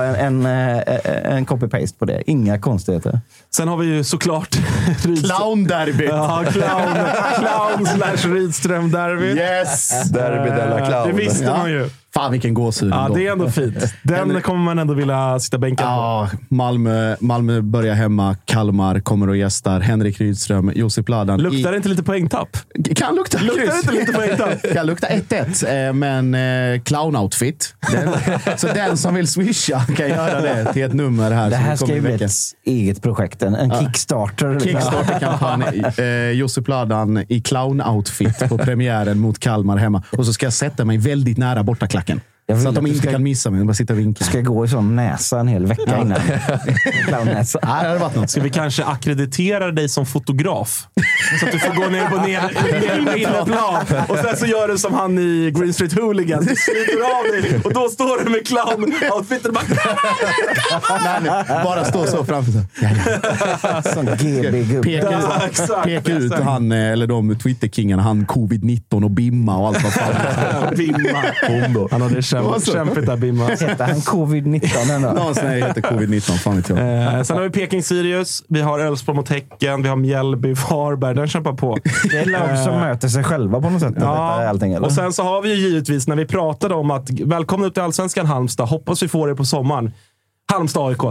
en copy-paste på det. Inga konstigheter. Sen har vi ju såklart Clown-derbyt. Ja, clown/Rydström-derby. Yes! Derby della clown. Det visste man ju. Fan, vilken gåshud. Ja, det är ändå fint. Den kommer man ändå vilja sitta bänkad på. Malmö börjar hemma. Kalmar kommer och gästar. Henrik Rydström, Josip Ladan. Luktar det inte lite poängtapp? Kan lukta. Luktar inte lite poängtapp? Kan lukta 1-1. Men clown-outfit. Så den som vill swisha kan göra det till ett nummer här. Det här ska ju bli ett eget projekt. En Kickstarter. Kickstarter-kampanj. Josip Ladan i clown-outfit på premiären mot Kalmar hemma. Och så ska jag sätta mig väldigt nära bortaklacken. Så att de inte kan missa mig. Bara sitta och vinka. Ska jag gå i sån näsa en hel vecka innan? Clownnäsa. Nej, det hade varit något. Ska vi kanske akkreditera dig som fotograf? Så att du får gå ner på innerplan. Och sen så gör du som han i Green Street Hooligans. Du sliter av dig och då står du med clown-outfiten och bara stå så framför sig. Sån GB-gubbe. Peka ut han, eller de Twitter-kingarna, han covid-19 och Bimma och allt vad fan. Bimma. Han hade kämpigt där, Bimma. Heter han covid-19 ändå? Någonsin heter covid-19, fan vet jag. Sen har vi Peking-Sirius, vi har Elfsborg mot Häcken, vi har Mjällby, Varberg, den kämpar på. Det är lag som möter sig själva på något sätt. Ja, allting, eller? Och sen så har vi ju givetvis, när vi pratade om att välkomna upp till Allsvenskan Halmstad, hoppas vi får det på sommaren. Halmstad AIK.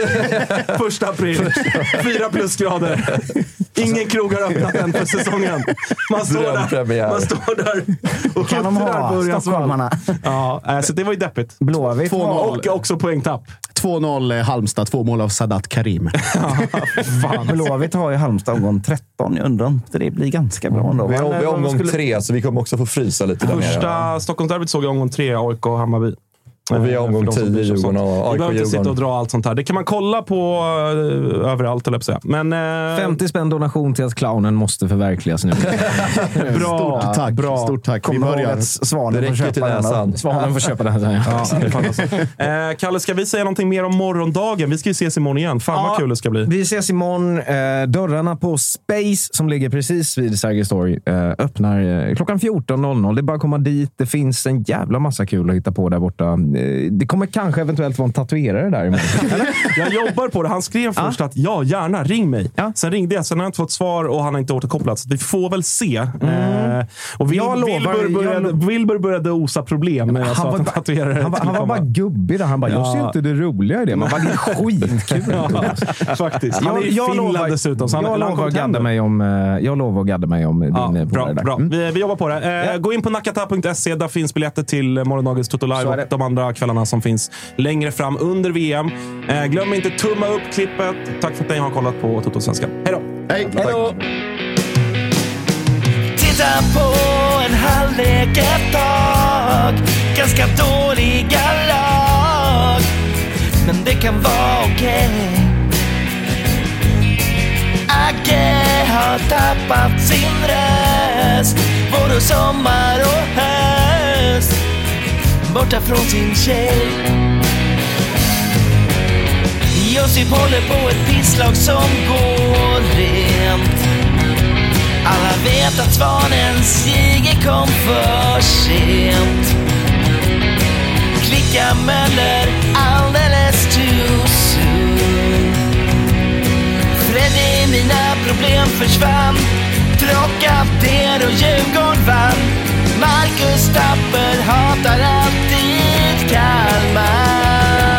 1 april. 4 plusgrader. Ingen krog har öppnat än för säsongen. Man står där och kan de ha stockholmarna? Ja, så det var ju deppigt. Blåvitt. Och också poängtapp. 2-0 Halmstad, 2 mål av Sadat Karim. Blåvitt har ju Halmstad omgång 13. Jag undrar om det blir ganska bra ändå. Vi har omgång 3, så vi kommer också få frysa lite där nere. Första Stockholmsderbyt såg jag omgång 3, AIK och Hammarby. Och vi har omgång 10 i Djurgården och AIK. Vi behöver inte sitta och dra allt sånt här. Det kan man kolla på överallt, eller säga. Men 50 spänn donation till att clownen måste förverkligas nu. Bra. Stort tack. Bra. Stort tack. Vi börjar. Svanen får köpa den. Svanen får köpa den. Kalle, ska vi säga någonting mer om morgondagen? Vi ska ju ses imorgon igen. Fan vad kul det ska bli. Vi ses imorgon. Dörrarna på Space, som ligger precis vid Sergels torg, öppnar klockan 14.00. Det är bara att komma dit. Det finns en jävla massa kul att hitta på där borta. Det kommer kanske eventuellt vara en tatuerare där. Jag jobbar på det. Han skrev först att gärna, ring mig. Sen ringde jag, sen har jag inte fått svar och han har inte återkopplats. Vi får väl se. Och Wilbur började osa problem när jag sa att en tatuerare han var bara gubbig där. Han bara, jag ser inte det roliga i det. Man bara, det är skitkul. Faktiskt. Han är i Finland dessutom. Jag lovar att gadda mig om din bra. Vi jobbar på det. Gå in på nakata.se. Där finns biljetter till morgondagens Toto Live och de andra kvällarna som finns längre fram under VM. Glöm inte tumma upp klippet. Tack för att ni har kollat på Toto Svenskan. Hej då! Hej då! Titta på en halvlek ett tag. Ganska dåliga lag, men det kan vara okej. Agge har tappat sin röst. Både sommar och höst, borta från sin tjej. Josip håller på ett pisslag som går rent. Alla vet att Svanens Sige kom för sent. Klicka Möller alldeles too soon. Freddy, mina problem försvann. Tråkabder och Djurgården vann. Marcus Tapper hatar alltid Kalmar.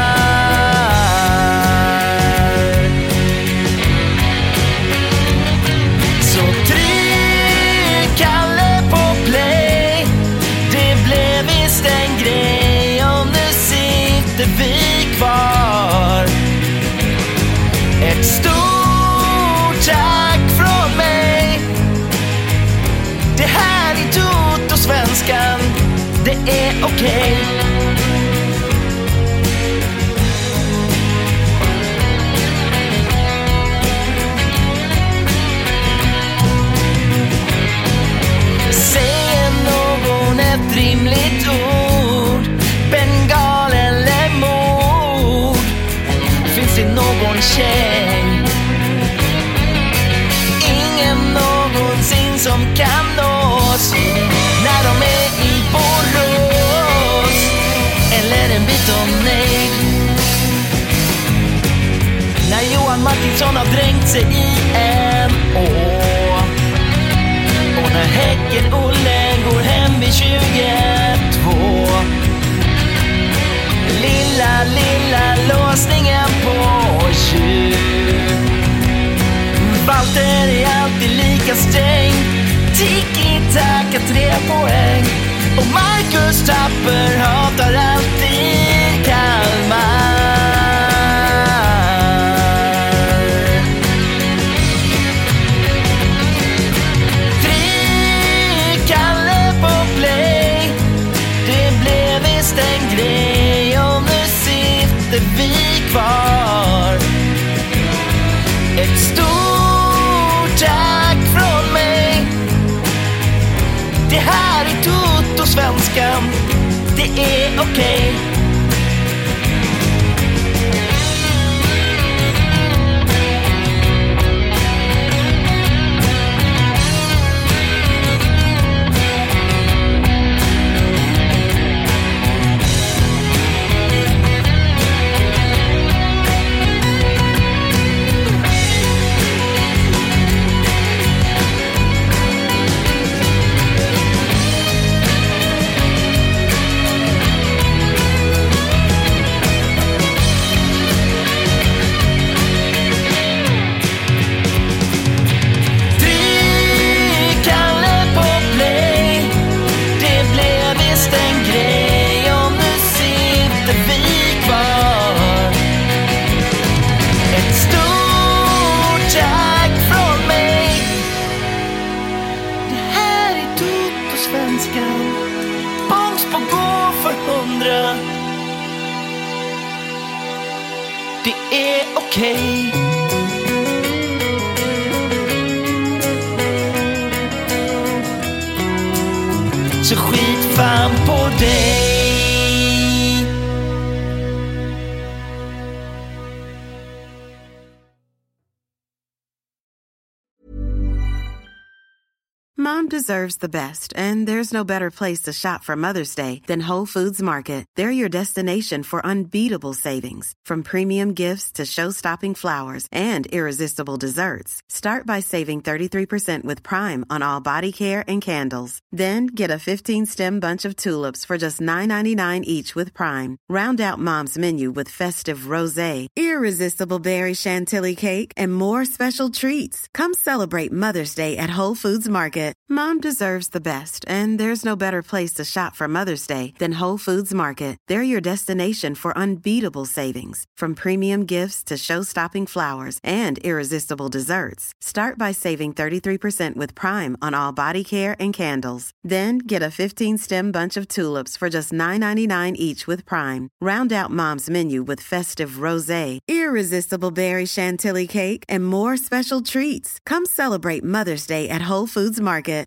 Så tryck Kalle på play. Det blev visst en grej. Och nu sitter vi kvar. Ett stort tack från mig. Det här är Toto Svenskan. Det är okej. Säger någon ett rimligt ord? Bengal eller mord? Finns det någon tjej? Ingen någonsin som kan nås när de är i Borås, eller en bit om nej. När Johan Martinsson har drängt sig i en å, och när Häcken-Olle går hem vid 22. Lilla låsningen på 20. Walter är alltid lika sträng. Tiki-taka 3 poäng. Och Marcus Tapper hatar alltid Kalmar. Tryck Kalle på play. Det blev visst en det är okej. Det är okej. Så skit fan på dig. Mom deserves the best, and there's no better place to shop for Mother's Day than Whole Foods Market. They're your destination for unbeatable savings, from premium gifts to show-stopping flowers and irresistible desserts. Start by saving 33% with Prime on all body care and candles. Then get a 15-stem bunch of tulips for just $9.99 each with Prime. Round out Mom's menu with festive rosé, irresistible berry chantilly cake, and more special treats. Come celebrate Mother's Day at Whole Foods Market. Mom deserves the best, and there's no better place to shop for Mother's Day than Whole Foods Market. They're your destination for unbeatable savings, from premium gifts to show-stopping flowers and irresistible desserts. Start by saving 33% with Prime on all body care and candles. Then get a 15-stem bunch of tulips for just $9.99 each with Prime. Round out Mom's menu with festive rosé, irresistible berry chantilly cake, and more special treats. Come celebrate Mother's Day at Whole Foods Market.